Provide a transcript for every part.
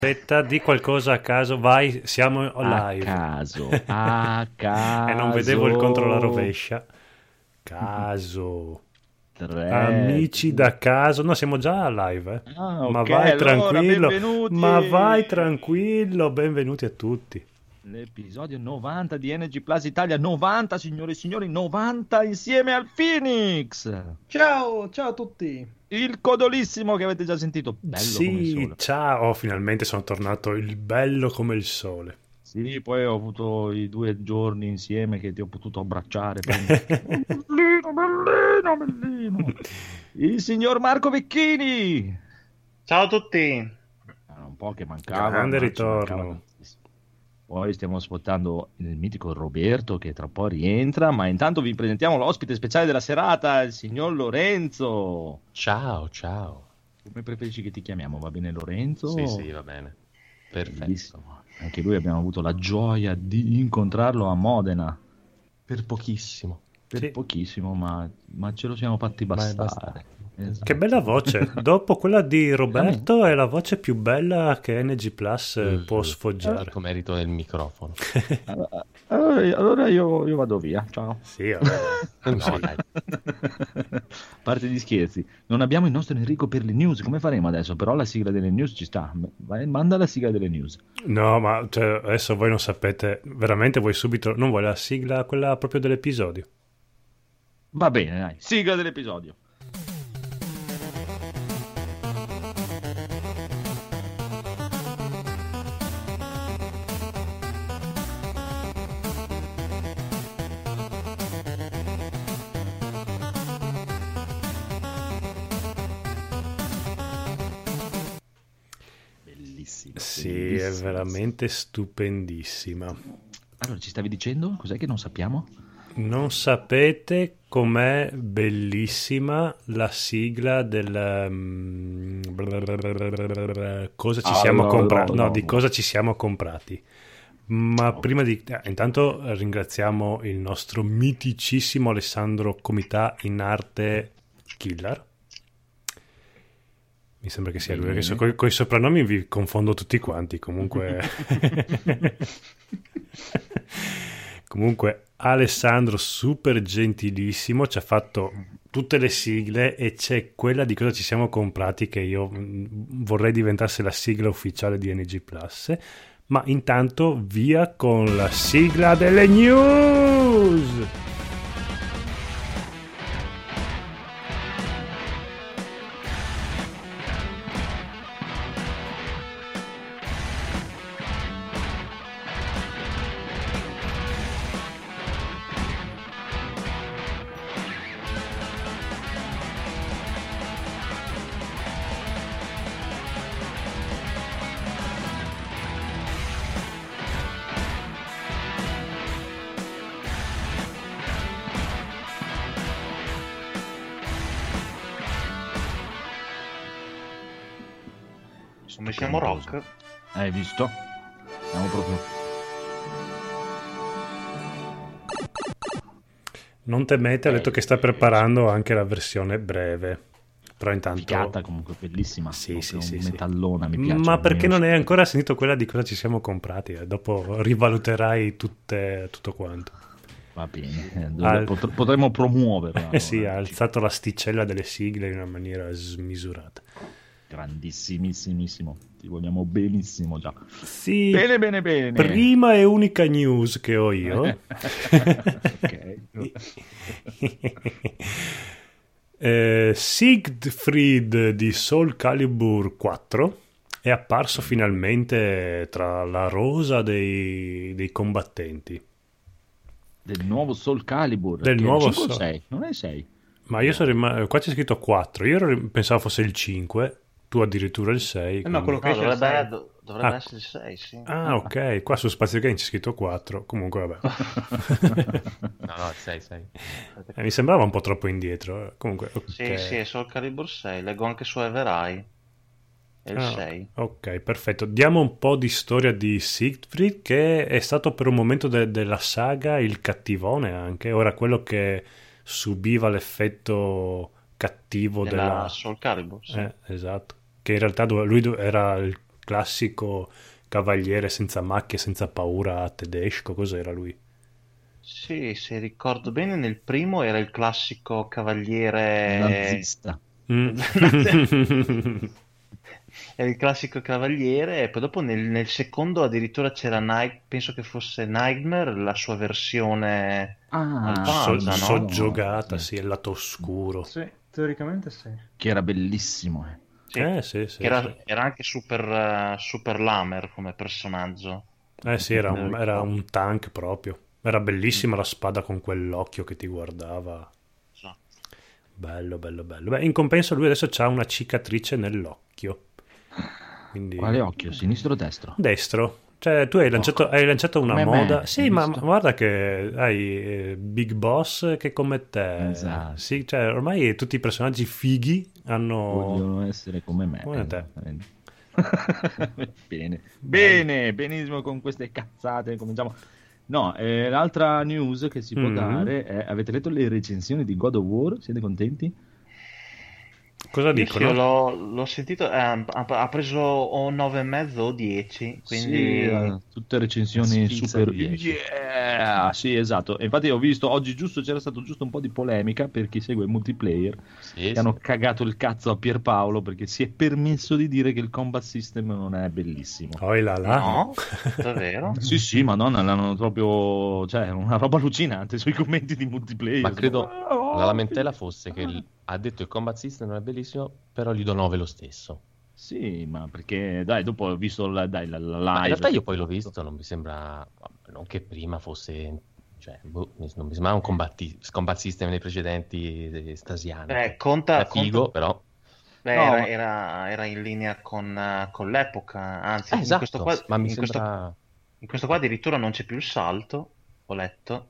Aspetta, di qualcosa a caso, vai, siamo live. A caso. E non vedevo il controllo alla rovescia. Caso. 3, Amici da caso, no, siamo già live, eh. Ah, Ma ok, vai allora, tranquillo, benvenuti. ma vai tranquillo, benvenuti a tutti. L'episodio 90 di Energy Plus Italia, 90 signore e signori, 90 insieme al Phoenix. Ciao a tutti. Il codolissimo che avete già sentito, bello come il Sì, sole. ciao, finalmente sono tornato il bello come il sole. Sì, poi ho avuto i 2 giorni insieme che ti ho potuto abbracciare. Bellino, bellino, bellino. Il signor Marco Vecchini. Ciao a tutti. Era un po' che mancava, Grande ma ci ritorno. mancava tantissimo. Poi stiamo aspettando il mitico Roberto che tra un po' rientra, ma intanto vi presentiamo l'ospite speciale della serata, il signor Lorenzo. Ciao, ciao. Come preferisci che ti chiamiamo? Va bene Lorenzo? Sì, va bene. Perfetto. Bellissimo. Anche lui abbiamo avuto la gioia di incontrarlo a Modena. Per pochissimo. Per Sì. pochissimo, ma ce lo siamo fatti Ma è bastare. bastato. Esatto. Che bella voce, dopo quella di Roberto è la voce più bella che Energy Plus può sfoggiare. Con merito del microfono. Allora io vado via, ciao. Sì, vabbè. No, dai. A parte gli scherzi, non abbiamo il nostro Enrico per le news, come faremo adesso? Però la sigla delle news ci sta. Vai, manda la sigla delle news. No, ma cioè, adesso voi non sapete, veramente voi subito, non vuoi la sigla, quella proprio dell'episodio? Va bene, dai, sigla dell'episodio. Bellissima. Sì, bellissima. è veramente stupendissima. Allora, ci stavi dicendo? Cos'è che non sappiamo? Non sapete com'è bellissima la sigla del cosa ci siamo comprati? No, di cosa ci siamo comprati. Ma prima di intanto ringraziamo il nostro miticissimo Alessandro Comità in arte Killer. Mi sembra che sia lui, perché con i soprannomi vi confondo tutti quanti. Comunque, comunque Alessandro super gentilissimo, ci ha fatto tutte le sigle e c'è quella di cosa ci siamo comprati che io vorrei diventasse la sigla ufficiale di NG Plus. Ma intanto via con la sigla delle news! Come siamo rock? Hai visto? Siamo proprio... Non temete, ha detto che sta preparando anche la versione breve. Però intanto... Figata comunque, bellissima. Sì, Proprio sì, un sì. metallona, mi piace. Ma perché non hai ancora sentito quella di cosa ci siamo comprati? Dopo rivaluterai tutto quanto. Va bene, potremmo promuoverla. Allora. Sì, ha alzato l'asticella delle sigle in una maniera smisurata. Grandissimissimo, ti vogliamo benissimo già. Sì, Bene. prima e unica news che ho io. Ok. Siegfried di Soul Calibur 4 è apparso finalmente tra la rosa dei combattenti. Del nuovo Soul Calibur. Del che nuovo è il 5 o Soul. 6? Non è 6. Ma io sono qua c'è scritto 4, io pensavo fosse il 5, tu addirittura il 6. No, quello che quindi- dovrebbe Ah. essere il 6, sì. Ah, ok, qua su Spazio Game c'è scritto 4, comunque vabbè. No, 6. Mi sembrava un po' troppo indietro, comunque ok. Sì, è Soul Calibur 6. Leggo anche su Evereye. È il Ah, 6. ok, perfetto. Diamo un po' di storia di Siegfried, che è stato per un momento della saga il cattivone anche, ora quello che subiva l'effetto cattivo Della della... Soul Calibur, sì. Esatto, che in realtà lui era classico cavaliere senza macchie, senza paura tedesco, cos'era lui? Sì, se ricordo bene, nel primo era il classico cavaliere... Nazista. Mm. Era il classico cavaliere, e poi dopo nel secondo addirittura c'era penso che fosse Nightmare, la sua versione malvagia, no? Soggiogata, sì, il lato oscuro. Sì, teoricamente sì. Che era bellissimo. Sì, Sì, che era, sì. era anche super lamer come personaggio. Sì, era un tank proprio. Era bellissima la spada con quell'occhio che ti guardava. Esatto. Bello, bello, bello. Beh, in compenso lui adesso ha una cicatrice nell'occhio. Quindi... Quale occhio? Sinistro o destro? Destro. Cioè, tu hai lanciato una Come moda. me, Sì, hai ma visto? guarda che hai Big Boss che come te. Esatto. Sì, cioè, ormai tutti i personaggi fighi hanno... Vogliono essere come me. Come te. Bene, benissimo con queste cazzate. Cominciamo. No, l'altra news che si può dare è: avete letto le recensioni di God of War? Siete contenti? Cosa Io dicono? sì, l'ho sentito, ha preso o 9,5 o 10, quindi... Sì, tutte recensioni Sfizza super. di 10. Yeah! Sì, esatto. E infatti ho visto oggi c'era stato giusto un po' di polemica per chi segue il multiplayer. Sì, Che hanno cagato il cazzo a Pierpaolo perché si è permesso di dire che il combat system non è bellissimo. Oh là là. No, davvero? Sì, madonna, l'hanno proprio, cioè, una roba allucinante sui commenti di multiplayer. Ma credo Oh, la lamentela fosse che ha detto il combat system non è bellissimo, però gli do 9 lo stesso. Sì, ma perché, dai, dopo ho visto la live. Ma in realtà io poi l'ho che- visto, non mi sembra, non che prima fosse, cioè, non mi sembrava un combat system nei precedenti stasiani. Conta, È figo, però... beh, No, era in linea con l'epoca, anzi, in questo esatto, qua, ma mi in questo, sembra... in questo qua addirittura non c'è più il salto, ho letto.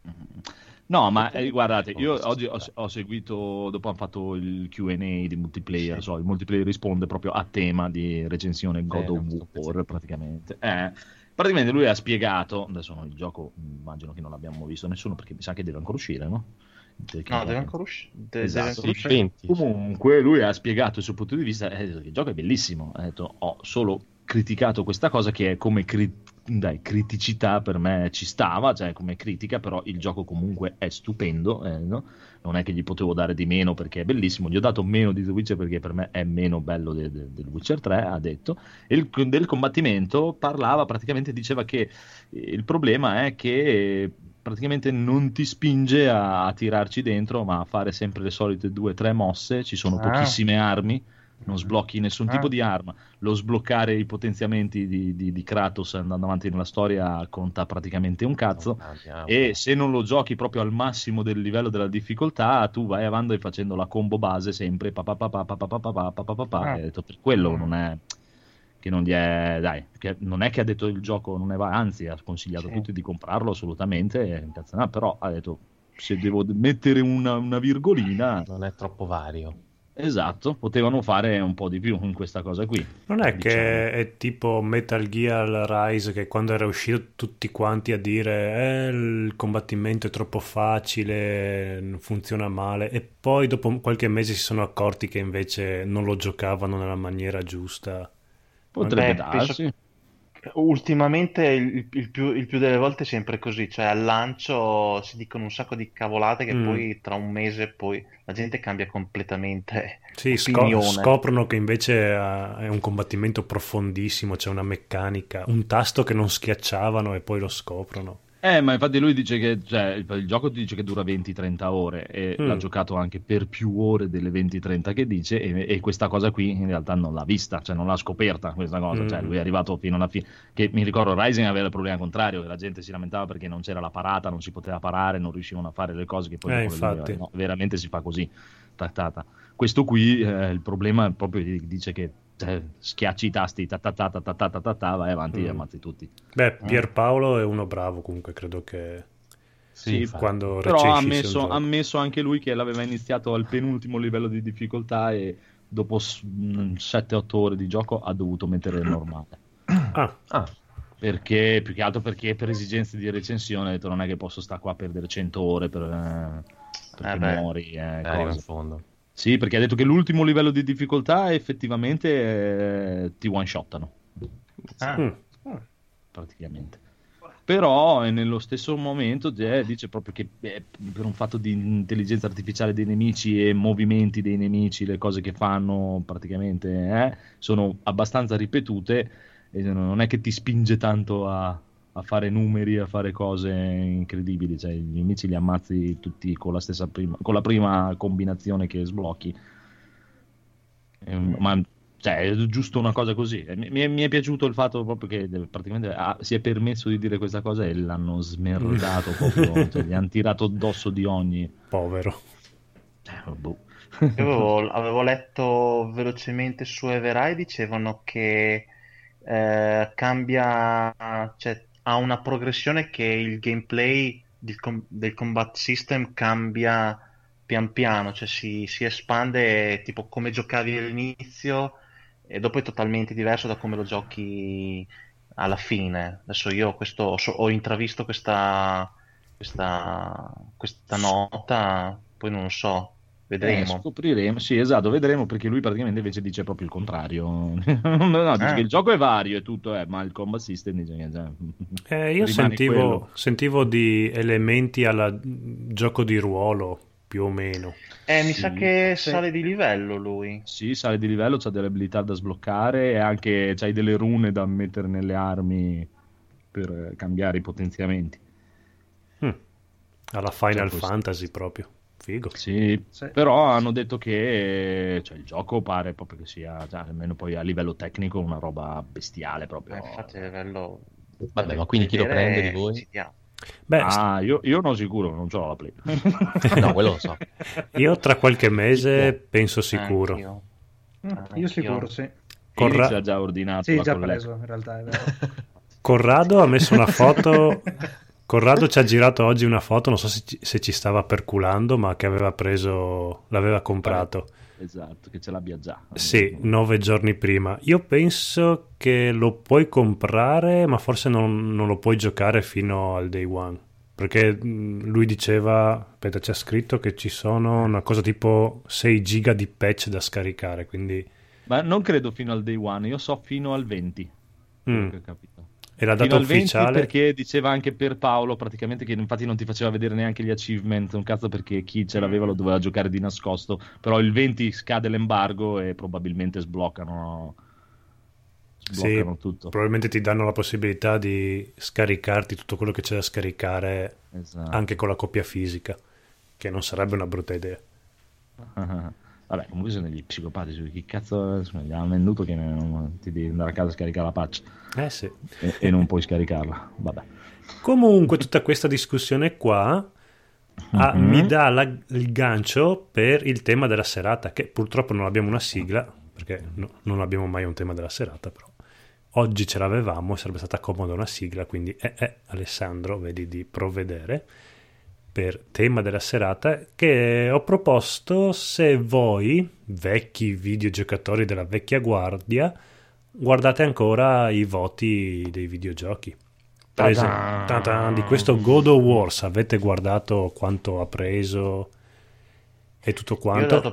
No, ma guardate, io oggi ho seguito, dopo hanno fatto il Q&A di multiplayer, Sì. il multiplayer risponde proprio a tema di recensione God of ho visto un War, pezzetto. praticamente. Praticamente lui ha spiegato, adesso il gioco immagino che non l'abbiamo visto nessuno perché mi sa che deve ancora uscire, no? No, deve ancora Esatto. ancora Sì, 20. Comunque lui ha spiegato il suo punto di vista, ha detto che il gioco è bellissimo, ha detto ho solo criticato questa cosa che è come criticità per me ci stava, cioè come critica, però il gioco comunque è stupendo, no? Non è che gli potevo dare di meno perché è bellissimo, gli ho dato meno di The Witcher perché per me è meno bello del Witcher 3, ha detto, e del combattimento parlava, praticamente diceva che il problema è che praticamente non ti spinge a tirarci dentro, ma a fare sempre le solite 2 o 3 mosse, ci sono pochissime armi, non sblocchi nessun tipo di arma, lo sbloccare i potenziamenti di Kratos andando avanti nella storia conta praticamente un cazzo, e se non lo giochi proprio al massimo del livello della difficoltà, tu vai avanti facendo la combo base sempre, e detto, per quello non è... che non gli è, dai, che non è che ha detto il gioco non è anzi ha consigliato a tutti di comprarlo assolutamente, però ha detto se devo mettere una virgolina, Non è troppo vario. esatto, potevano fare un po' di più in questa cosa qui. Non è diciamo. che è tipo Metal Gear Rise, che quando era uscito tutti quanti a dire il combattimento è troppo facile, non funziona male, e poi dopo qualche mese si sono accorti che invece non lo giocavano nella maniera giusta. Potrebbe penso darsi. ultimamente il più delle volte è sempre così, cioè al lancio si dicono un sacco di cavolate che poi tra un mese poi la gente cambia completamente Sì, opinione. scoprono che invece è un combattimento profondissimo, c'è una meccanica, un tasto che non schiacciavano e poi lo scoprono. Ma infatti lui dice che cioè, il gioco dice che dura 20-30 ore e l'ha giocato anche per più ore delle 20-30 che dice, e questa cosa qui in realtà non l'ha vista, cioè non l'ha scoperta questa cosa, cioè lui è arrivato fino alla fine, che mi ricordo Rising aveva il problema contrario, che la gente si lamentava perché non c'era la parata, non si poteva parare, non riuscivano a fare le cose che poi dopo infatti. no, veramente si fa così, trattata. Questo qui il problema è proprio che dice che schiacci i tasti, vai avanti e ammazzi tutti. Beh, Pierpaolo è uno bravo comunque, credo che Sì, quando però ha recensisce un gioco. ammesso anche lui che l'aveva iniziato al penultimo livello di difficoltà e dopo 7-8 ore di gioco ha dovuto mettere il normale. Perché più che altro perché per esigenze di recensione ha detto non è che posso stare qua a perdere 100 ore perché muori, arriva in fondo. Sì, perché ha detto che l'ultimo livello di difficoltà effettivamente ti one-shottano. praticamente. Però nello stesso momento dice proprio che per un fatto di intelligenza artificiale dei nemici e movimenti dei nemici, le cose che fanno praticamente sono abbastanza ripetute e non è che ti spinge tanto a fare numeri, a fare cose incredibili, cioè gli nemici li ammazzi tutti con la prima combinazione che sblocchi. Ma cioè, è giusto una cosa così. Mi è piaciuto il fatto proprio che praticamente si è permesso di dire questa cosa e l'hanno smerdato proprio, cioè, gli hanno tirato addosso di ogni. Povero. Io avevo letto velocemente su Everai, dicevano che cambia, cioè ha una progressione che il gameplay del combat system cambia pian piano, cioè si espande tipo come giocavi all'inizio e dopo è totalmente diverso da come lo giochi alla fine. Adesso io ho intravisto questa nota, poi non lo so, vedremo. Scopriremo, sì, esatto, vedremo, perché lui praticamente invece dice proprio il contrario. No, dice che il gioco è vario e tutto, ma il combat system dice che io sentivo di elementi alla gioco di ruolo, più o meno. Mi sa che sale di livello lui. Sì, sale di livello, c'ha delle abilità da sbloccare e anche c'hai delle rune da mettere nelle armi per cambiare i potenziamenti. Alla Final Fantasy proprio. Figo. Sì, però hanno detto che il gioco pare proprio che sia, almeno poi a livello tecnico, una roba bestiale proprio. Infatti a livello... Vabbè, ma quindi chi lo prende di voi? Beh, io no, sicuro, non ce l'ho la Play. No, quello lo so. Io tra qualche mese penso sicuro. Io sicuro, sì. Felix ha già ordinato. Sì, già preso, in realtà, è vero. Corrado ha messo una foto. Corrado ci ha girato oggi una foto, non so se ci stava perculando, ma che l'aveva comprato. Esatto, che ce l'abbia già. Sì, 9 giorni prima. Io penso che lo puoi comprare, ma forse non lo puoi giocare fino al day one. Perché lui diceva, aspetta, c'è scritto che ci sono una cosa tipo 6 giga di patch da scaricare, quindi... Ma non credo fino al day one, io so fino al 20. Ho capito. Era data ufficiale perché diceva anche per Paolo praticamente che infatti non ti faceva vedere neanche gli achievement, un cazzo, perché chi ce l'aveva lo doveva giocare di nascosto, però il 20 scade l'embargo e probabilmente sbloccano tutto. Probabilmente ti danno la possibilità di scaricarti tutto quello che c'è da scaricare, esatto, anche con la copia fisica, che non sarebbe una brutta idea. Vabbè, comunque sono degli psicopatici, chi cazzo gli hanno venduto che ti devi andare a casa a scaricare la patch? Sì. E non puoi scaricarla, vabbè. Comunque tutta questa discussione qua mi dà il gancio per il tema della serata, che purtroppo non abbiamo una sigla, perché non abbiamo mai un tema della serata, però oggi ce l'avevamo, sarebbe stata comoda una sigla, quindi Alessandro, vedi di provvedere per tema della serata, che ho proposto: se voi, vecchi videogiocatori della vecchia guardia, guardate ancora i voti dei videogiochi. Per esempio, di questo God of War, avete guardato quanto ha preso e tutto quanto? Io ho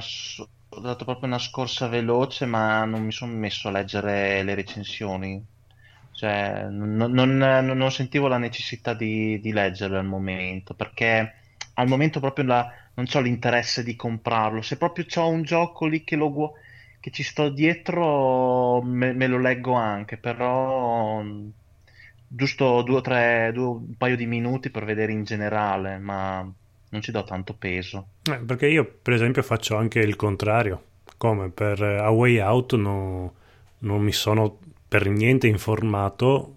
dato proprio una scorsa veloce, ma non mi sono messo a leggere le recensioni. Cioè, non sentivo la necessità di leggerlo al momento, perché al momento proprio non ho l'interesse di comprarlo. Se proprio ho un gioco lì che ci sto dietro, me lo leggo anche, però giusto un paio di minuti per vedere in generale, ma non ci do tanto peso. Perché io, per esempio, faccio anche il contrario. Come per A Way Out non mi sono per niente informato,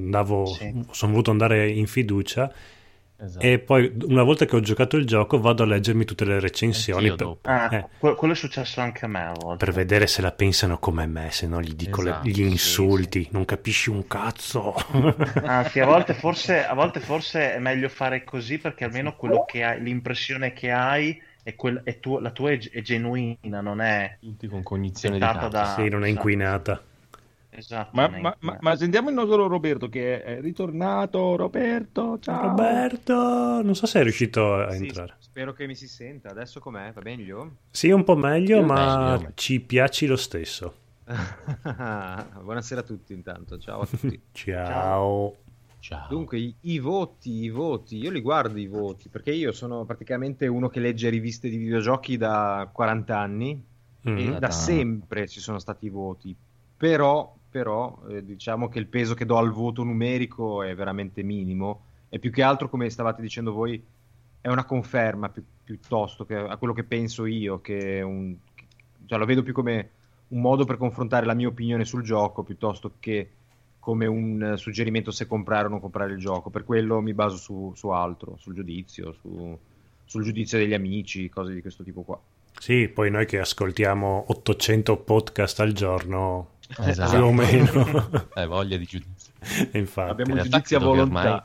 sono voluto andare in fiducia, esatto, e poi una volta che ho giocato il gioco vado a leggermi tutte le recensioni quello è successo anche a me a volte, per vedere se la pensano come me, se no gli dico gli insulti, sì. Non capisci un cazzo. Anzi, a volte forse è meglio fare così, perché almeno quello che hai, l'impressione che hai la tua è genuina, non è tutti con cognizione di cazzo. Sì, non è inquinata. Esatto, ma sentiamo il nostro Roberto che è ritornato. Roberto, ciao. Roberto, non so se è riuscito a entrare. Spero che mi si senta. Adesso com'è? Va meglio? Sì, un po' meglio, ma ci piaci lo stesso. Buonasera a tutti intanto, ciao a tutti. Ciao. Dunque, i voti, io li guardo i voti, perché io sono praticamente uno che legge riviste di videogiochi da 40 anni e da sempre ci sono stati i voti, però diciamo che il peso che do al voto numerico è veramente minimo, e più che altro, come stavate dicendo voi, è una conferma piuttosto che a quello che penso io, che cioè lo vedo più come un modo per confrontare la mia opinione sul gioco piuttosto che come un suggerimento se comprare o non comprare il gioco. Per quello mi baso su altro, sul giudizio, sul giudizio degli amici, cose di questo tipo qua. Sì, poi noi che ascoltiamo 800 podcast al giorno, esatto, più o meno. Hai voglia di giudizio. Infatti. Abbiamo giudizi a volontà.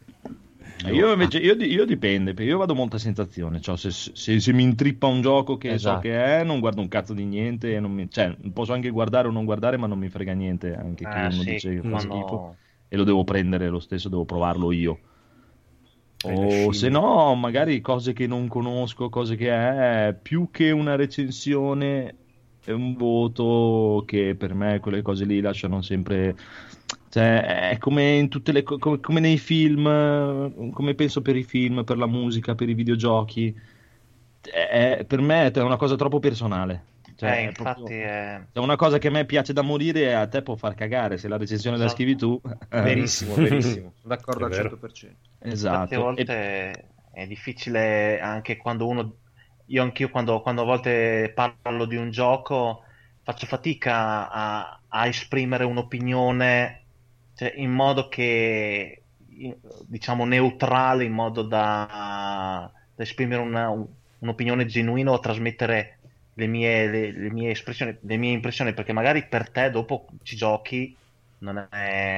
Io invece io dipende, perché io vado molto a sensazione, cioè se mi intrippa un gioco che so che è, non guardo un cazzo di niente, e cioè posso anche guardare o non guardare, ma non mi frega niente anche che uno dice che fa schifo, e lo devo prendere lo stesso, devo provarlo io. O se no, magari cose che non conosco, cose che è più che una recensione, è un voto che per me quelle cose lì lasciano sempre. Cioè, è come in tutte come nei film, come penso per i film, per la musica, per i videogiochi. Per me è una cosa troppo personale. Cioè, infatti è una cosa che a me piace da morire e a te può far cagare se la recensione la scrivi tu. Verissimo, sono d'accordo al 100%. Esatto. A volte è difficile anche quando uno. Anch'io quando a volte parlo di un gioco faccio fatica a esprimere un'opinione, cioè, in modo che, diciamo, neutrale, in modo da esprimere un'opinione genuina o trasmettere le mie espressioni, le mie impressioni, perché magari per te dopo ci giochi, non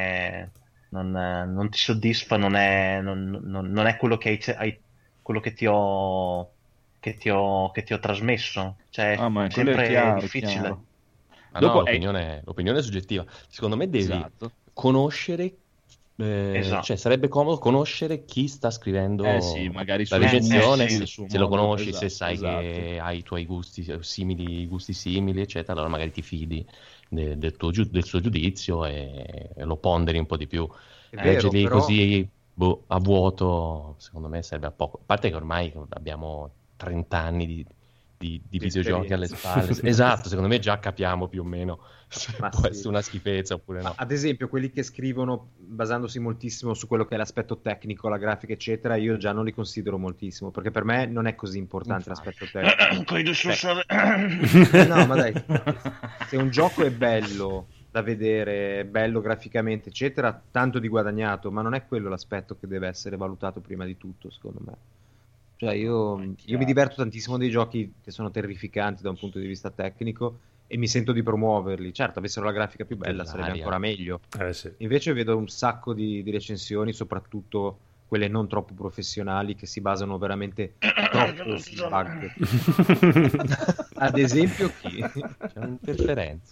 ti soddisfa, non è quello che quello che ti ho trasmesso, cioè ma sempre è chiaro, difficile. chiaro. Ma no, l'opinione è soggettiva. Secondo me devi conoscere, esatto. Cioè sarebbe comodo conoscere chi sta scrivendo magari la recensione, se lo conosci, esatto, se sai che hai i tuoi gusti simili, eccetera, allora magari ti fidi del suo giudizio e lo ponderi un po' di più. Leggerli così a vuoto, secondo me serve a poco. A parte che ormai abbiamo 30 anni di videogiochi alle spalle. Esatto, secondo me già capiamo più o meno se può essere una schifezza oppure no. Ad esempio, quelli che scrivono basandosi moltissimo su quello che è l'aspetto tecnico, la grafica, eccetera, io già non li considero moltissimo, perché per me non è così importante l'aspetto tecnico. No, ma dai, se un gioco è bello da vedere, bello graficamente, eccetera, tanto di guadagnato, ma non è quello l'aspetto che deve essere valutato prima di tutto, secondo me. Cioè io mi diverto tantissimo dei giochi che sono terrificanti da un punto di vista tecnico e mi sento di promuoverli. Certo, avessero la grafica più bella sarebbe ancora meglio. Sì. Invece vedo un sacco di recensioni, soprattutto quelle non troppo professionali, che si basano veramente troppo sui bug. Ad esempio chi? C'è un'interferenza.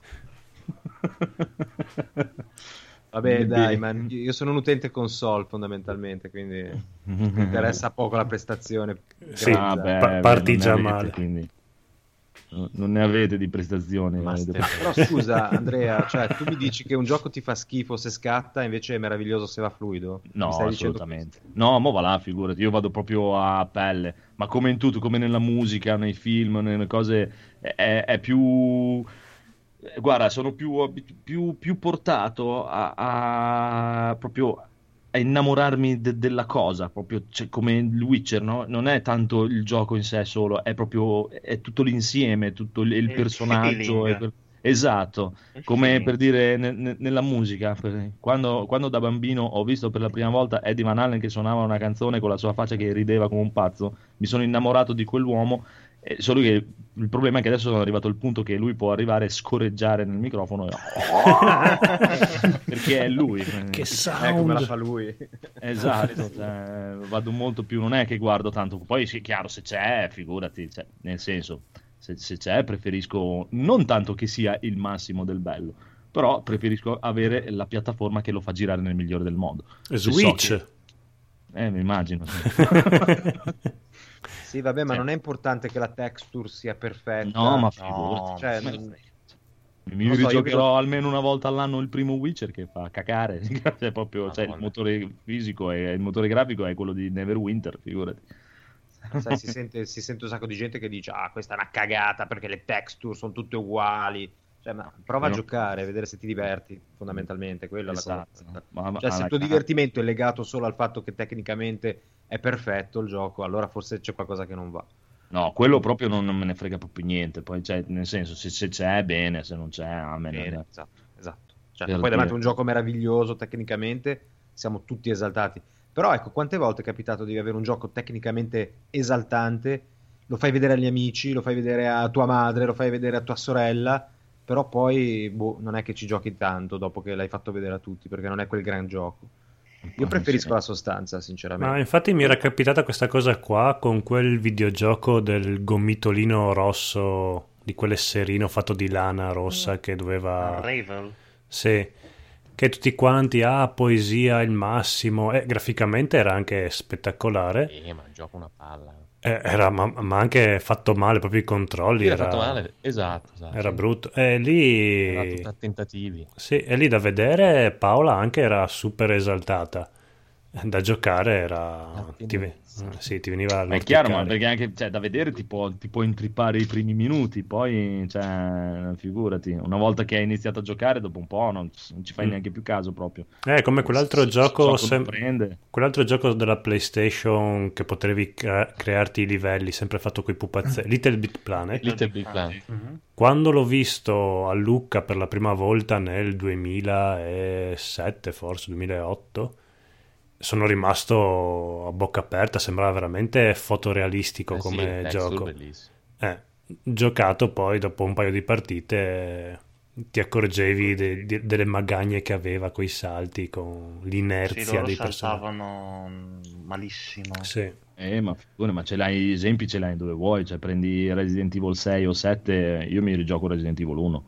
Vabbè, dai, ma io sono un utente console fondamentalmente, quindi mi interessa poco la prestazione. Sì, parti già male. Quindi non ne avete di prestazioni. Però scusa, Andrea, cioè tu mi dici che un gioco ti fa schifo se scatta, invece è meraviglioso se va fluido? No, assolutamente. No, mo va là, figurati, io vado proprio a pelle. Ma come in tutto, come nella musica, nei film, nelle cose, è più. Guarda, sono più portato proprio a innamorarmi della cosa, proprio, cioè, come il Witcher, no? Non è tanto il gioco in sé solo, è proprio tutto l'insieme, tutto il personaggio. Esatto, come per dire nella musica. Quando da bambino ho visto per la prima volta Eddie Van Halen che suonava una canzone con la sua faccia che rideva come un pazzo, mi sono innamorato di quell'uomo. Solo che il problema è che adesso sono arrivato al punto che lui può arrivare a scorreggiare nel microfono perché è lui, che sound, come la fa lui. Esatto, cioè, vado molto più, non è che guardo tanto, poi sì, chiaro, se c'è, figurati, cioè, nel senso, se c'è preferisco non tanto che sia il massimo del bello, però preferisco avere la piattaforma che lo fa girare nel migliore del modo. Switch, mi immagino, sì. Sì, vabbè, ma non è importante che la texture sia perfetta. No, ma figurati. Cioè, Mi rigiocherò almeno una volta all'anno il primo Witcher, che fa cacare. Cioè, proprio, il motore fisico e il motore grafico è quello di Neverwinter, figurati. Sai, si sente un sacco di gente che dice questa è una cagata perché le texture sono tutte uguali. Cioè, ma prova a giocare, a vedere se ti diverti, fondamentalmente, quella è la cosa. Cioè, se il tuo divertimento è legato solo al fatto che tecnicamente è perfetto il gioco, allora forse c'è qualcosa che non va. No, quello proprio non me ne frega proprio niente. Poi, nel senso, se c'è, bene, se non c'è, a me bene. Esatto. Cioè, poi davanti a un gioco meraviglioso tecnicamente siamo tutti esaltati. Però ecco, quante volte è capitato di avere un gioco tecnicamente esaltante, lo fai vedere agli amici, lo fai vedere a tua madre, lo fai vedere a tua sorella, però poi non è che ci giochi tanto dopo che l'hai fatto vedere a tutti, perché non è quel gran gioco. Io preferisco la sostanza, sinceramente. Ma infatti mi era capitata questa cosa qua con quel videogioco del gomitolino rosso, di quell'esserino fatto di lana rossa che doveva... Ravel. Sì, che tutti quanti, poesia, il massimo. Graficamente era anche spettacolare. Ma il gioco una palla. Era, ma anche fatto male, proprio i controlli. Era fatto male, esatto. Era brutto. Lì... Era tutto a tentativi. Sì, e lì da vedere Paola anche era super esaltata. Da giocare era... ti veniva ma è chiaro, ma perché anche da vedere ti può intrippare i primi minuti, poi figurati, una volta che hai iniziato a giocare, dopo un po' non ci fai neanche più caso proprio. Come quell'altro gioco quell'altro gioco della PlayStation che potevi crearti i livelli, sempre fatto coi pupazzetti, Little Big Planet. Uh-huh. Quando l'ho visto a Lucca per la prima volta nel 2007, forse 2008, sono rimasto a bocca aperta, sembrava veramente fotorealistico come gioco. Giocato poi dopo un paio di partite ti accorgevi delle magagne che aveva coi salti, con l'inerzia dei personaggi. Saltavano malissimo. Sì. Ma ce l'hai esempi, ce l'hai dove vuoi, prendi Resident Evil 6 o 7, io mi rigioco Resident Evil 1.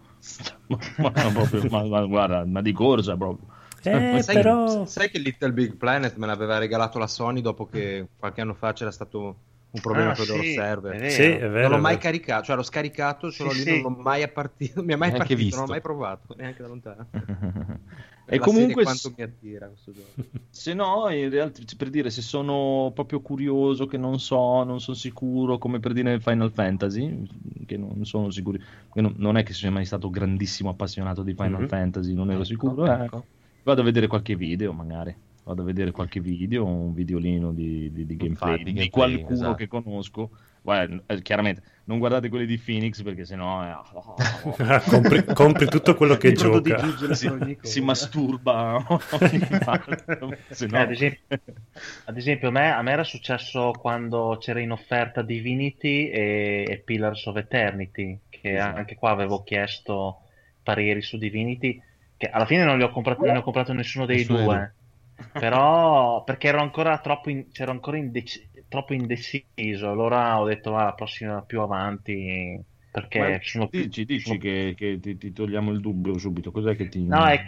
ma guarda, ma di corsa proprio. Sai che Little Big Planet me l'aveva regalato la Sony dopo che qualche anno fa c'era stato un problema con il loro server. Sì, è vero. Non l'ho mai caricato, cioè l'ho scaricato, ce l'ho lì, non l'ho mai partito, mi è mai partito, visto. Non l'ho mai provato, neanche da lontano. E comunque quanto mi attira questo gioco. Se no, in realtà, per dire, se sono proprio curioso, che non sono sicuro, come per dire Final Fantasy, che non sono sicuro, non è che sia mai stato grandissimo appassionato di Final Fantasy, non ero sicuro. Vado a vedere qualche video, magari. Un videolino di gameplay di qualcuno che conosco. Guarda, chiaramente non guardate quelli di Phoenix, perché sennò compri tutto quello che gioca. Si masturba. Ad esempio a me era successo quando c'era in offerta Divinity e Pillars of Eternity, che anche qua avevo chiesto pareri su Divinity, che alla fine non ne ho comprato nessuno dei due. Però perché ero ancora c'ero ancora troppo indeciso, allora ho detto la prossima più avanti, perché dici che ti togliamo il dubbio subito. Cos'è che ti... è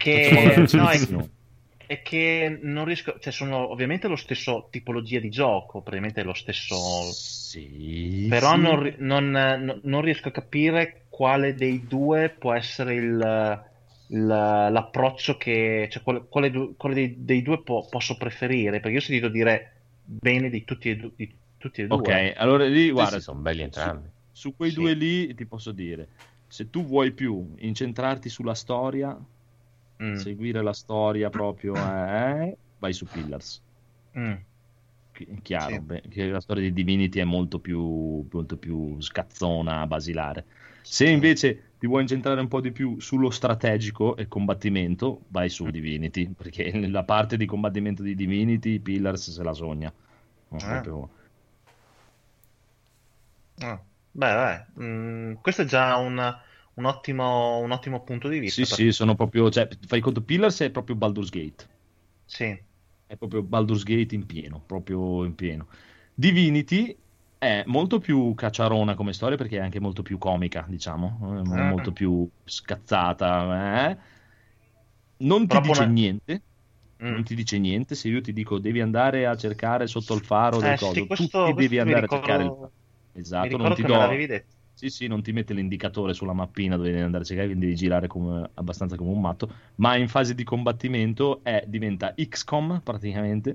che non riesco, sono ovviamente lo stesso tipologia di gioco, praticamente lo stesso, però non riesco a capire quale dei due può essere l'approccio quale dei due posso preferire, perché io ho sentito dire bene di tutti e due. Ok, allora lì guarda, sono belli entrambi. Su quei due lì ti posso dire, se tu vuoi più incentrarti sulla storia, seguire la storia proprio, vai su Pillars. Chiaro, che la storia di Divinity è molto più scazzona, basilare. Se invece ti vuoi incentrare un po' di più sullo strategico e combattimento, vai su Divinity, perché la parte di combattimento di Divinity Pillars se la sogna. Questo è già un ottimo punto di vista. Sì, sono proprio, fai conto, Pillars è proprio Baldur's Gate. Sì. È proprio Baldur's Gate in pieno, proprio in pieno. Divinity è molto più cacciarona come storia, perché è anche molto più comica, diciamo, molto più scazzata. Non ti dice niente. Non ti dice niente. Se io ti dico devi andare a cercare sotto il faro del coso, tu devi andare a cercare il faro. Esatto, non ti do. Sì, non ti mette l'indicatore sulla mappina dove devi andare a cercare, quindi devi girare abbastanza come un matto, ma in fase di combattimento diventa XCOM praticamente,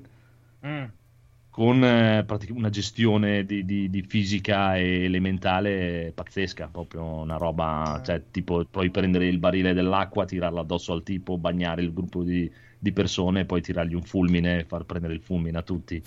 con una gestione di fisica e elementale pazzesca, proprio una roba, cioè tipo puoi prendere il barile dell'acqua, tirarlo addosso al tipo, bagnare il gruppo di persone e poi tirargli un fulmine e far prendere il fulmine a tutti.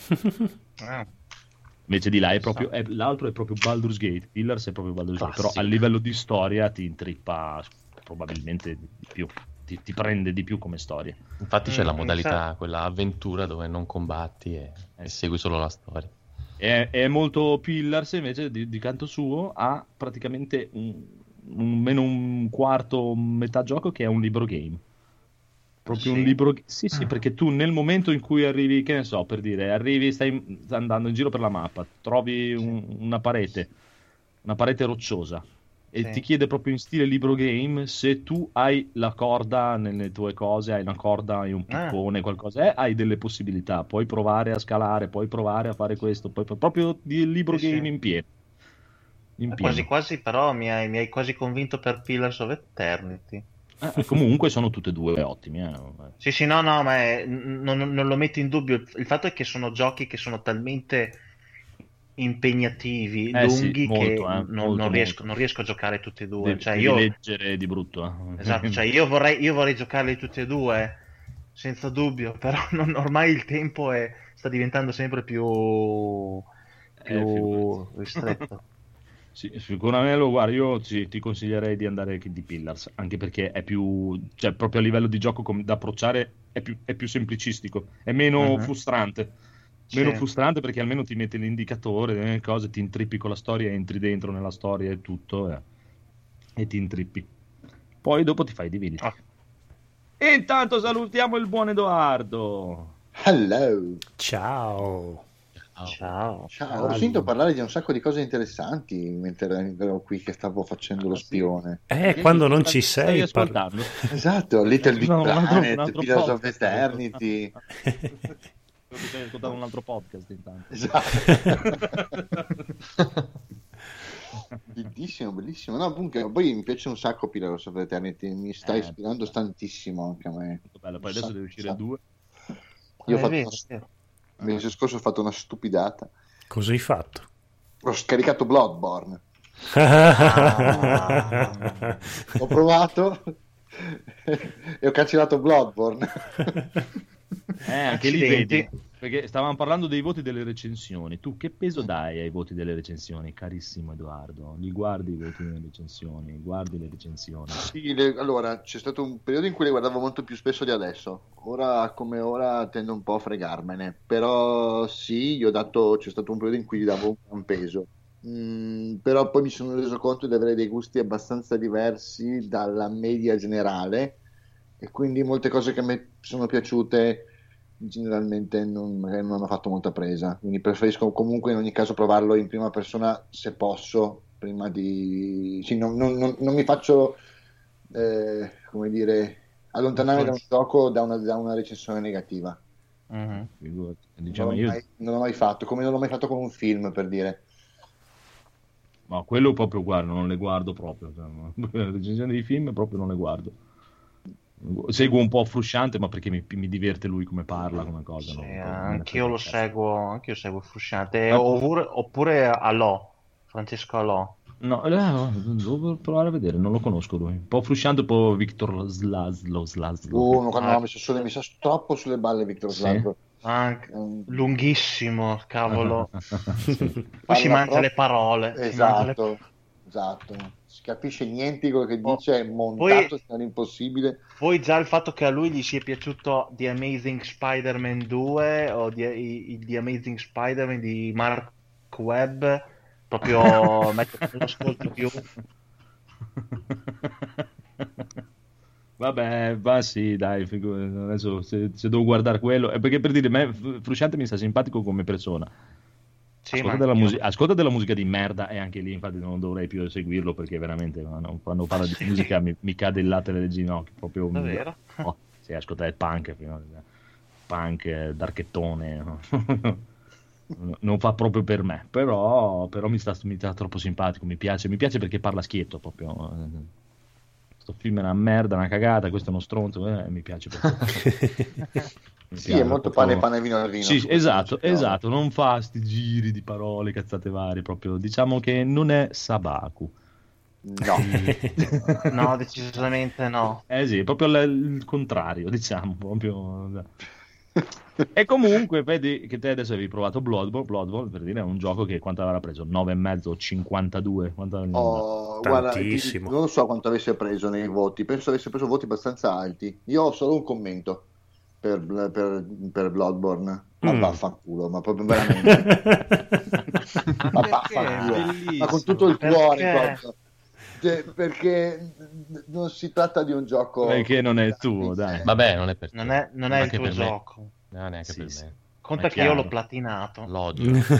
Invece di là l'altro è proprio Baldur's Gate, Pillars è proprio Baldur's Gate, però a livello di storia ti intrippa probabilmente di più, ti prende di più come storia. Infatti c'è la modalità, quella avventura dove non combatti e segui solo la storia. È molto Pillars invece di canto suo ha praticamente meno un quarto, metà gioco che è un libro game. Proprio un libro, sì, perché tu nel momento in cui arrivi, che ne so, per dire, stai andando in giro per la mappa, trovi una parete rocciosa e ti chiede proprio in stile libro game se tu hai la corda nelle tue cose, hai una corda e un piccone, qualcosa, hai delle possibilità, puoi provare a scalare, puoi provare a fare questo, proprio di libro game in pieno. Quasi quasi però mi hai quasi convinto per Pillars of Eternity. Comunque sono tutte e due ottimi. Sì, no, ma non lo metto in dubbio. Il fatto è che sono giochi che sono talmente impegnativi, lunghi, molto, che non riesco a giocare tutti e due. Devi leggere di brutto. Esatto, cioè io vorrei giocarli tutti e due, senza dubbio, però ormai il tempo sta diventando sempre più ristretto. Sì, sicuramente lo guardo, io ti consiglierei di andare di Pillars, anche perché è più, cioè proprio a livello di gioco da approcciare è più semplicistico, è meno frustrante, frustrante perché almeno ti mette l'indicatore, cose, ti intrippi con la storia, entri dentro nella storia e tutto e ti intrippi, poi dopo ti fai divinity. E intanto salutiamo il buon Edoardo. Hello. Ciao. Ho sentito parlare di un sacco di cose interessanti mentre ero qui che stavo facendo lo spione. Quando non ci sei ascoltando. Esatto, Little Big Planet, Pillars of Eternity. Bisogna ascoltare un altro podcast intanto. Esatto. Bellissimo. No, comunque, poi mi piace un sacco Pillars of Eternity, mi sta ispirando tantissimo anche a me. Molto bello. Poi adesso deve uscire il 2. Io ho fatto il mese scorso ho fatto una stupidata. Cosa hai fatto? Ho scaricato Bloodborne. Ho provato e ho cancellato Bloodborne. Anche lì vedi, perché stavamo parlando dei voti delle recensioni. Tu che peso dai ai voti delle recensioni, carissimo Edoardo? Li guardi i voti delle recensioni? Guardi le recensioni? Sì, allora c'è stato un periodo in cui le guardavo molto più spesso di adesso. Ora come ora tendo un po' a fregarmene, però sì, c'è stato un periodo in cui gli davo un peso. Però poi mi sono reso conto di avere dei gusti abbastanza diversi dalla media generale e quindi molte cose che a me sono piaciute generalmente magari non hanno fatto molta presa, quindi preferisco comunque in ogni caso provarlo in prima persona se posso, prima di non mi faccio come dire allontanare da un gioco da una recensione negativa. Diciamo, non l'ho mai fatto, come non l'ho mai fatto con un film, per dire. Ma quello proprio non le guardo proprio, le recensioni di film proprio non le guardo. Seguo un po' Frusciante, ma perché mi diverte lui come parla, come cosa. Sì, anch'io lo seguo, anch'io seguo Frusciante, oppure Alò, Francesco Alò. No, devo provare a vedere, non lo conosco lui. Un po' Frusciante, un po' Victor Slaslo. No, mi sa troppo sulle balle Victor Slaslo. Lunghissimo, cavolo. Poi si mangia le parole. Esatto. Si capisce niente di quello che dice, è montato, è impossibile. Poi già il fatto che a lui gli sia piaciuto The Amazing Spider-Man 2 o The Amazing Spider-Man di Mark Webb, proprio non lo ascolti più. Vabbè, va sì, dai, adesso se devo guardare quello, è perché per dire, me Frusciante mi sta simpatico come persona. Sì, ascolta della musica di merda e anche lì infatti non dovrei più seguirlo perché veramente quando parla di musica mi cade il latte nelle ginocchia proprio. Davvero? Sì, ascolta il punk darchettone, no? non fa proprio per me, però mi sta troppo simpatico, mi piace perché parla schietto proprio. Sto film è una merda, una cagata, questo è uno stronzo, mi piace proprio. Sì, è molto proprio... pane vino al vino. Sì, esatto, non fa sti giri di parole, cazzate varie, proprio diciamo che non è Sabaku. No. No, decisamente no. Sì, proprio il contrario, diciamo, proprio. E comunque vedi che te adesso avevi provato Bloodborne, per dire, è un gioco che quanto avrà preso? 9,5 o 52? Guarda, non so quanto avesse preso nei voti, penso avesse preso voti abbastanza alti. Io ho solo un commento per Bloodborne, ma vaffanculo, ma proprio veramente. Ma vaffanculo, ma con tutto il cuore, perché non si tratta di un gioco perché non è il tuo, dai. Vabbè, non è per te. Non è il tuo gioco. No, neanche per me. Conta che io l'ho platinato. L'odio. No,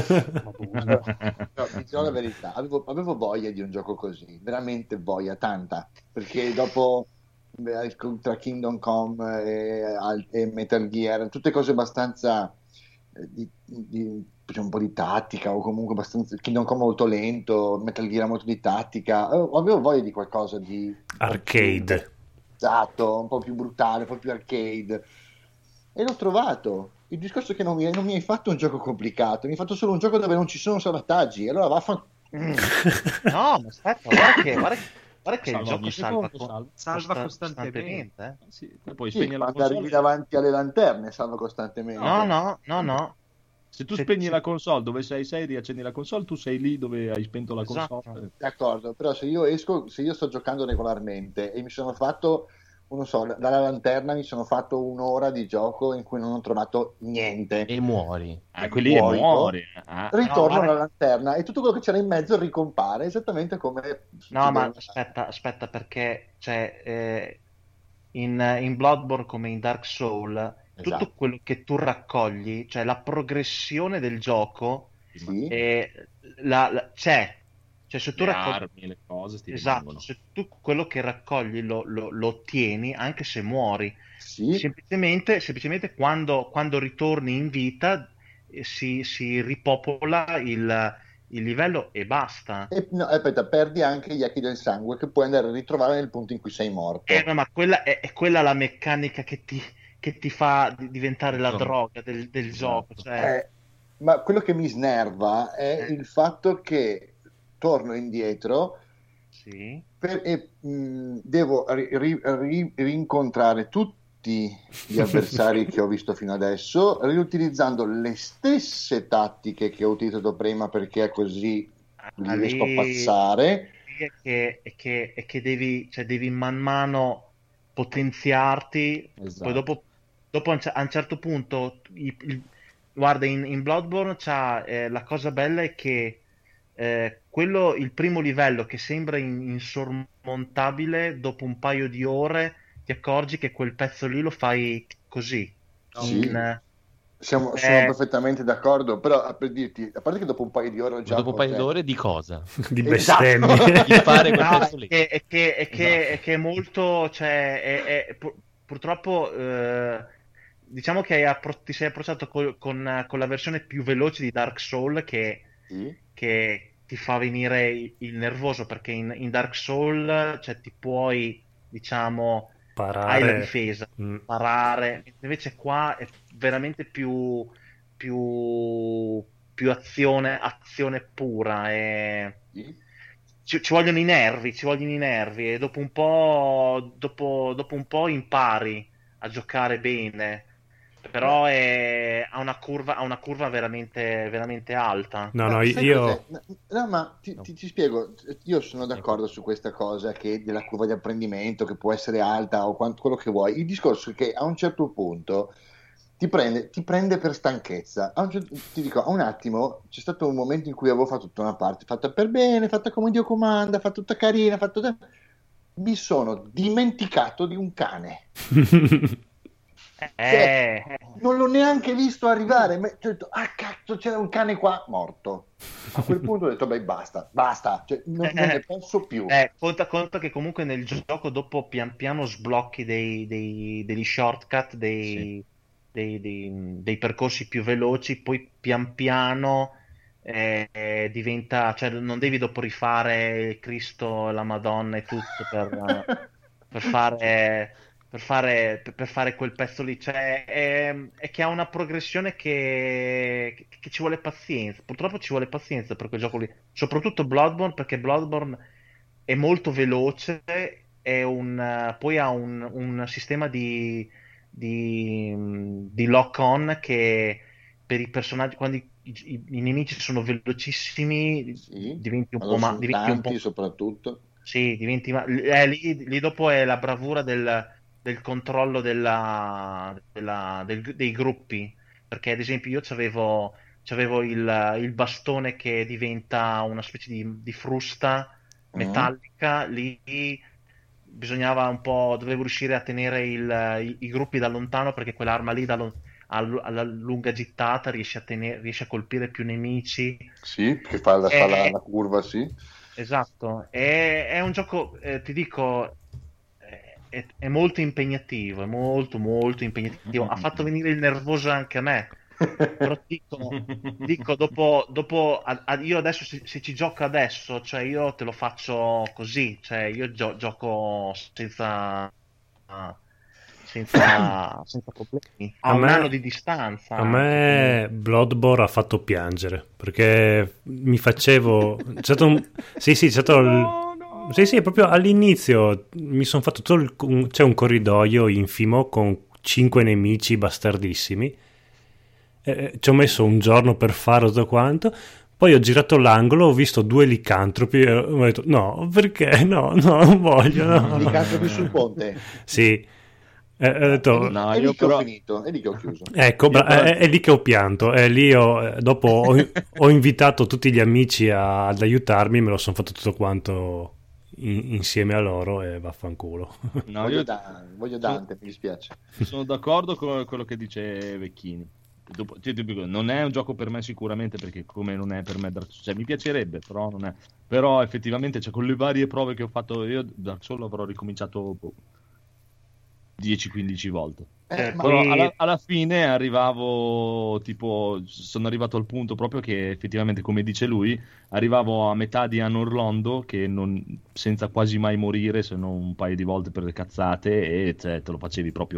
dico la verità, avevo voglia di un gioco così, veramente voglia, tanta, perché dopo tra Kingdom Come e Metal Gear, tutte cose abbastanza c'è un po' di tattica, o comunque abbastanza Kingdom Come molto lento, Metal Gear molto di tattica, avevo voglia di qualcosa di arcade, esatto, un po' più brutale, un po' più arcade, e l'ho trovato. Il discorso è che non mi hai fatto un gioco complicato, mi hai fatto solo un gioco dove non ci sono salvataggi, allora no, ma aspetta, guarda che il gioco salva costantemente. Sì, poi quando arrivi davanti alle lanterne salva costantemente. No. Se tu spegni la console dove sei, riaccendi la console, tu sei lì dove hai spento la console. D'accordo, però se io sto giocando regolarmente e mi sono fatto, non so, dalla lanterna mi sono fatto un'ora di gioco in cui non ho trovato niente. E muori. Quelli muori. Ritorno alla lanterna e tutto quello che c'era in mezzo ricompare, esattamente come... No, ma aspetta, perché in Bloodborne come in Dark Souls, tutto quello che tu raccogli, cioè la progressione del gioco, c'è. Cioè, se tu armi, le cose, esatto, se tu quello che raccogli lo ottieni anche se muori. Semplicemente quando ritorni in vita si ripopola il livello e basta. Aspetta, perdi anche gli echi del sangue che puoi andare a ritrovare nel punto in cui sei morto. Ma quella è quella la meccanica che ti fa diventare la droga del gioco. Cioè... ma quello che mi snerva è il fatto che torno indietro e devo rincontrare tutti gli avversari che ho visto fino adesso, riutilizzando le stesse tattiche che ho utilizzato prima, perché così li riesco a passare. E che devi man mano potenziarti. Poi dopo a un certo punto guarda, in Bloodborne la cosa bella è che il primo livello che sembra insormontabile, dopo un paio di ore ti accorgi che quel pezzo lì lo fai così. Sono perfettamente d'accordo, però per dirti, a parte che dopo un paio di ore dopo un paio di ore di cosa? Di bestemmie. Di fare quel pezzo lì. Che è molto, purtroppo diciamo che ti sei approcciato con la versione più veloce di Dark Souls che ti fa venire il nervoso, perché in Dark Souls ti puoi, diciamo, parare. Hai la difesa, parare, invece qua è veramente più azione pura, e ci vogliono i nervi, e dopo un po' impari a giocare bene. Però ha una curva veramente, veramente alta. No, ma ti spiego, io sono d'accordo su questa cosa della curva di apprendimento, che può essere alta o quello che vuoi. Il discorso è che a un certo punto ti prende per stanchezza. Ti dico, a un attimo c'è stato un momento in cui avevo fatto tutta una parte fatta per bene, fatta come Dio comanda, fatta tutta carina, mi sono dimenticato di un cane. Non l'ho neanche visto arrivare. Ho detto, cazzo, c'era un cane qua morto. A quel punto ho detto, basta, non ne posso più. Conta che comunque nel gioco dopo pian piano sblocchi degli shortcut, dei percorsi più veloci, poi pian piano diventa, cioè non devi dopo rifare il Cristo, la Madonna e tutto per fare quel pezzo lì, cioè è che ha una progressione che ci vuole pazienza, purtroppo ci vuole pazienza per quel gioco lì, soprattutto Bloodborne, perché Bloodborne è molto veloce, poi ha un sistema di lock-on che per i personaggi, quando i nemici sono velocissimi, Sì, diventi un quando po' sono diventi un po'. tanti soprattutto. Sì, lì dopo è la bravura del controllo dei gruppi, perché ad esempio io c'avevo il bastone che diventa una specie di frusta metallica, lì bisognava un po', dovevo riuscire a tenere i gruppi da lontano, perché quell'arma lì alla lunga gittata riesce a colpire più nemici. Sì, che fa la curva, sì. Esatto, è un gioco, ti dico, è molto impegnativo, è molto molto impegnativo. Ha fatto venire il nervoso anche a me. Però dico dopo io adesso se ci gioco adesso, cioè io te lo faccio così, cioè io gioco senza problemi, a un anno di distanza. A me Bloodborne ha fatto piangere, perché mi facevo sì, proprio all'inizio mi sono fatto c'è un corridoio infimo con 5 nemici bastardissimi. Ci ho messo un giorno per fare tutto quanto, poi ho girato l'angolo, ho visto 2 licantropi e ho detto no, perché no, non voglio, no. Licantropi sul ponte? Sì. Ho detto, è lì che ho finito, è lì che ho chiuso. Ecco, è lì che ho pianto, è lì dopo ho invitato tutti gli amici ad aiutarmi, me lo sono fatto tutto quanto insieme a loro e vaffanculo. No, voglio Dante, mi dispiace. Sono d'accordo con quello che dice Vecchini. Non è un gioco per me sicuramente, perché come non è per me Dark Souls, cioè, mi piacerebbe, però non è. Però effettivamente, cioè, con le varie prove che ho fatto io, Dark Souls avrò ricominciato 10-15 volte. Però alla fine sono arrivato al punto proprio che effettivamente, come dice lui, arrivavo a metà di Anor Londo, che senza quasi mai morire, se non un paio di volte per le cazzate, e cioè, te lo facevi proprio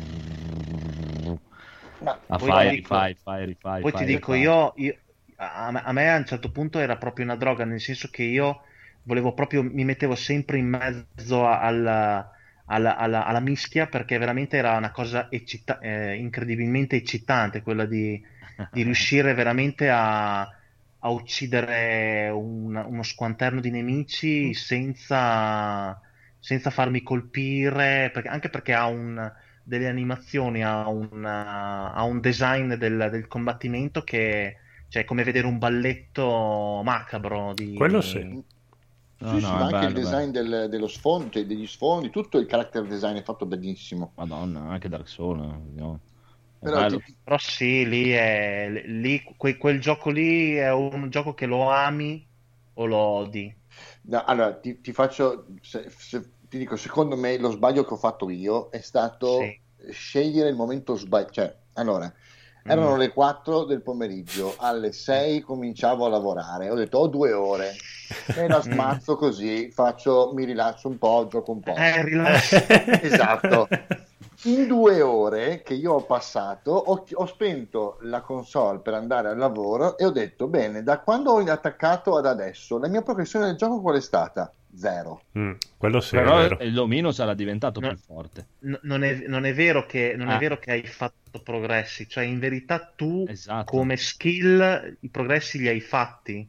fai. Poi ti dico, io a me a un certo punto era proprio una droga, nel senso che io volevo proprio, mi mettevo sempre in mezzo alla mischia, perché veramente era una cosa incredibilmente eccitante, quella di riuscire veramente a uccidere uno squanterno di nemici senza farmi colpire, anche perché ha delle animazioni, ha un design del combattimento che, cioè, è come vedere un balletto macabro quello sì. Ma anche il design dello sfondo, cioè degli sfondi, tutto il character design è fatto benissimo. Madonna, anche Dark Souls, no? Però sì, quel gioco lì è un gioco che lo ami o lo odi. No, allora ti faccio, ti dico, secondo me lo sbaglio che ho fatto io è stato scegliere il momento sbagliato. Cioè, allora, erano le 4 del pomeriggio, alle 6 cominciavo a lavorare, ho detto ho 2 ore, me la smazzo così, mi rilascio un po', gioco un po'. Esatto. In 2 ore che io ho passato, ho spento la console per andare al lavoro e ho detto, bene, da quando ho attaccato ad adesso, la mia progressione del gioco qual è stata? 0. Quello sì, però l'omino sarà diventato più forte. Non è vero che hai fatto progressi, cioè in verità tu come skill i progressi li hai fatti,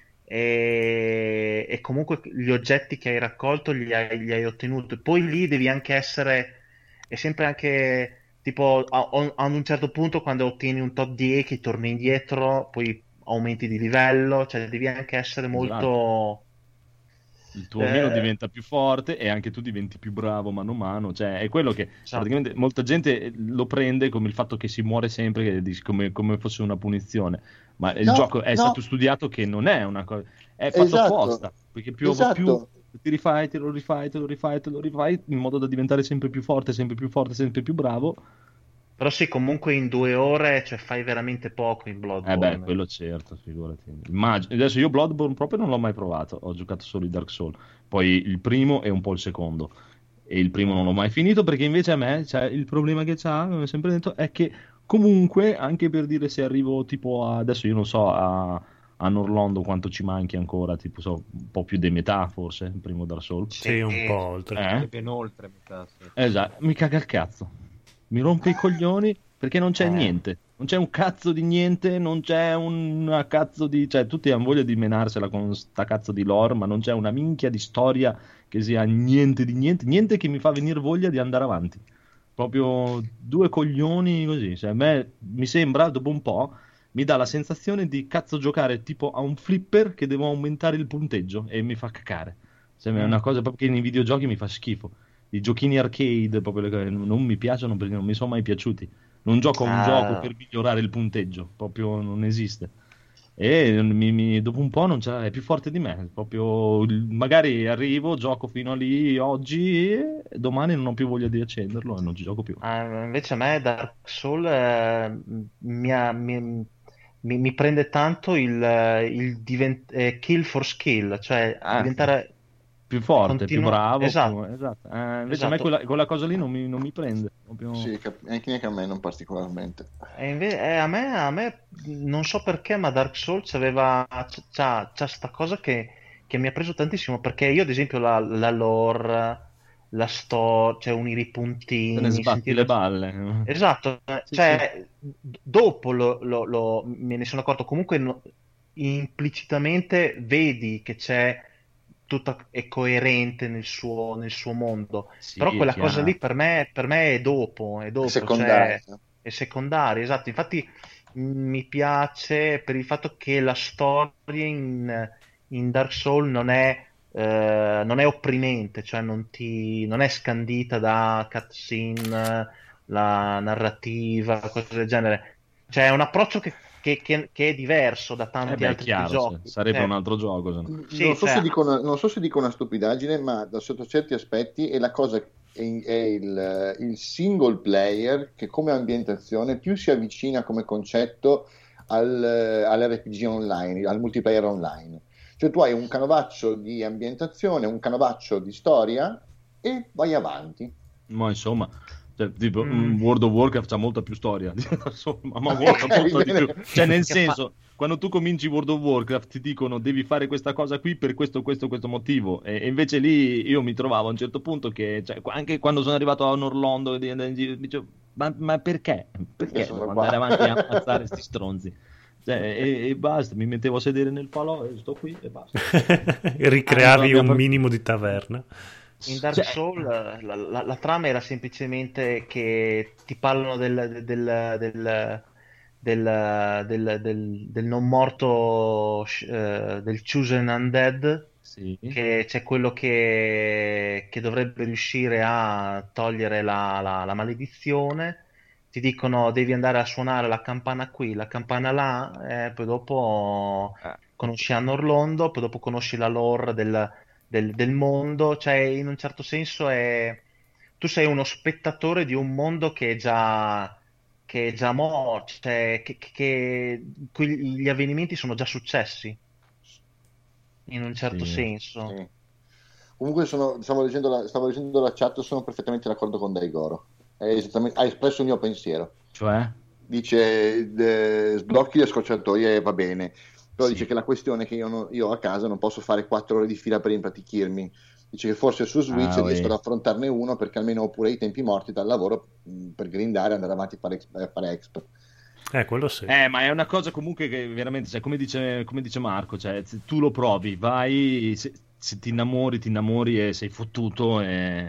e comunque gli oggetti che hai raccolto li hai ottenuti. Poi lì devi anche essere, è sempre anche tipo a un certo punto, quando ottieni un tot di echi torni indietro, poi aumenti di livello, cioè devi anche essere molto... Il tuo omino diventa più forte e anche tu diventi più bravo mano a mano, cioè è quello che praticamente molta gente lo prende come il fatto che si muore sempre, come fosse una punizione, ma il gioco è stato studiato che non è una cosa, è fatto apposta, perché più ti rifai, te lo rifai in modo da diventare sempre più forte, sempre più bravo, Però sì, comunque in 2 ore, cioè, fai veramente poco in Bloodborne. Quello certo, figurati. Adesso io Bloodborne proprio non l'ho mai provato, ho giocato solo i Dark Souls, poi il primo e un po' il secondo. E il primo non l'ho mai finito perché invece a me, cioè, il problema che c'ha, come ho sempre detto, è che comunque, anche per dire se arrivo tipo adesso io non so, a Norlondo quanto ci manchi ancora, tipo so, un po' più di metà forse, il primo Dark Souls. Sì, un po' oltre. Ben oltre metà. Sì. Esatto, mi caga il cazzo. Mi rompe i coglioni perché non c'è niente. Non c'è un cazzo di niente, non c'è una cazzo di... Cioè, tutti hanno voglia di menarsela con sta cazzo di lore, ma non c'è una minchia di storia che sia niente di niente, niente che mi fa venire voglia di andare avanti. Proprio due coglioni così. Cioè, a me mi sembra, dopo un po', mi dà la sensazione di cazzo giocare tipo a un flipper che devo aumentare il punteggio e mi fa cacare. Cioè, è una cosa proprio che nei videogiochi mi fa schifo. I giochini arcade proprio non mi piacciono perché non mi sono mai piaciuti. Non gioco a un gioco per migliorare il punteggio, proprio non esiste. E dopo un po' non c'è, è più forte di me. Proprio magari arrivo, gioco fino a lì oggi e domani non ho più voglia di accenderlo e non ci gioco più. Invece a me Dark Souls mi prende tanto il kill for skill, cioè diventare più forte, più bravo. Esatto. Invece a me quella cosa lì non mi prende. Proprio... Sì, neanche a me, non particolarmente. A me non so perché, ma Dark Souls c'ha sta cosa che mi ha preso tantissimo, perché io ad esempio la lore, la storia, cioè unire i puntini, te ne sbatti le balle. Esatto, Sì, cioè dopo me ne sono accorto, comunque implicitamente vedi che è coerente nel suo mondo, sì, però quella cosa lì per me è dopo, È cioè, secondario. è secondario, esatto. Infatti mi piace per il fatto che la storia in Dark Souls non è opprimente, cioè non è scandita da cutscene, la narrativa, cose del genere. Cioè è un approccio che è diverso da tanti altri chiaro, giochi. sarebbe un altro gioco. Sì, non so se dico una stupidaggine, ma da sotto certi aspetti è la cosa, è il single player che come ambientazione più si avvicina come concetto all'RPG online, al multiplayer online. Cioè tu hai un canovaccio di ambientazione, un canovaccio di storia e vai avanti. Ma insomma... Cioè, tipo, World of Warcraft ha molta più storia, ma molta di più. Cioè, nel senso, quando tu cominci World of Warcraft ti dicono devi fare questa cosa qui per questo motivo, e invece lì io mi trovavo a un certo punto che, cioè, anche quando sono arrivato a Orlando, dicevo, ma perché? Perché devo andare avanti a ammazzare sti stronzi? Cioè, e basta, mi mettevo a sedere nel falò e sto qui e basta. Ricreavi un minimo di taverna. In Dark Souls la trama era semplicemente che ti parlano del non morto, del Chosen Undead, sì. che c'è quello che dovrebbe riuscire a togliere la maledizione. Ti dicono devi andare a suonare la campana qui, la campana là, poi dopo conosci Anorlondo, poi dopo conosci la lore del mondo, cioè in un certo senso tu sei uno spettatore di un mondo che è già morto, cioè gli avvenimenti sono già successi in un certo senso. Sì. Comunque stavo leggendo la chat, sono perfettamente d'accordo con Daigoro, ha espresso il mio pensiero, cioè dice sblocchi le scorciatoie, va bene. Però dice che la questione è che io a casa non posso fare 4 ore di fila per impratichirmi. Dice che forse su Switch riesco ad affrontarne uno, perché almeno ho pure i tempi morti dal lavoro per grindare e andare avanti a fare exp. Quello sì. Ma è una cosa comunque che veramente, cioè, come dice Marco, cioè, tu lo provi, vai, se ti innamori e sei fottuto,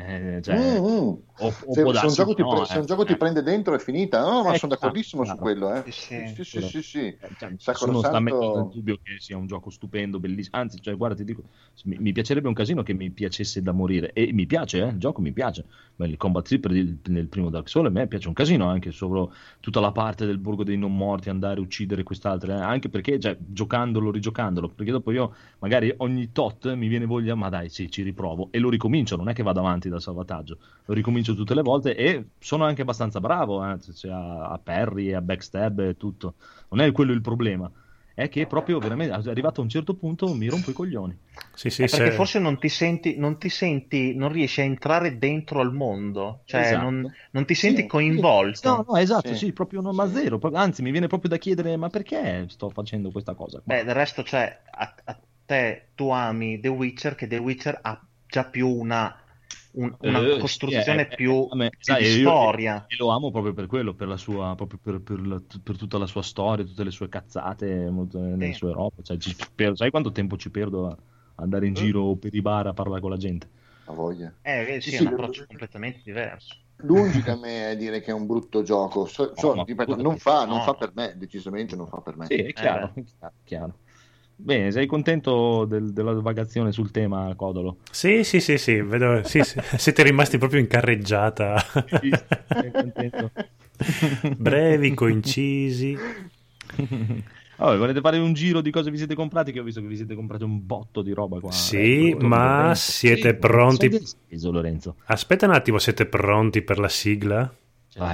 se un gioco ti prende dentro è finita. No, ma sono d'accordissimo su quello. Sì. Nessuno sta mettendo in dubbio che sia un gioco stupendo, bellissimo. Anzi, cioè, guarda, ti dico, mi piacerebbe un casino che mi piacesse da morire. E mi piace, il gioco mi piace. Il combat trip nel primo Dark Souls a me piace un casino, anche solo tutta la parte del borgo dei non morti, andare a uccidere quest'altro, anche perché, cioè, rigiocandolo, perché dopo io magari ogni tot mi viene viene voglia, ma dai, sì, ci riprovo e lo ricomincio, non è che vado avanti dal salvataggio, lo ricomincio tutte le volte e sono anche abbastanza bravo, cioè, a parry, a backstab e tutto, non è quello il problema, è che proprio veramente arrivato a un certo punto mi rompo i coglioni. Sì, perché forse non ti senti, non riesci a entrare dentro al mondo, cioè esatto. non ti senti coinvolto. No, esatto, sì, proprio non, ma zero, anzi mi viene proprio da chiedere ma perché sto facendo questa cosa qua? Beh, del resto, cioè, a te tu ami The Witcher, che The Witcher ha già più una costruzione più di storia. E lo amo proprio per quello, per la sua, proprio per tutta la sua storia, tutte le sue cazzate, le sue robe. Cioè, sai quanto tempo ci perdo a andare in giro per i bar a parlare con la gente? A voglia. Sì, è un approccio completamente diverso. Lungi da me dire che è un brutto gioco, ripeto, non fa per me, decisamente non fa per me. Sì, è chiaro. Bene, sei contento della divagazione sul tema, Codolo? Sì, vedo, sì, siete rimasti proprio in carreggiata. Sì, sei contento. Brevi, concisi. Volete fare un giro di cosa vi siete comprati? Che ho visto che vi siete comprati un botto di roba qua. Sì, ma siete pronti? Speso, Lorenzo. Aspetta un attimo, siete pronti per la sigla? La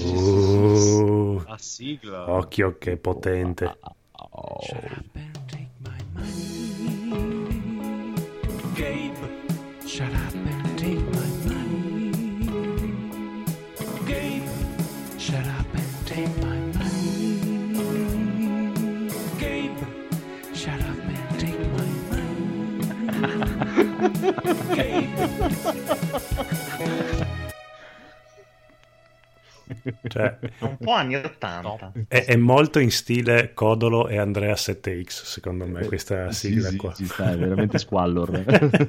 sigla. Occhio che potente. Gabe, shut up and take my money. Gabe, shut up and take my money. Gabe, shut up and take my money. Cioè, un po' anni 80. È molto in stile Codolo e Andrea 7X, secondo me, questa sigla qua. Ci sta, è veramente squallor.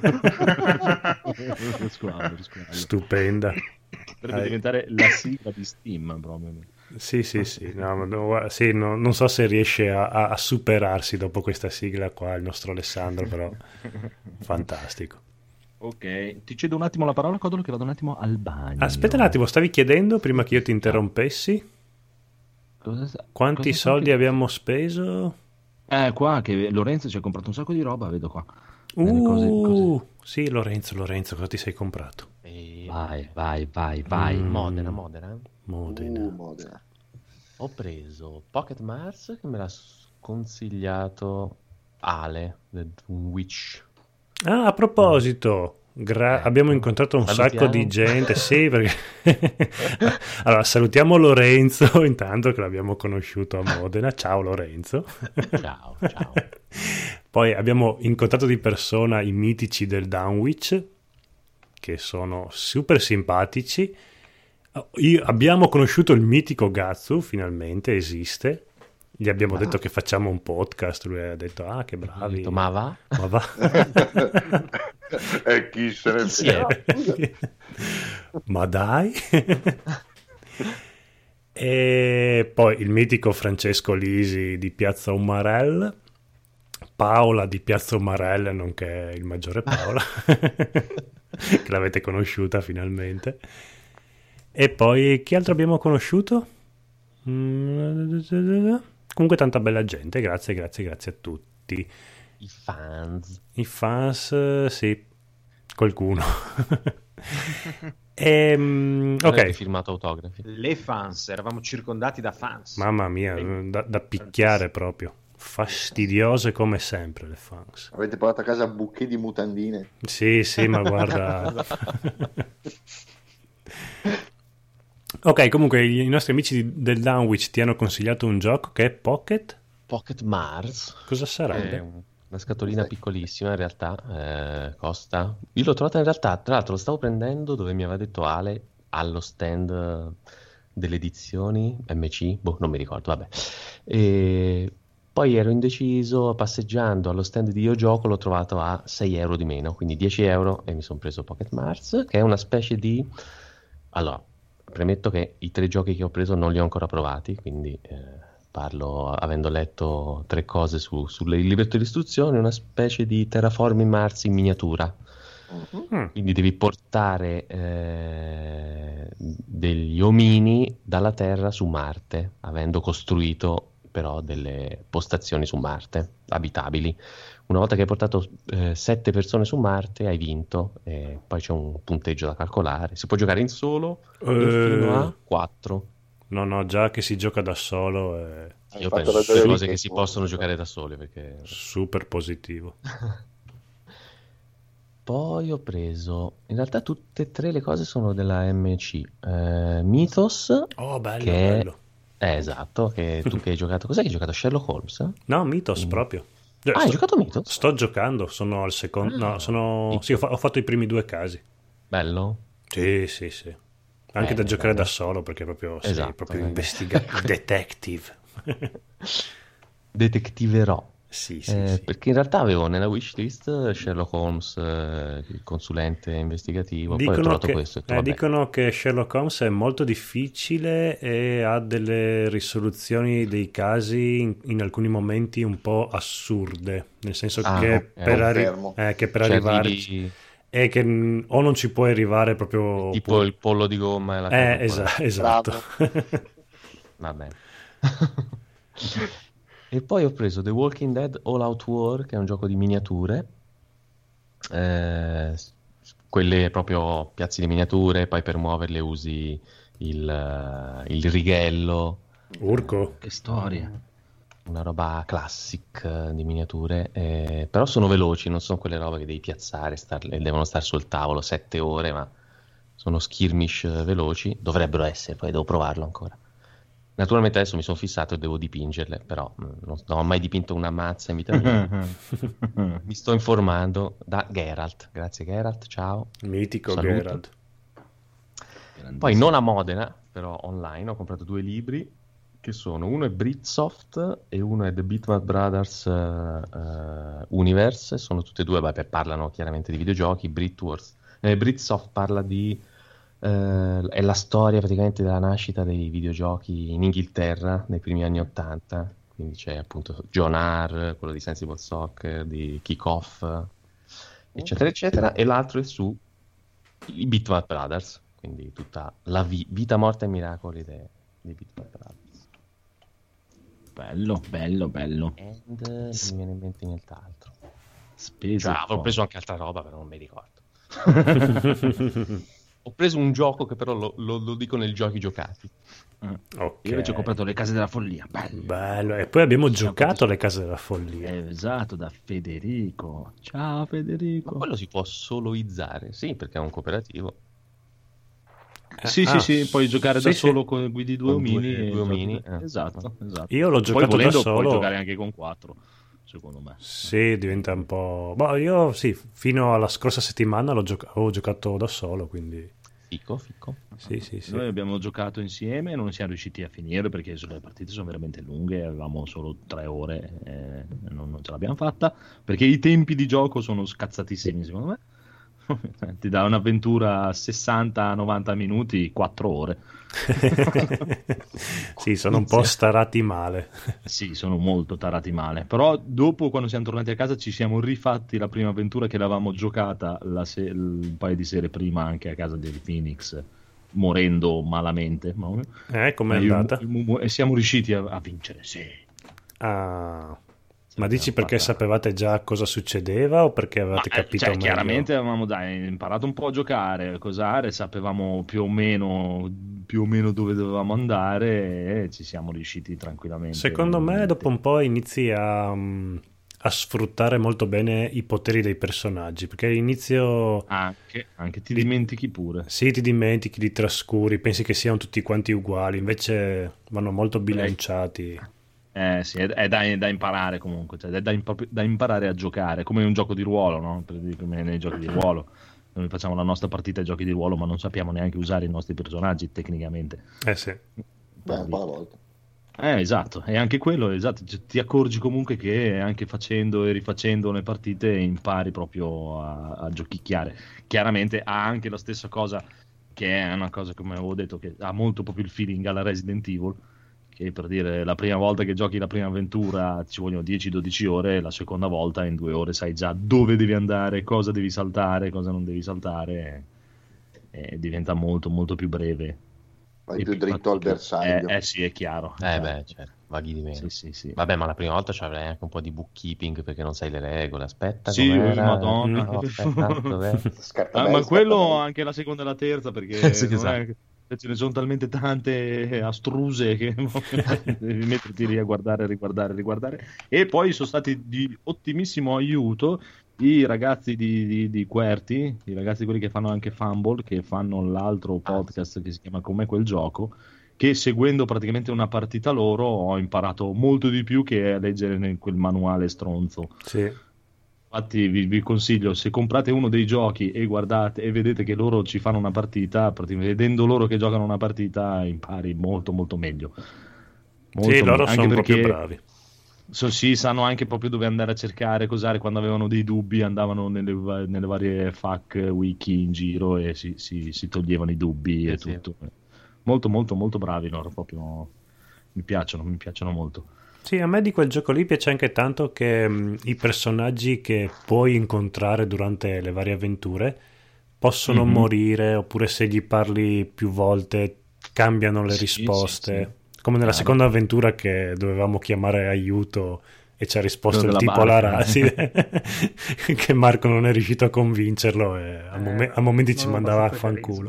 Squallor. Stupenda. Potrebbe diventare la sigla di Steam proprio. Sì. Non so se riesce a superarsi dopo questa sigla qua il nostro Alessandro, però fantastico. Ok, ti cedo un attimo la parola, Codolo, che vado un attimo al bagno. Aspetta un attimo, stavi chiedendo prima che io ti interrompessi? Quanti soldi abbiamo speso? Qua che Lorenzo ci ha comprato un sacco di roba, vedo qua. Cose. Sì, Lorenzo, cosa ti sei comprato? Vai. Modena. Ho preso Pocket Mars, che me l'ha consigliato Ale, un Witch. Ah, a proposito, abbiamo incontrato un sacco di gente, sì, perché allora salutiamo Lorenzo intanto, che l'abbiamo conosciuto a Modena. Ciao Lorenzo. Ciao. Poi abbiamo incontrato di persona i mitici del Dunwich, che sono super simpatici. Abbiamo conosciuto il mitico Gazzu, finalmente esiste. Gli abbiamo detto che facciamo un podcast, lui ha detto che bravi. Detto, ma va? E chi se ne frega? Ma dai. E poi il mitico Francesco Lisi di Piazza Umarell, Paola di Piazza Umarell, nonché il maggiore Paola, che l'avete conosciuta finalmente. E poi chi altro abbiamo conosciuto? Comunque tanta bella gente, grazie a tutti. I fans, sì, qualcuno. Ok, firmato autografi. Le fans, eravamo circondati da fans. Mamma mia, da picchiare proprio. Fastidiose come sempre le fans. Avete portato a casa buchi di mutandine? Sì, ma guarda. Ok, comunque i nostri amici del Dunwich ti hanno consigliato un gioco che è Pocket Mars. Cosa sarebbe? Una scatolina piccolissima, in realtà, costa. Io l'ho trovata in realtà, tra l'altro lo stavo prendendo dove mi aveva detto Ale, allo stand delle edizioni MC, non mi ricordo, vabbè. E poi ero indeciso, passeggiando allo stand di Io Gioco l'ho trovato a 6 euro di meno, quindi 10 euro, e mi sono preso Pocket Mars, che è una specie di... Allora, premetto che i 3 giochi che ho preso non li ho ancora provati, quindi parlo avendo letto 3 cose sulle libretto di istruzione, una specie di Terraforming Mars in miniatura. Quindi devi portare degli omini dalla Terra su Marte, avendo costruito però delle postazioni su Marte abitabili. una volta che hai portato 7 persone su Marte hai vinto, e poi c'è un punteggio da calcolare. Si può giocare in solo e fino a 4. No, già che si gioca da solo Io penso che cose che si possono giocare da soli, perché super positivo. Poi ho preso, in realtà tutte e 3 le cose sono della MC. Mythos, bello. Esatto, che tu che hai giocato, cos'è che hai giocato? Sherlock Holmes? No, Mythos proprio. Hai giocato Mythos? Sto giocando, sono al secondo. Sì, ho fatto i primi 2 casi. Bello? Sì. Anche da giocare da solo, perché proprio sei proprio detective. Detectiverò. Sì. Perché in realtà avevo nella wishlist Sherlock Holmes, il consulente investigativo, poi ho trovato questo. Dicono che Sherlock Holmes è molto difficile e ha delle risoluzioni dei casi in alcuni momenti un po' assurde, nel senso che per arrivarci è che o non ci puoi arrivare proprio tipo il pollo di gomma e la esatto. Va bene. E poi ho preso The Walking Dead All Out War, che è un gioco di miniature, quelle proprio piazzi di miniature, poi per muoverle usi il righello. Urco. Che storia. Una roba classic di miniature, però sono veloci, non sono quelle robe che devi piazzare, devono stare sul tavolo 7 ore, ma sono skirmish veloci, dovrebbero essere, poi devo provarlo ancora. Naturalmente adesso mi sono fissato e devo dipingerle, però non ho mai dipinto una mazza in vita mia. Mi sto informando da Geralt. Grazie Geralt, ciao. Mitico. Saluto. Geralt. Poi non a Modena, però online, ho comprato 2 libri, che sono, uno è Britsoft e uno è The Bitmap Brothers Universe. Sono tutte e due, parlano chiaramente di videogiochi. Britsoft parla di... è la storia praticamente della nascita dei videogiochi in Inghilterra nei primi anni 80, quindi c'è appunto John R., quello di Sensible Soccer, di Kick-Off, eccetera eccetera, e l'altro è su i Bitmap Brothers, quindi tutta la vita, morte e miracoli dei Bitmap Brothers. Bello. Non mi viene in mente nient'altro. Avevo preso anche altra roba, però non mi ricordo. Ho preso un gioco che però lo dico nei giochi giocati. Io invece ho comprato Le Case della Follia. Bello. E poi abbiamo giocato Le Case della Follia. Esatto, da Federico. Ciao Federico. Ma quello si può soloizzare, sì, perché è un cooperativo. Sì, puoi giocare da solo con guidi 2 omini. Due omini. Esatto. Io l'ho giocato poi volendo, da solo. Puoi giocare anche con 4, secondo me. Sì, diventa un po'... io fino alla scorsa settimana avevo giocato da solo, quindi... Fico. Sì. Noi abbiamo giocato insieme e non siamo riusciti a finire perché le partite sono veramente lunghe, avevamo solo 3 ore e non ce l'abbiamo fatta, perché i tempi di gioco sono scazzatissimi, secondo me. Ti dà un'avventura 60-90 minuti, 4 ore. Sì, sono un po' starati male. Sì, sono molto tarati male. Però dopo, quando siamo tornati a casa, ci siamo rifatti la prima avventura che l'avevamo giocata un paio di sere prima anche a casa di Phoenix, morendo malamente. Com'è andata? E siamo riusciti a vincere, sì. Ma dici perché sapevate già cosa succedeva o perché avevate capito meglio? Chiaramente avevamo imparato un po' a giocare, cos'are, sapevamo più o meno dove dovevamo andare e ci siamo riusciti tranquillamente. Secondo me dopo un po' inizi a sfruttare molto bene i poteri dei personaggi, perché all'inizio anche ti dimentichi pure. Sì, ti dimentichi, li trascuri, pensi che siano tutti quanti uguali, invece vanno molto bilanciati. Sì, è da imparare comunque, cioè è da imparare a giocare, come in un gioco di ruolo, no? Come nei giochi di ruolo. Noi facciamo la nostra partita ai giochi di ruolo, ma non sappiamo neanche usare i nostri personaggi tecnicamente. Sì. Un po' alla volta. Esatto, e anche quello, esatto, cioè, ti accorgi comunque che anche facendo e rifacendo le partite impari proprio a giochicchiare. Chiaramente ha anche la stessa cosa, che è una cosa, come avevo detto, che ha molto proprio il feeling alla Resident Evil, che per dire la prima volta che giochi la prima avventura ci vogliono 10-12 ore, la seconda volta in 2 ore sai già dove devi andare, cosa devi saltare, cosa non devi saltare, e diventa molto molto più breve. Vai più dritto al bersaglio. Sì, è chiaro. Certo. vaghi di meno. Sì. Vabbè, ma la prima volta c'avrei anche un po' di bookkeeping perché non sai le regole. Aspetta, sì, madonna. No, aspetta, ma quello anche la seconda e la terza, perché sì, non esatto. è che ce ne sono talmente tante astruse che devi metterti lì a guardare, riguardare. E poi sono stati di ottimissimo aiuto i ragazzi di QWERTY, i ragazzi quelli che fanno anche Fumble, che fanno l'altro podcast che si chiama Com'è quel gioco, che seguendo praticamente una partita loro ho imparato molto di più che a leggere in quel manuale stronzo. Sì. Infatti vi consiglio, se comprate uno dei giochi e guardate e vedete che loro ci fanno una partita, vedendo loro che giocano una partita impari molto molto meglio. Sì, loro sono proprio bravi. Sì, sanno anche proprio dove andare a cercare, cos'are, quando avevano dei dubbi andavano nelle varie FAQ, wiki in giro e si toglievano i dubbi e tutto. Molto molto molto bravi loro, proprio mi piacciono molto. Sì, a me di quel gioco lì piace anche tanto che i personaggi che puoi incontrare durante le varie avventure possono morire, oppure se gli parli più volte cambiano le risposte. Sì. Come nella seconda avventura che dovevamo chiamare aiuto e ci ha risposto il tipo alla che Marco non è riuscito a convincerlo e a momenti ci mandava a fanculo.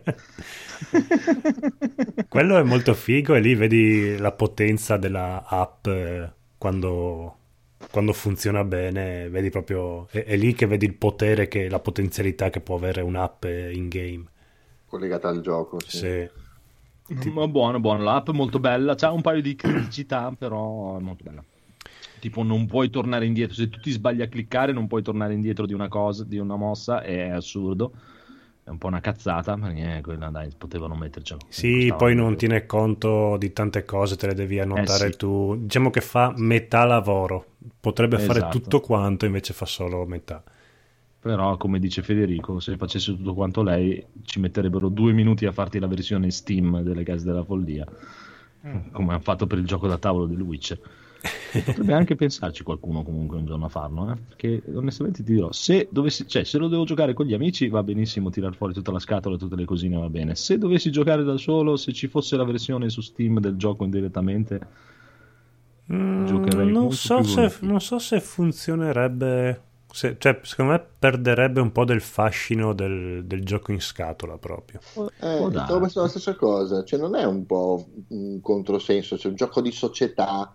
Quello è molto figo e lì vedi la potenza della app quando funziona bene, vedi proprio è lì che vedi il potere, che la potenzialità che può avere un'app in game collegata al gioco. Sì. Ma buono, l'app è molto bella, c'ha un paio di criticità però è molto bella. Tipo non puoi tornare indietro, se tu ti sbagli a cliccare non puoi tornare indietro di una cosa, di una mossa, è assurdo, è un po' una cazzata, ma quella dai, potevano mettercelo. Sì, poi non tiene conto di tante cose, te le devi annotare tu, diciamo che fa metà lavoro, potrebbe fare tutto quanto, invece fa solo metà. Però come dice Federico, se facesse tutto quanto lei ci metterebbero 2 minuti a farti la versione Steam delle Case della Follia, come hanno fatto per il gioco da tavolo del Witcher. Potrebbe anche pensarci qualcuno comunque un giorno a farlo, perché onestamente ti dirò, se lo devo giocare con gli amici va benissimo tirar fuori tutta la scatola e tutte le cosine, va bene. Se dovessi giocare da solo, se ci fosse la versione su Steam del gioco indirettamente, giocherei non so se funzionerebbe. Secondo me perderebbe un po' del fascino del gioco in scatola proprio. Stavo pensando la stessa cosa, cioè non è un po' un controsenso, c'è un gioco di società,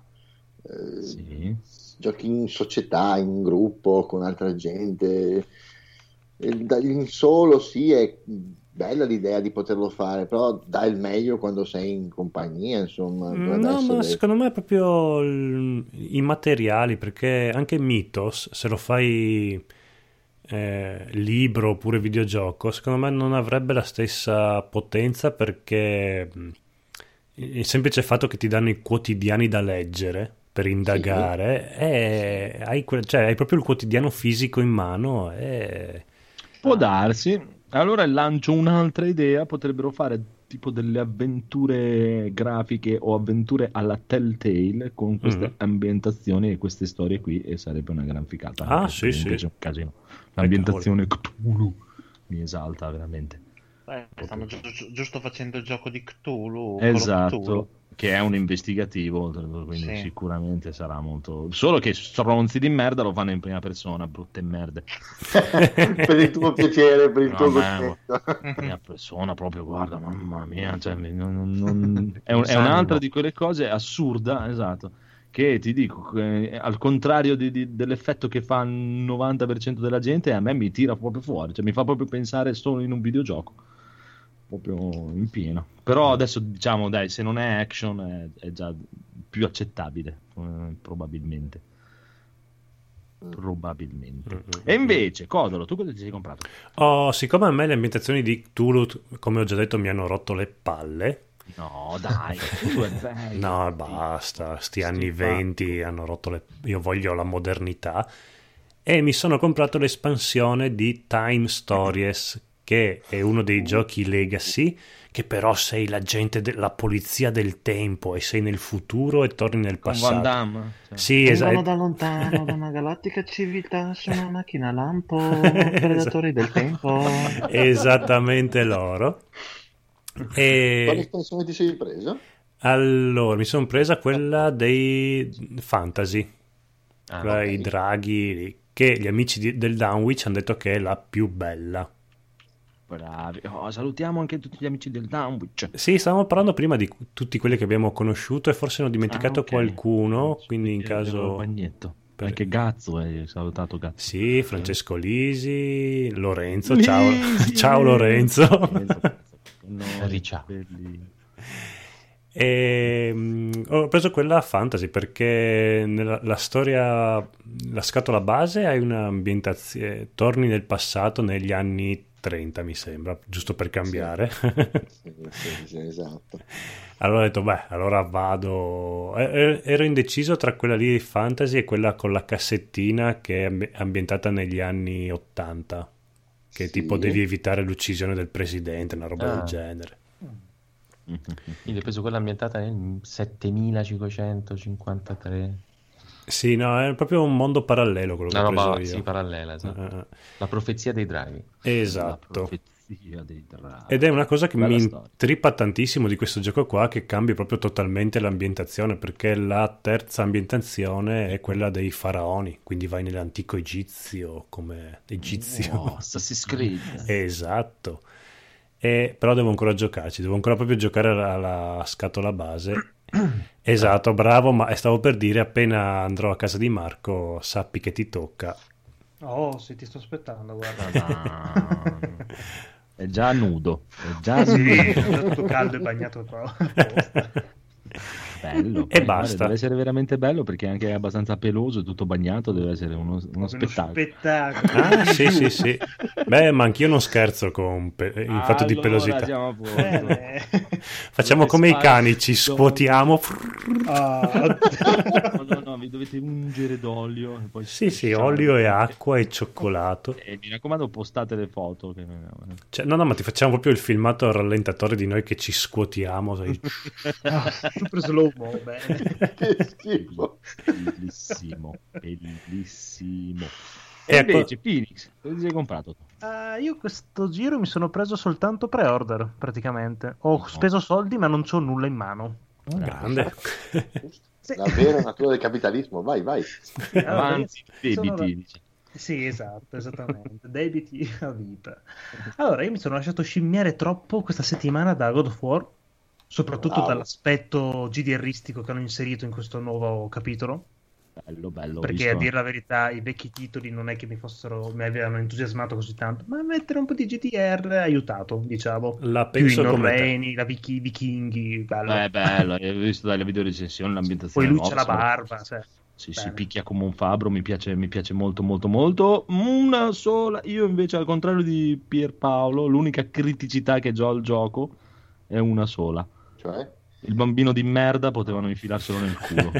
giochi in società, in gruppo con altra gente, in solo è bella l'idea di poterlo fare, però dai il meglio quando sei in compagnia, insomma. Ma secondo me è proprio i materiali, perché anche Mythos, se lo fai libro oppure videogioco, secondo me non avrebbe la stessa potenza, perché il semplice fatto che ti danno i quotidiani da leggere per indagare hai proprio il quotidiano fisico in mano può darsi. Allora lancio un'altra idea, potrebbero fare tipo delle avventure grafiche o avventure alla Telltale con queste ambientazioni e queste storie qui, e sarebbe una gran ficata. Sì. C'è un casino. L'ambientazione Cthulhu mi esalta veramente. Stanno giusto facendo il gioco di Cthulhu. Esatto, Cthulhu. Che è un investigativo, quindi sicuramente sarà molto... Solo che stronzi di merda lo fanno in prima persona, brutte merde. Per il tuo piacere, per il tuo gusto. Prima persona proprio, guarda, mamma mia, cioè, è un'altra di quelle cose assurda, esatto, che ti dico, al contrario dell'effetto che fa il 90% della gente, a me mi tira proprio fuori, cioè mi fa proprio pensare solo in un videogioco. Proprio in pieno. Però adesso diciamo, dai, se non è action è già più accettabile, probabilmente. E invece, Codolo, tu cosa ti sei comprato? Siccome a me le ambientazioni di Cthulhu, come ho già detto, mi hanno rotto le palle. No, dai, Cthulhu è bello. No, basta, sti anni 20 hanno rotto le... Io voglio la modernità. E mi sono comprato l'espansione di Time Stories, che è uno dei giochi legacy, che però sei l'agente della polizia del tempo e sei nel futuro e torni nel passato. Van Damme, cioè. Sì, vengono da lontano, da una galattica civiltà, su una macchina lampo, predatori del tempo. Esattamente loro. Quale espansione ti sei preso? Allora, mi sono presa quella dei fantasy, i draghi, che gli amici del Dunwich hanno detto che è la più bella. Bravi. Salutiamo anche tutti gli amici del Dunwich. Sì, stavamo parlando prima di tutti quelli che abbiamo conosciuto e forse ne ho dimenticato qualcuno, quindi in caso... Bagnetto. Anche Gazzo, hai salutato Gazzo. Sì, Francesco Lisi, Lorenzo, ciao Lorenzo. E ho preso quella fantasy perché nella storia, la scatola base hai un'ambientazione, torni nel passato negli anni 30 mi sembra, giusto per cambiare. Sì, esatto. Allora ho detto, allora vado. Ero indeciso tra quella lì di fantasy e quella con la cassettina che è ambientata negli anni 80, che tipo devi evitare l'uccisione del presidente, una roba del genere. Quindi ho preso quella ambientata nel 7553. Sì, no, è proprio un mondo parallelo quello che ho preso io. Sì, parallela, esatto. La profezia dei draghi. Esatto. Dei draghi. Ed è una cosa che mi intrippa tantissimo di questo gioco qua, che cambia proprio totalmente l'ambientazione, perché la terza ambientazione è quella dei faraoni, quindi vai nell'antico egizio come egizio. Assassin's Creed. Esatto. Però devo ancora giocarci, devo ancora proprio giocare alla scatola base. Esatto, bravo, ma stavo per dire, appena andrò a casa di Marco sappi che ti tocca. Oh, sì, ti sto aspettando, guarda. È già nudo, È tutto caldo e bagnato qua. Bello, e basta. Deve essere veramente bello perché è anche abbastanza peloso e tutto bagnato, deve essere uno spettacolo. Sì. Ma anch'io non scherzo in fatto di pelosità. Facciamo come i cani, ci scuotiamo. No, vi dovete ungere d'olio e poi olio e acqua e cioccolato. E mi raccomando, postate le foto ma ti facciamo proprio il filmato al rallentatore di noi che ci scuotiamo. Super slow mo, che schifo. Bellissimo. E invece Phoenix, cosa ti sei comprato? Io questo giro mi sono preso soltanto pre-order praticamente. Ho speso soldi ma non c'ho nulla in mano. Grande. La vera natura del capitalismo, vai. Avanti, debiti. Sì, esatto, esattamente. Debiti a vita. Allora, io mi sono lasciato scimmiare troppo questa settimana da God of War, soprattutto dall'aspetto GDRistico che hanno inserito in questo nuovo capitolo. Bello. Perché a dire la verità i vecchi titoli non è che mi avevano entusiasmato così tanto, ma mettere un po' di GDR ha aiutato, diciamo. La penso più i come norreni, i vichinghi, bello. Bello, hai visto dalle video recensioni l'ambientazione. Poi lui c'ha la barba, si picchia come un fabbro, mi piace molto. Una sola, io invece al contrario di Pierpaolo, l'unica criticità che ho al gioco è una sola. Cioè? Il bambino di merda potevano infilarselo nel culo.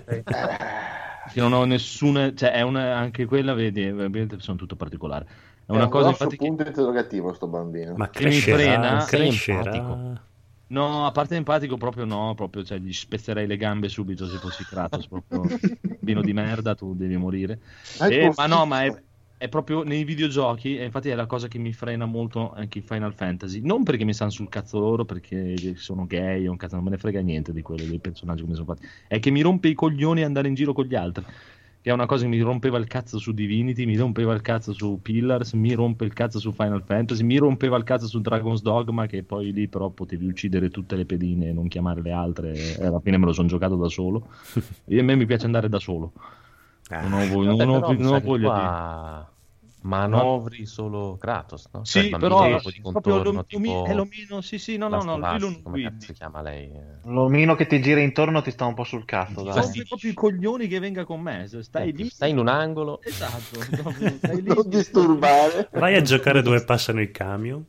Che non ho nessuna, cioè è anche quella, vedi, sono tutto particolare. È una cosa infatti punto interrogativo sto bambino. Ma che mi frena, crescerà. No, a parte empatico proprio no, cioè gli spezzerei le gambe subito se fossi Kratos, proprio bambino di merda, tu devi morire. Ma è proprio nei videogiochi, e infatti è la cosa che mi frena molto anche in Final Fantasy, non perché mi stanno sul cazzo loro, perché sono gay o un cazzo, non me ne frega niente di quello, dei personaggi come sono fatti, è che mi rompe i coglioni andare in giro con gli altri, che è una cosa che mi rompeva il cazzo su Divinity, mi rompeva il cazzo su Pillars, mi rompe il cazzo su Final Fantasy, mi rompeva il cazzo su Dragon's Dogma, che poi lì però potevi uccidere tutte le pedine e non chiamare le altre, e alla fine me lo sono giocato da solo, e a me mi piace andare da solo. Non ho voglia di... Manovri solo Kratos, no? Sì, cioè, però di contorno, tipo... è l'omino, sì, no, come cazzo si chiama lei? L'omino che ti gira intorno ti sta un po' sul cazzo, dai. Sono proprio i coglioni che venga con me, stai lì. Stai in un angolo. Esatto, stai lì. Non disturbare. Vai a giocare dove passano i camion.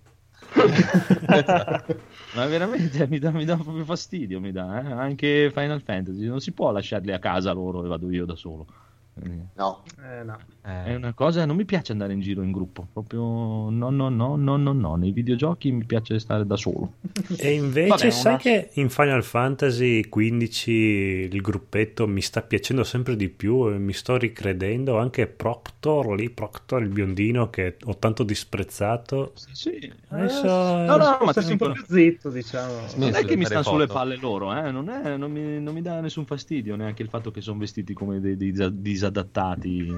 Ma veramente mi dà proprio fastidio, anche Final Fantasy, non si può lasciarli a casa loro e vado io da solo. No. È una cosa, non mi piace andare in giro in gruppo, proprio no, nei videogiochi mi piace stare da solo. E invece sai che in Final Fantasy XV il gruppetto mi sta piacendo sempre di più e mi sto ricredendo anche Proctor, il biondino che ho tanto disprezzato. Sì. Adesso ma sei un po' più zitto, diciamo. Non è che mi stanno sulle palle loro, non mi dà nessun fastidio neanche il fatto che sono vestiti come dei disadattati.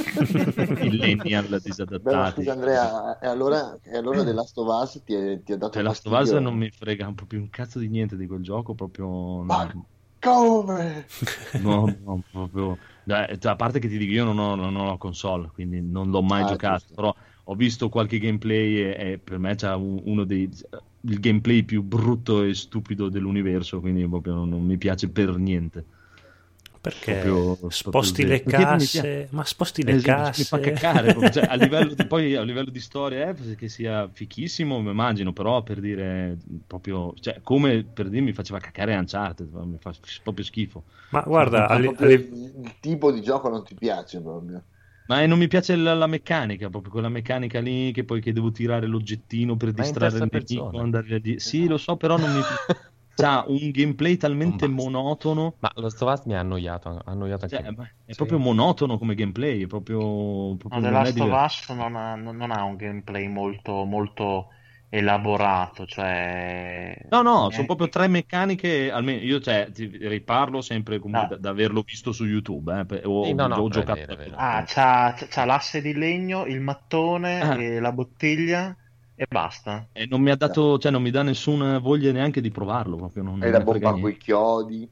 Millennial disadattati. Beh, ma scusa Andrea, e allora The Last of Us ti ha dato The Last of Us non mi frega proprio un cazzo di niente di quel gioco, proprio ma come? no, proprio a parte che ti dico, io non ho console, quindi non l'ho mai giocato, giusto. però ho visto qualche gameplay e per me c'ha uno dei il gameplay più brutto e stupido dell'universo, quindi proprio non mi piace per niente. Perché proprio sposti le casse, ma sposti le casse. Mi fa caccare, cioè, a livello di storia che sia fichissimo, mi immagino, però per dire proprio, cioè, come per dire mi faceva caccare Uncharted, mi fa proprio schifo. Ma guarda, il tipo di gioco non ti piace proprio. Ma non mi piace la meccanica, proprio quella meccanica lì che devo tirare l'oggettino per distrarre il nemico, andare lì. Sì, lo so, però non mi c'ha un gameplay talmente monotono. Ma lo Last of Us mi ha annoiato anche è proprio monotono come gameplay, è proprio The Last of Us non ha un gameplay molto, molto elaborato, cioè no, sono proprio 3 meccaniche, almeno io ti riparlo sempre comunque da averlo visto su YouTube, ho giocato. C'ha l'asse di legno, il mattone e la bottiglia e basta. E non mi ha dato, cioè non mi dà nessuna voglia neanche di provarlo, proprio non E la bomba con i chiodi.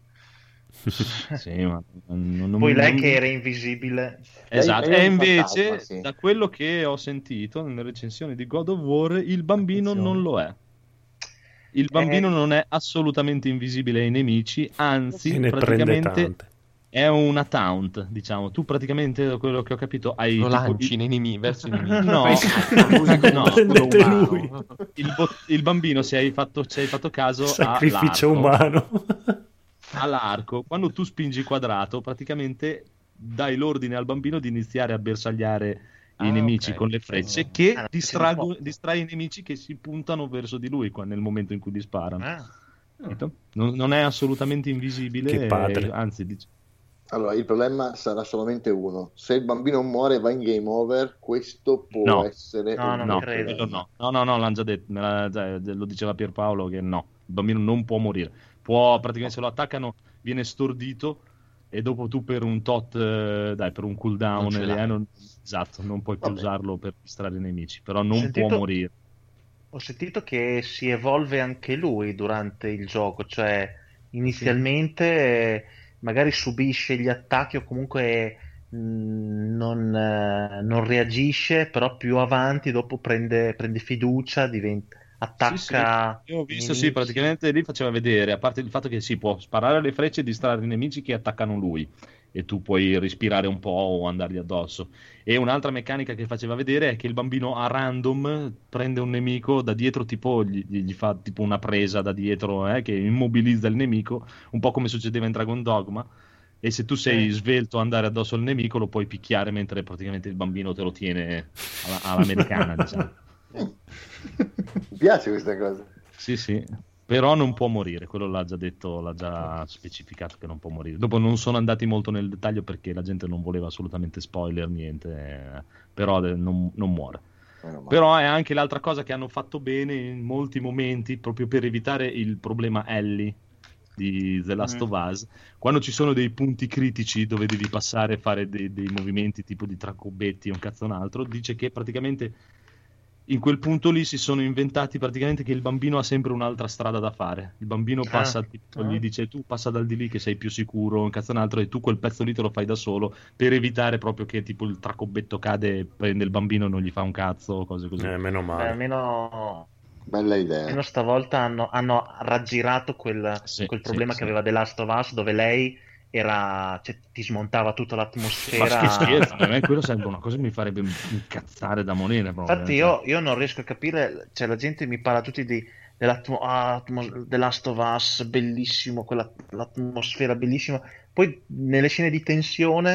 Sì, ma poi lei che era invisibile. Esatto, e invece da quello che ho sentito nelle recensioni di God of War il bambino non lo è. Il bambino non è assolutamente invisibile ai nemici, anzi praticamente è una taunt, diciamo. Tu praticamente, da quello che ho capito, hai lo lanci nei nemici, verso i nemici. Il bambino, se hai fatto caso, sacrificio umano. All'arco, quando tu spingi quadrato, praticamente dai l'ordine al bambino di iniziare a bersagliare i nemici con le frecce che distrae i nemici che si puntano verso di lui nel momento in cui gli sparano. Non è assolutamente invisibile, che padre. Anzi allora il problema sarà solamente uno: se il bambino muore va in game over. Questo può essere non credo. No, l'hanno già detto, lo diceva Pierpaolo che no, il bambino non può morire, può praticamente, se lo attaccano viene stordito e dopo tu per un tot per un cooldown non puoi più usarlo per distrarre i nemici, però non può morire. Ho sentito che si evolve anche lui durante il gioco, cioè inizialmente magari subisce gli attacchi o comunque non reagisce, però più avanti dopo prende fiducia, attacca. Io ho visto, praticamente lì faceva vedere, a parte il fatto che si può sparare alle frecce e distrarre i nemici che attaccano lui e tu puoi respirare un po' o andargli addosso. E un'altra meccanica che faceva vedere è che il bambino a random prende un nemico da dietro, tipo gli fa tipo una presa da dietro che immobilizza il nemico, un po' come succedeva in Dragon Dogma, e se tu sei svelto a andare addosso al nemico lo puoi picchiare mentre praticamente il bambino te lo tiene all'americana, diciamo. Mi piace questa cosa. Sì, però non può morire, quello l'ha già detto, l'ha già specificato che non può morire. Dopo non sono andati molto nel dettaglio perché la gente non voleva assolutamente spoiler, niente, però non muore. Però è anche l'altra cosa che hanno fatto bene in molti momenti, proprio per evitare il problema Ellie di The Last of Us, quando ci sono dei punti critici dove devi passare e fare dei movimenti tipo di tracobetti o un cazzo un altro, dice che praticamente in quel punto lì si sono inventati praticamente che il bambino ha sempre un'altra strada da fare. Il bambino passa, gli dice tu passa dal di lì che sei più sicuro, un cazzo un altro, e tu quel pezzo lì te lo fai da solo per evitare proprio che tipo il tracobetto cade, prende il bambino e non gli fa un cazzo, cose così. Meno male. Almeno bella idea. Almeno stavolta hanno raggirato quel problema che aveva The Last of Us, dove lei ti smontava tutta l'atmosfera. Ma che scherzo, a me quello sarebbe una cosa che mi farebbe incazzare da morire proprio. Infatti io non riesco a capire, cioè la gente mi parla tutti The Last of Us, bellissimo, l'atmosfera bellissima, poi nelle scene di tensione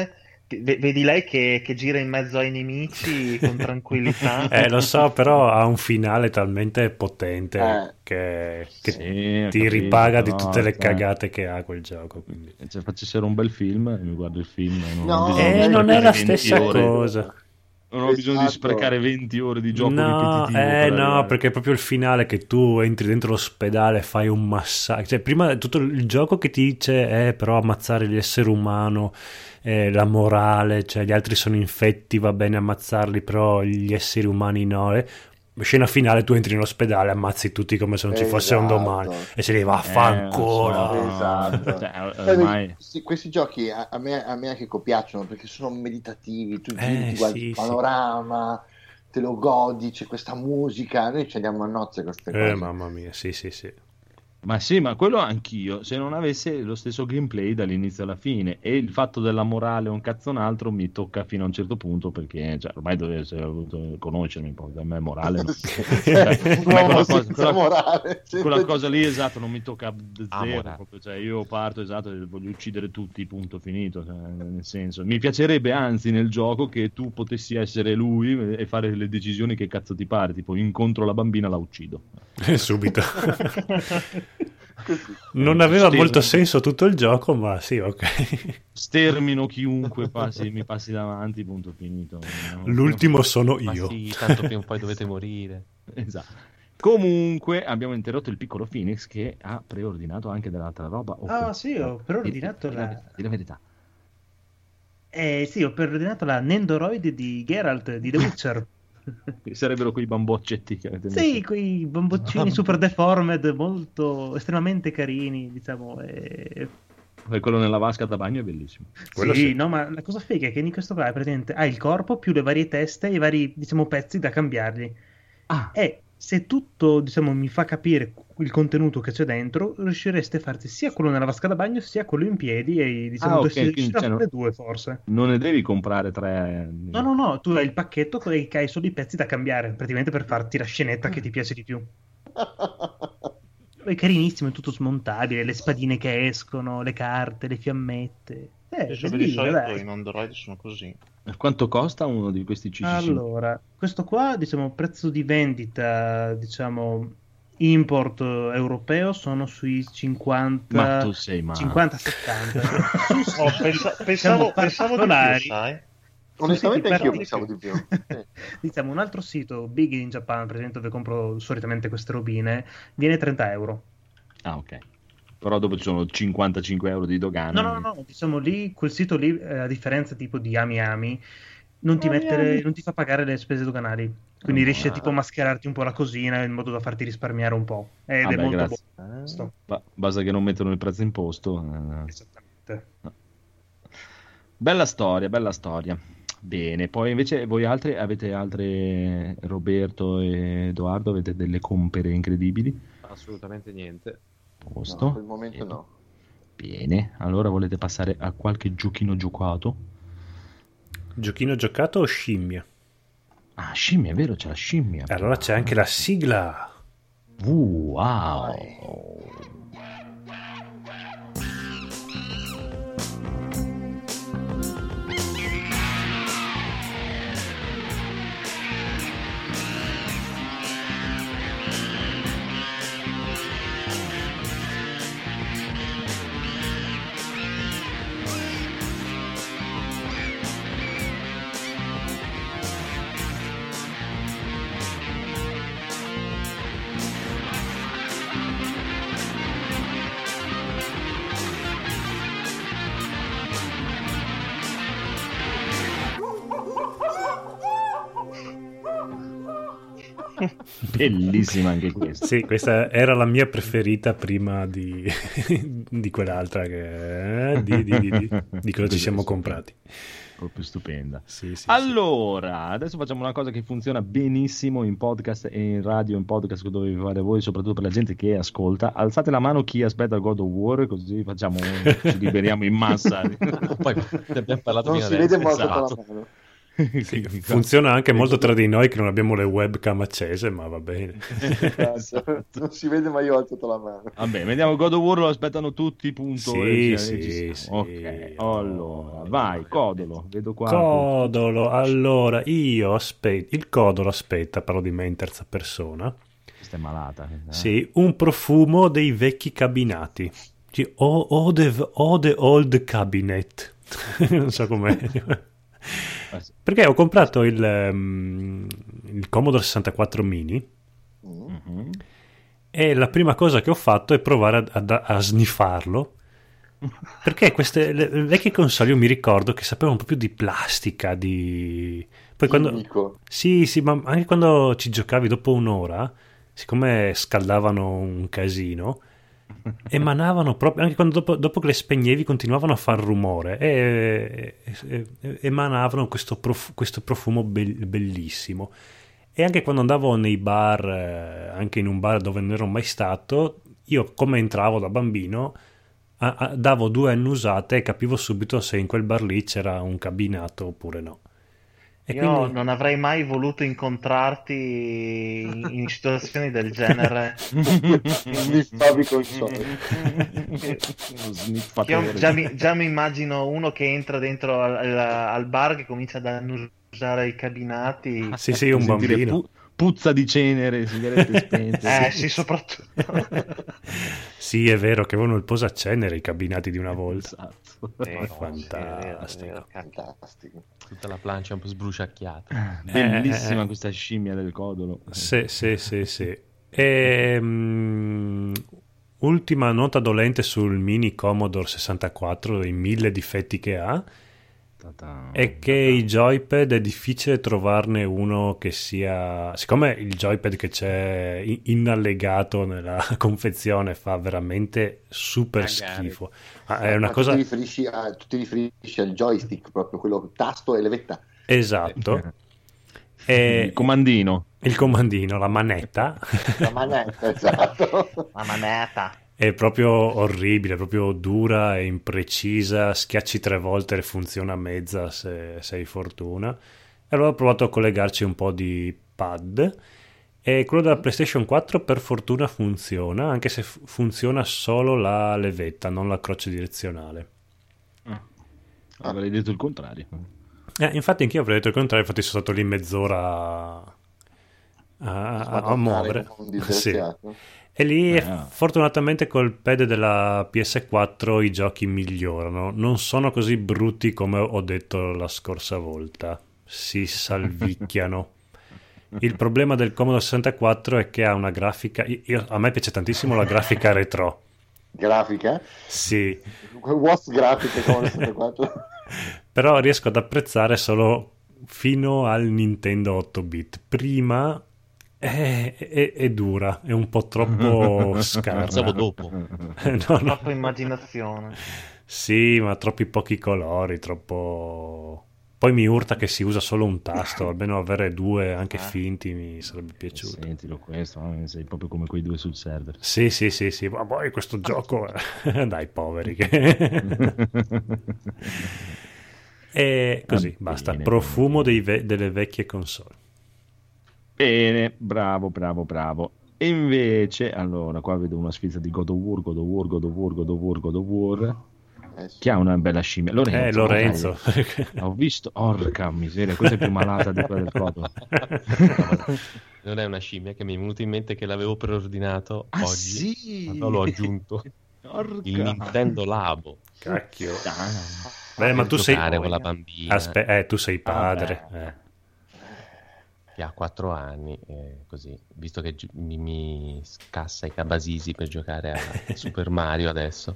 Vedi lei che gira in mezzo ai nemici con tranquillità. Lo so, però ha un finale talmente potente che sì, ti capito, ripaga di tutte le cagate che ha quel gioco. Quindi. Se facessero un bel film, mi guardo il film. Non è la stessa cosa. Non ho bisogno di sprecare 20 ore di gioco ripetitivo. No, perché è proprio il finale che tu entri dentro l'ospedale e fai un massacro. Cioè, prima tutto il gioco che ti dice però ammazzare l'essere umano, la morale, cioè gli altri sono infetti, va bene ammazzarli, però gli esseri umani no. Scena finale, tu entri in ospedale, ammazzi tutti come se non ci fosse un domani e se li va a fanculo. Esatto. Ormai... questi giochi a me anche piacciono perché sono meditativi, tu giri, ti guardi il panorama, te lo godi, c'è questa musica, noi ci andiamo a nozze con queste cose. Mamma mia, sì. Ma sì, ma quello anch'io, se non avesse lo stesso gameplay dall'inizio alla fine, e il fatto della morale o un cazzo un altro mi tocca fino a un certo punto, perché ormai dovresti conoscermi un po', da me morale no. Quella cosa lì, esatto, non mi tocca zero, proprio, cioè io parto, esatto, e voglio uccidere tutti, punto, finito, cioè, nel senso, mi piacerebbe anzi nel gioco che tu potessi essere lui e fare le decisioni che cazzo ti pare, tipo incontro la bambina, la uccido. Subito. Non aveva molto senso tutto il gioco, ma sì, ok. Stermino chiunque mi passi davanti, punto, finito. L'ultimo sono io. Ma sì, tanto prima o poi dovete morire. Esatto. Comunque abbiamo interrotto il piccolo Phoenix che ha preordinato anche dell'altra roba. Sì, ho preordinato di la verità. Sì, ho preordinato la Nendoroid di Geralt di The Witcher. Sarebbero quei bamboccetti che avete messo. Sì, quei bamboccini super deformed, molto estremamente carini, diciamo. Quello nella vasca da bagno è bellissimo. Sì, no, ma la cosa figa è che in questo qua praticamente ha il corpo più le varie teste e i vari, diciamo, pezzi da cambiargli. E se tutto, diciamo, mi fa capire il contenuto che c'è dentro, riuscireste a farti sia quello nella vasca da bagno sia quello in piedi e diciamo okay, due forse. Non ne devi comprare 3. No, tu hai il pacchetto che hai solo i pezzi da cambiare, praticamente per farti la scenetta che ti piace di più. È carinissimo, è tutto smontabile, le spadine che escono, le carte, le fiammette. Di solito in Android sono così. Quanto costa uno di questi CCC? Allora, questo qua, diciamo, prezzo di vendita, diciamo, import europeo sono sui 50. Ma tu sei male. 50-70. Pensavo di più, sai? Onestamente anch'io pensavo di più. Diciamo, un altro sito, Big in Japan, per esempio, dove compro solitamente queste robine, viene 30 euro. Ah, ok. Però dopo ci sono 55 euro di dogana. No, diciamo lì, quel sito lì, a differenza tipo di Ami, non ti fa pagare le spese doganali. Quindi riesce tipo a mascherarti un po' la cosina in modo da farti risparmiare un po'. Ed è molto buono. Basta che non mettono il prezzo imposto. Esattamente. No. Bella storia. Bene, poi invece voi altri avete altre, Roberto e Edoardo, avete delle compere incredibili? Assolutamente niente. Posto. No, per il momento no. Bene, allora volete passare a qualche giochino giocato? Giochino giocato o scimmia? Ah, scimmia, è vero, c'è la scimmia. Allora c'è anche la sigla. Wow. Bellissima anche questa. Sì, questa era la mia preferita prima di quell'altra di cosa ci siamo comprati. Proprio stupenda. Sì, allora, adesso facciamo una cosa che funziona benissimo in podcast e in radio, in podcast che dovete fare voi, soprattutto per la gente che ascolta. Alzate la mano chi aspetta God of War, così ci liberiamo in massa. Poi ne abbiamo parlato non fino si adesso. vede molto con la mano. Sì, funziona anche molto tra di noi che non abbiamo le webcam accese, ma va bene. Esatto. Non si vede, ma io ho alzato la mano. Vabbè, vediamo God of War, lo aspettano tutti, punto. Sì. Ok, allora, vai, Codolo, vedo qua. Codolo, allora, il Codolo, aspetta, parlo di me in terza persona. Questa è malata. Sì, un profumo dei vecchi cabinati. The old cabinet. Non so com'è. Perché ho comprato il Commodore 64 mini e la prima cosa che ho fatto è provare a sniffarlo, perché le vecchie console io mi ricordo che sapevano proprio di plastica, poi quando sì, ma anche quando ci giocavi dopo un'ora, siccome scaldavano un casino, emanavano proprio, anche quando dopo che le spegnevi continuavano a far rumore e emanavano questo profumo bellissimo. E anche quando andavo nei bar, anche in un bar dove non ero mai stato, io come entravo da bambino davo 2 annusate e capivo subito se in quel bar lì c'era un cabinato oppure no. E Io quindi... non avrei mai voluto incontrarti in situazioni del genere. Sniffavi console. Io già mi immagino uno che entra dentro al bar che comincia ad annusare i cabinati. Sì, un bambino. Puzza di cenere, sigarette spente. Sì, soprattutto. Sì, è vero che avevano il posacenere i cabinati di una volta. Esatto. È fantastico. Fantastico. Tutta la plancia un po' sbruciacchiata. Bellissima questa scimmia del Codolo. Sì. Ultima nota dolente sul mini Commodore 64, dei 1000 difetti che ha, è che i joypad è difficile trovarne uno che sia, siccome il joypad che c'è in allegato nella confezione fa veramente super schifo. È una cosa... Tu ti riferisci al joystick, proprio quello tasto e levetta. Esatto. Il comandino, la manetta. La manetta, esatto. La manetta. È proprio orribile, proprio dura e imprecisa, schiacci 3 volte e funziona a mezza se hai fortuna. E allora ho provato a collegarci un po' di pad e quello della PlayStation 4 per fortuna funziona, anche se funziona solo la levetta, non la croce direzionale. Avrei detto il contrario. Infatti anch'io avrei detto il contrario, infatti sono stato lì mezz'ora a muovere. Sì. E lì fortunatamente col pad della PS4 i giochi migliorano, non sono così brutti come ho detto la scorsa volta, si salvicchiano. Il problema del Commodore 64 è che ha una grafica, a me piace tantissimo la grafica retro. Grafica? Sì. What's grafica Commodore 64? Però riesco ad apprezzare solo fino al Nintendo 8-bit. Prima è dura, è un po' troppo scarna. Pensavo dopo. No. Troppa immaginazione. Sì, ma troppi pochi colori, troppo... Poi mi urta che si usa solo un tasto, almeno avere 2 anche finti mi sarebbe piaciuto. Sentilo questo, sei proprio come quei 2 sul server. Sì, ma poi questo gioco... Dai, poveri. E così, basta. Profumo delle vecchie console. Bene, bravo. E invece, allora, qua vedo una sfida di God of War, che ha una bella scimmia. Lorenzo. Ho visto, orca miseria, questa è più malata di quella del Codolo. Non è una scimmia, che mi è venuto in mente che l'avevo preordinato oggi. Sì! No, l'ho aggiunto. Il Nintendo Labo. Cacchio. Beh, ma tu sei con la bambina. Tu sei padre. Che ha 4 anni, così, visto che mi scassa i cabasisi per giocare a Super Mario adesso.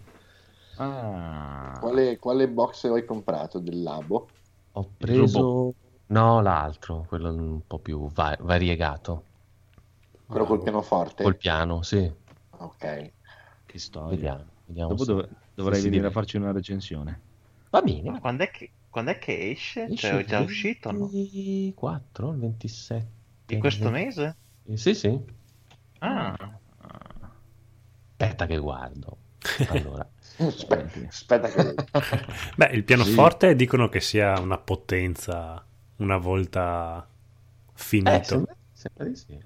Quale box hai comprato del Labo? Ho preso l'altro, quello un po' più variegato. Quello col pianoforte? Col piano, sì. Ok. Che storia. Vediamo dopo dovrei venire a farci una recensione. Va bene. Ma quando è che esce? Cioè, è già uscito, no? Il 4, il 27. Di questo mese? Sì. Aspetta che guardo. Allora. Aspetta che... Beh, il pianoforte dicono che sia una potenza una volta finito. Sembra di sì.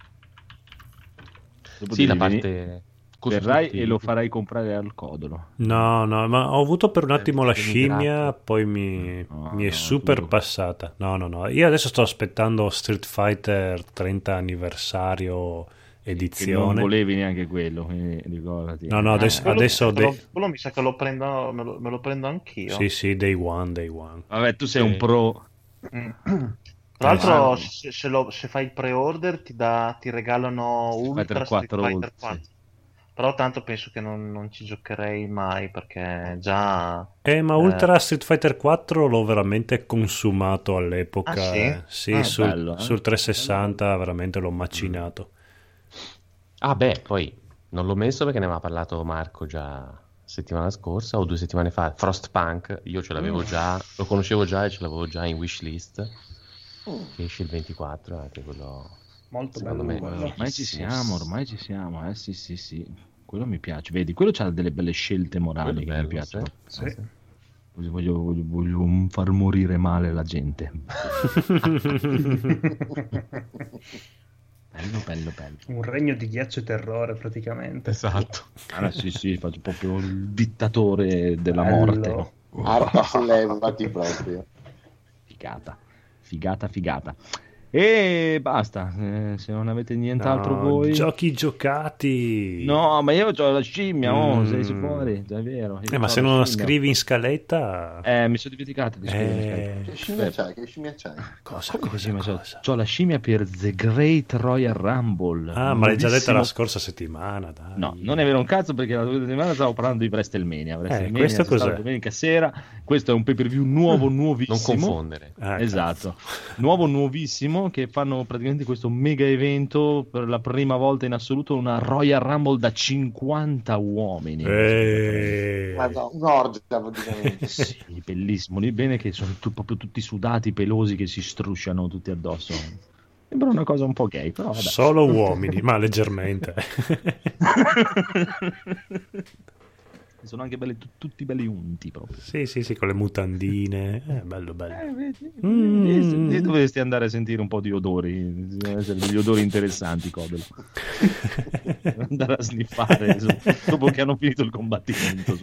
Sì, la parte verrai e lo farai comprare al codolo. No, ma ho avuto per un attimo la scimmia, poi mi è super tu... passata. No. Io adesso sto aspettando Street Fighter 30 anniversario edizione. Che non volevi neanche quello, quindi ricordati. No, adesso quello mi sa che lo prendo, me lo prendo anch'io. Sì, day one. Vabbè, tu sei un pro. Tra l'altro, se fai il pre-order ti regalano Ultra Street Fighter 4. Sì. Però tanto penso che non ci giocherei mai perché già... ma Ultra Street Fighter 4 l'ho veramente consumato all'epoca. Ah, sì? Sul, bello, sul 360 veramente l'ho macinato. Poi non l'ho messo perché ne aveva parlato Marco già settimana scorsa o 2 settimane fa. Frostpunk, io ce l'avevo già, lo conoscevo già e ce l'avevo già in wishlist. Che esce il 24, anche quello molto secondo bello. me. Ormai ci siamo, sì. Quello mi piace, vedi, quello c'ha delle belle scelte morali che mi piacciono. Sì. Voglio far morire male la gente. Bello. Un regno di ghiaccio e terrore praticamente. Esatto. Sì, faccio proprio il dittatore della morte. Arpas levati proprio. Figata. E basta, se non avete nient'altro voi... Giochi giocati. No, ma io ho la scimmia, sei fuori, è vero. Ma se non la scrivi in scaletta... mi sono dimenticato di scrivere in scaletta. Che scimmia c'hai? Cosa? C'ho la scimmia per The Great Royal Rumble. Ma l'hai già detta la scorsa settimana, dai. No, non è vero un cazzo perché la scorsa settimana stavo parlando di WrestleMania. Questo cos'è? Domenica sera, questo è un pay-per-view nuovo, nuovissimo. Non confondere. Esatto. Nuovo, nuovissimo, che fanno praticamente questo mega evento per la prima volta in assoluto, una Royal Rumble da 50 uomini. Un'orgia praticamente. Sì, bellissimo, lì bene che sono proprio tutti sudati, pelosi, che si strusciano tutti addosso. Sembra una cosa un po' gay, però vabbè. Solo uomini, ma leggermente. Sono anche belli, tutti belli unti proprio. Sì, con le mutandine. Bello. Vedi, dovresti andare a sentire un po' di odori, degli odori interessanti, Codel. Andare a sniffare dopo che hanno finito il combattimento.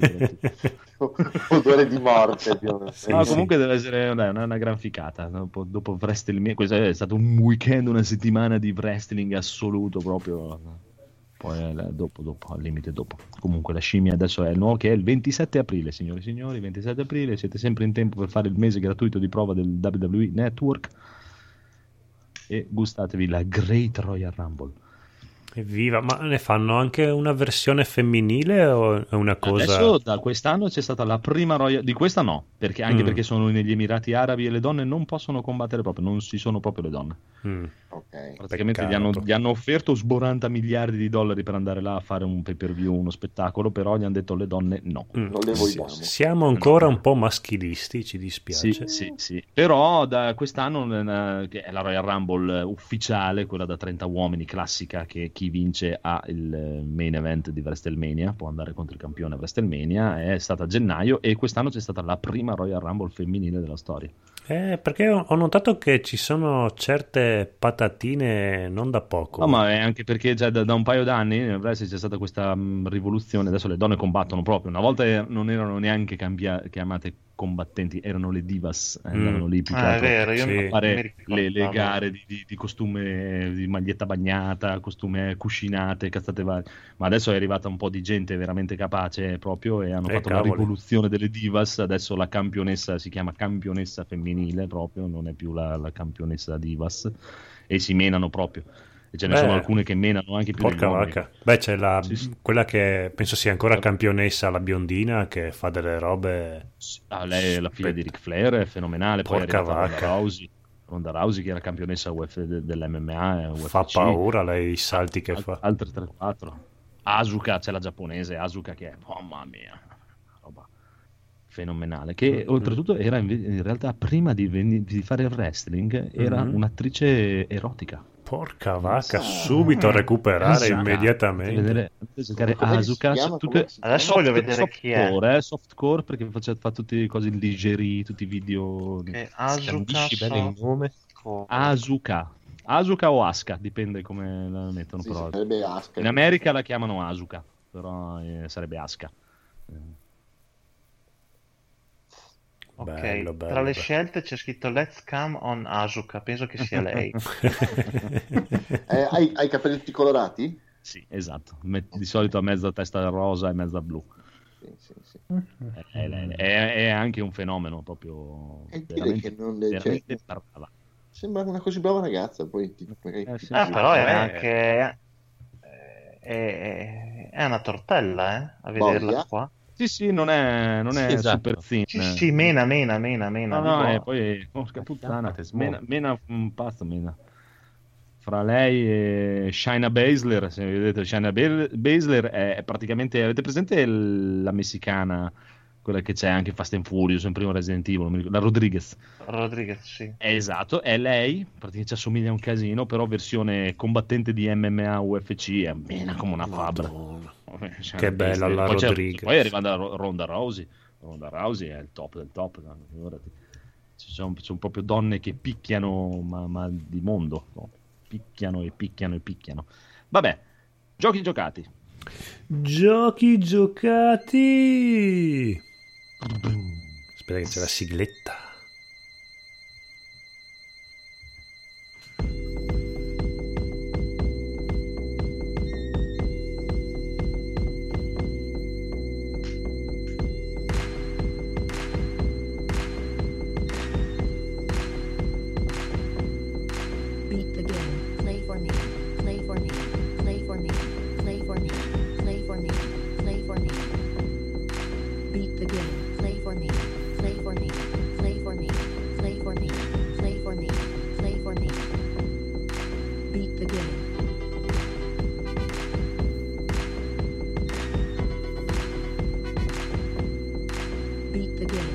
Odore di morte. Comunque deve essere una gran ficata. Dopo WrestleMania, questo è stato un weekend, una settimana di wrestling assoluto proprio. Poi dopo, al limite dopo. Comunque la scimmia adesso è il nuovo, che è il 27 aprile, signori e signori, 27 aprile, siete sempre in tempo per fare il mese gratuito di prova del WWE Network e gustatevi la Great Royal Rumble. Evviva, ma ne fanno anche una versione femminile o è una cosa... Adesso da quest'anno c'è stata la prima Royal... Di questa no, perché anche perché sono negli Emirati Arabi e le donne non possono combattere proprio, non ci sono proprio le donne. Okay. Praticamente gli hanno offerto $40 miliardi per andare là a fare un pay-per-view, uno spettacolo, però gli hanno detto le donne no. Non le vogliamo. Siamo ancora un po' maschilisti, ci dispiace. Sì. Però da quest'anno che è la Royal Rumble ufficiale, quella da 30 uomini classica, che chi vince ha il main event di WrestleMania, può andare contro il campione a WrestleMania, è stata a gennaio e quest'anno c'è stata la prima Royal Rumble femminile della storia. Perché ho notato che ci sono certe patatine non da poco. No, ma è anche perché già da un paio d'anni nel wrestling c'è stata questa rivoluzione, adesso le donne combattono proprio, una volta non erano neanche chiamate combattenti, erano le divas, andavano lì più che altro è vero, io a fare le gare di costume, di maglietta bagnata, costume cuscinate, cazzate varie, ma adesso è arrivata un po' di gente veramente capace proprio e hanno fatto la rivoluzione delle divas, adesso la campionessa si chiama campionessa femminile proprio, non è più la campionessa divas e si menano proprio. E ce ne sono alcune che menano anche più porca vacca. C'è quella che penso sia ancora campionessa, la biondina, che fa delle robe. Lei è la figlia di Ric Flair, è fenomenale. Poi porca è vacca. Ronda Rousey che era campionessa dell'MMA UFC. Fa paura lei i salti che fa. Altre 3-4. Asuka, c'è la giapponese Asuka che è, mamma mia, roba fenomenale, che oltretutto era in realtà prima di fare il wrestling era un'attrice erotica. Porca vacca, subito a recuperare immediatamente. Vedere, giocare Asuka. Adesso voglio vedere chi è. Softcore, perché fa tutte le cose leggeri, tutti i video. Asuka bene il nome. Asuka o Asuka, dipende come la mettono. Sì, però. sarebbe Asuka. In America la chiamano Asuka, però sarebbe Asuka. Ok, Bello, tra le bello. scelte c'è scritto Let's Come on Asuka, penso che sia lei. Hai i capelli tutti colorati? Sì, esatto. Di solito ha mezza testa rosa e mezza blu. Sì. È anche un fenomeno proprio. E direi che non le veramente brava. sembra una così brava ragazza. Poi Sì, Però è anche è una tortella, a vederla Boia. qua. Sì, non è Sì, esatto. super thin. Sì, mena. No, e poi porca puttana, mena un pazzo, mena. Fra lei e Shayna Baszler, se vedete, Shayna Baszler è praticamente, avete presente la messicana, quella che c'è anche Fast and Furious in primo Resident Evil, non mi ricordo, la Rodriguez, sì. Esatto, è lei, praticamente ci assomiglia un casino, però versione combattente di MMA UFC, è mena come una fabbra. Che bella la Poi Rodriguez. poi è arrivata Ronda Rousey. Ronda Rousey è il top del top, no? Figurati. Ci sono proprio donne che picchiano, ma di mondo, no? Picchiano. Vabbè, giochi giocati. Giochi giocati. Aspetta che c'è la sigletta. Beat the game. Play for me. Play for me. Play for me. Play for me. Play for me. Play for me. Beat the game. Play for me. Play for me. Play for me. Play for me. Play for me. Play for me. Beat the game. Beat the game.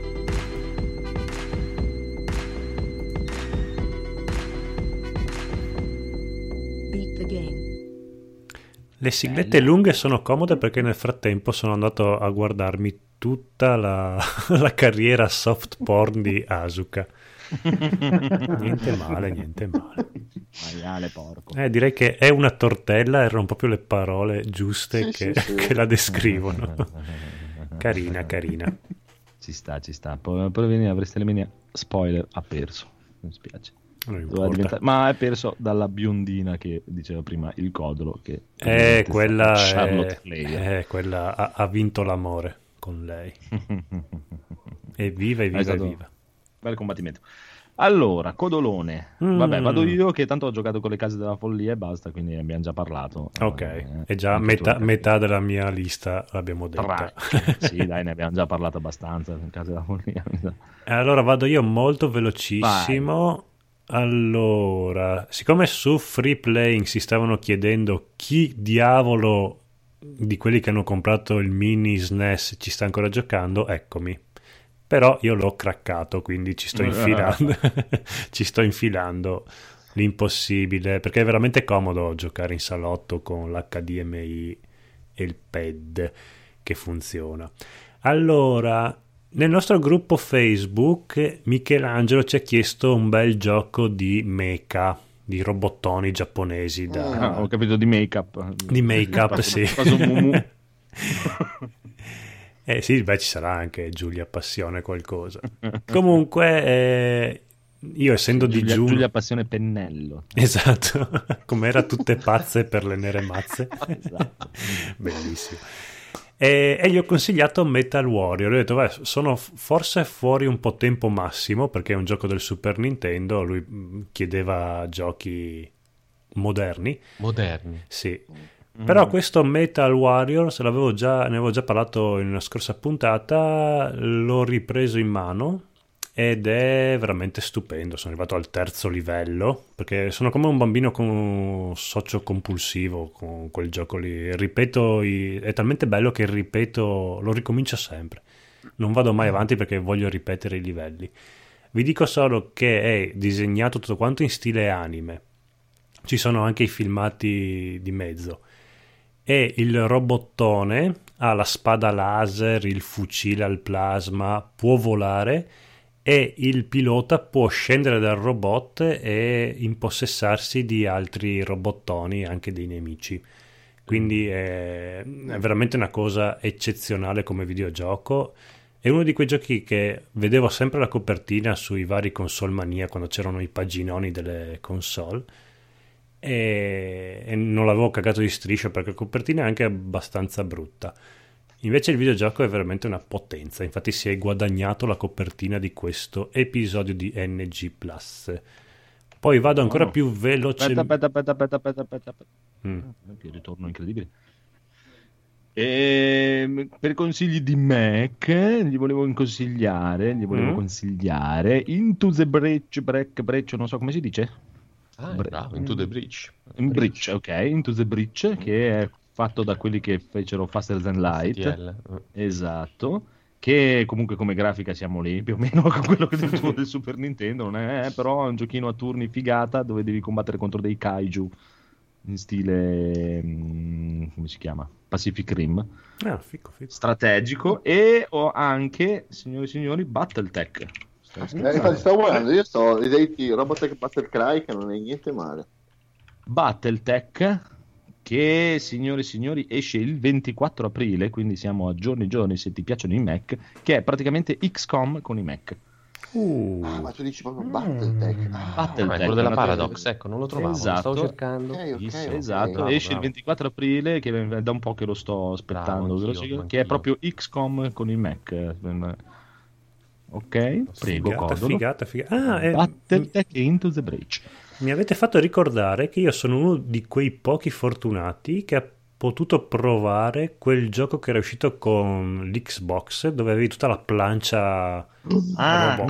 Beat the game. Le siglette lunghe sono comode perché nel frattempo sono andato a guardarmi tutta la carriera soft porn di Asuka. Niente male. Maiale porco. Direi che è una tortella, erano proprio le parole giuste Sì. che la descrivono. Carina. Ci sta. Poi avreste le mani. Spoiler, ha perso. Mi spiace. Non Doveva importa. ma è perso dalla biondina che diceva prima il codolo, che Quella Charlotte Flair. quella ha vinto l'amore con lei. Evviva. È stato bel combattimento. Allora, codolone. Vabbè, vado io che tanto ho giocato con le case della follia e basta, quindi abbiamo già parlato. Ok, è già anche tu hai metà della mia lista, l'abbiamo detta. Sì, dai, ne abbiamo già parlato abbastanza in case della follia. Allora vado io molto velocissimo. Vai. Allora, siccome su Free Playing si stavano chiedendo chi diavolo di quelli che hanno comprato il mini SNES ci sta ancora giocando, eccomi. Però io l'ho craccato, quindi ci sto infilando l'impossibile, perché è veramente comodo giocare in salotto con l'HDMI e il pad che funziona. Allora, nel nostro gruppo Facebook Michelangelo ci ha chiesto un bel gioco di mecha, di robottoni giapponesi Ho capito, di make-up. Di make-up, sì. Cosa un mumu. Sì, beh, ci sarà anche Giulia Passione qualcosa. Comunque, io essendo digiuno... Giulia Passione Pennello. Esatto, com'era tutte pazze per le nere mazze. Esatto. Bellissimo. E gli ho consigliato Metal Warrior. Ho detto, beh, sono forse fuori un po' tempo massimo perché è un gioco del Super Nintendo. Lui chiedeva giochi moderni. Sì. Però questo Metal Warriors ne avevo già parlato in una scorsa puntata, l'ho ripreso in mano ed è veramente stupendo. Sono arrivato al 3° livello perché sono come un bambino con socio compulsivo con quel gioco lì. Ripeto, è talmente bello che lo ricomincio sempre. Non vado mai avanti perché voglio ripetere i livelli. Vi dico solo che è disegnato tutto quanto in stile anime. ci sono anche i filmati di mezzo. E il robottone ha la spada laser, il fucile al plasma, può volare e il pilota può scendere dal robot e impossessarsi di altri robottoni, anche dei nemici. Quindi è veramente una cosa eccezionale come videogioco. È uno di quei giochi che vedevo sempre la copertina sui vari console mania quando c'erano i paginoni delle console e non l'avevo cagato di striscio perché la copertina è anche abbastanza brutta. Invece il videogioco è veramente una potenza, infatti si è guadagnato la copertina di questo episodio di NG+. Poi vado ancora più veloce. Aspetta. Che ritorno incredibile. Per consigli di Mac gli volevo consigliare Into the Breach, non so come si dice. Bravo, Into the Breach. Into the Breach, che è fatto da quelli che fecero Faster Than Light. FTL. Esatto. Che comunque come grafica siamo lì più o meno con quello che del Super Nintendo, non è, però è un giochino a turni figata dove devi combattere contro dei kaiju in stile come si chiama? Pacific Rim. Fico. Strategico. E ho anche, signori e signori, Battletech. Infatti stavo guardando, io sto vedete Robotech Battlecry, che non è niente male. Battletech, che signori e signori esce il 24 aprile, quindi siamo a giorni se ti piacciono i Mac, che è praticamente XCOM con i Mac. Ma tu dici proprio Battletech. Battletech, quello della Paradox, ecco, non lo trovavo, esatto. lo stavo cercando. Esatto, bravo, esce bravo. il 24 aprile, che è da un po' che lo sto aspettando, Bravo, che è proprio XCOM con i Mac. Ok, prego, Codolo. Figata. Battletech e Into the Breach. Mi avete fatto ricordare che io sono uno di quei pochi fortunati che ha potuto provare quel gioco che era uscito con l'Xbox, dove avevi tutta la plancia robot.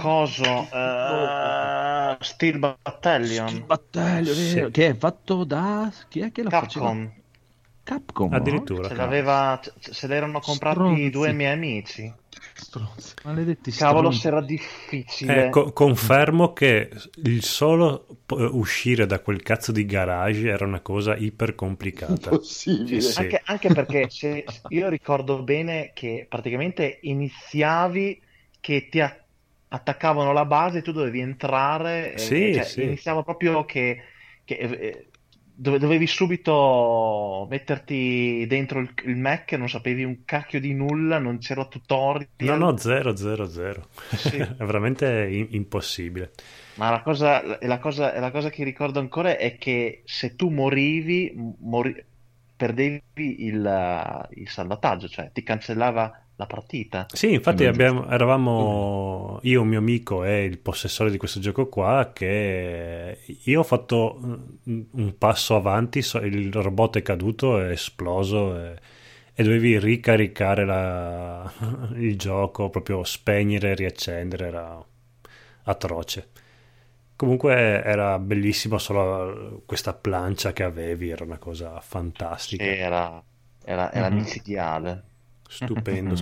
Steel Battalion. Sì. Che è fatto da... Chi è che lo faceva? Capcom, addirittura. Se l'erano comprati Stronzi. due miei amici. Maledetti Cavolo, stronzi. se era difficile. Confermo che il solo uscire da quel cazzo di garage era una cosa iper complicata. Impossibile. Sì. Anche perché io ricordo bene che praticamente iniziavi che ti attaccavano la base e tu dovevi entrare. Sì. Iniziava proprio che dovevi subito metterti dentro il Mac, non sapevi un cacchio di nulla, non c'era tutorial. No, 0. Sì. È veramente impossibile. Ma la cosa che ricordo ancora è che se tu morivi, perdevi il salvataggio, cioè ti cancellava la partita. Sì, infatti eravamo io, un mio amico e il possessore di questo gioco qua, che io ho fatto un passo avanti, il robot è caduto, è esploso e dovevi ricaricare il gioco, proprio spegnere, riaccendere, era atroce. Comunque era bellissimo, solo questa plancia che avevi era una cosa fantastica. Sì, era micidiale. Stupendo.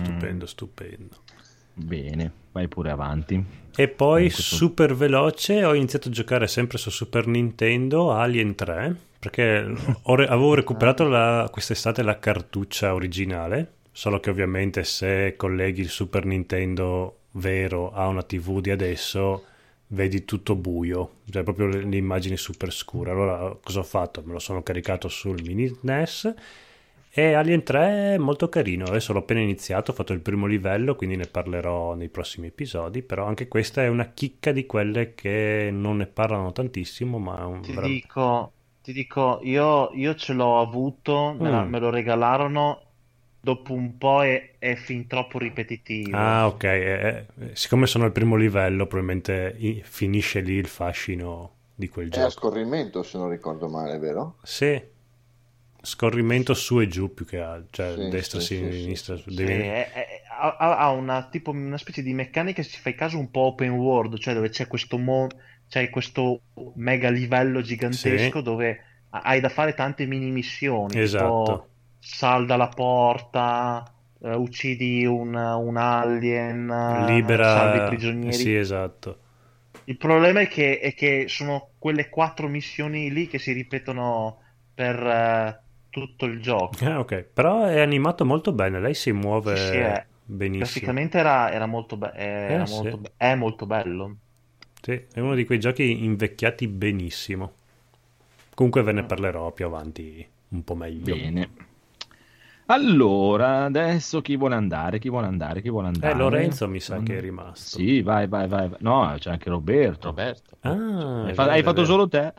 Bene, vai pure avanti. E poi super veloce ho iniziato a giocare sempre su Super Nintendo Alien 3, perché avevo recuperato quest'estate la cartuccia originale, solo che ovviamente se colleghi il Super Nintendo vero a una TV di adesso vedi tutto buio, cioè proprio le immagini super scure. Allora cosa ho fatto? Me lo sono caricato sul mini NES. E Alien 3 è molto carino, adesso l'ho appena iniziato, ho fatto il primo livello, quindi ne parlerò nei prossimi episodi, però anche questa è una chicca di quelle che non ne parlano tantissimo, ma è un Ti dico, io ce l'ho avuto, me lo regalarono, dopo un po' è fin troppo ripetitivo. Ah, ok, siccome sono al primo livello, probabilmente finisce lì il fascino di quel È gioco. a scorrimento, se non ricordo male, vero? Sì, scorrimento su e giù più che altro, cioè Sì, destra, sinistra. Ha una specie di meccanica, se ci fai caso, un po' open world, cioè dove c'è questo mega livello gigantesco, Sì. dove hai da fare tante mini missioni, Esatto. tipo salda la porta, uccidi un alien, Libera, salvi i prigionieri. sì, esatto. Il problema è che sono quelle 4 missioni lì che si ripetono per tutto il gioco. Ok, però è animato molto bene, lei si muove Sì, benissimo. graficamente era Sì. è molto bello. Sì, è uno di quei giochi invecchiati benissimo. Comunque ve ne parlerò più avanti un po' meglio. Bene. Allora, adesso chi vuole andare? Lorenzo mi sa che è rimasto. Sì, vai. No, c'è anche Roberto. Ah, Hai fatto solo te?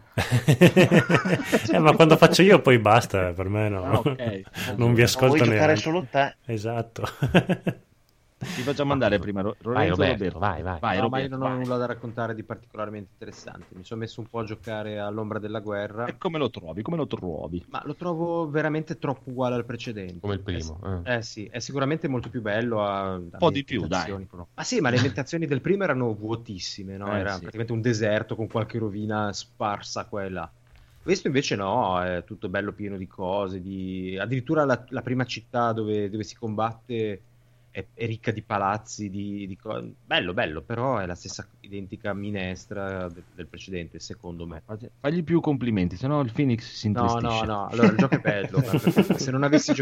Ma quando faccio io poi basta, per me no. Ok. Non vi ascolto Vuoi giocare neanche. solo te? Esatto. Ti facciamo andare prima Lorenzo. Vai, Roberto, Roberto. vai. No, ma io Roberto, non ho vai. nulla da raccontare di particolarmente interessante. Mi sono messo un po' a giocare all'Ombra della Guerra. E come lo trovi? Ma lo trovo veramente troppo uguale al precedente. Come il primo. Sì, è sicuramente molto più bello. Un po' di più, dai. Ma sì, ma le ambientazioni del primo erano vuotissime, no? Era sì. praticamente un deserto con qualche rovina sparsa qua e là. Questo invece no, è tutto bello pieno di cose. Addirittura la prima città dove si combatte è ricca di palazzi, di cose. Bello, però è la stessa identica minestra del precedente, secondo me. Fagli più complimenti, sennò il Phoenix si intristisce. No, allora il gioco è bello. Se non avessi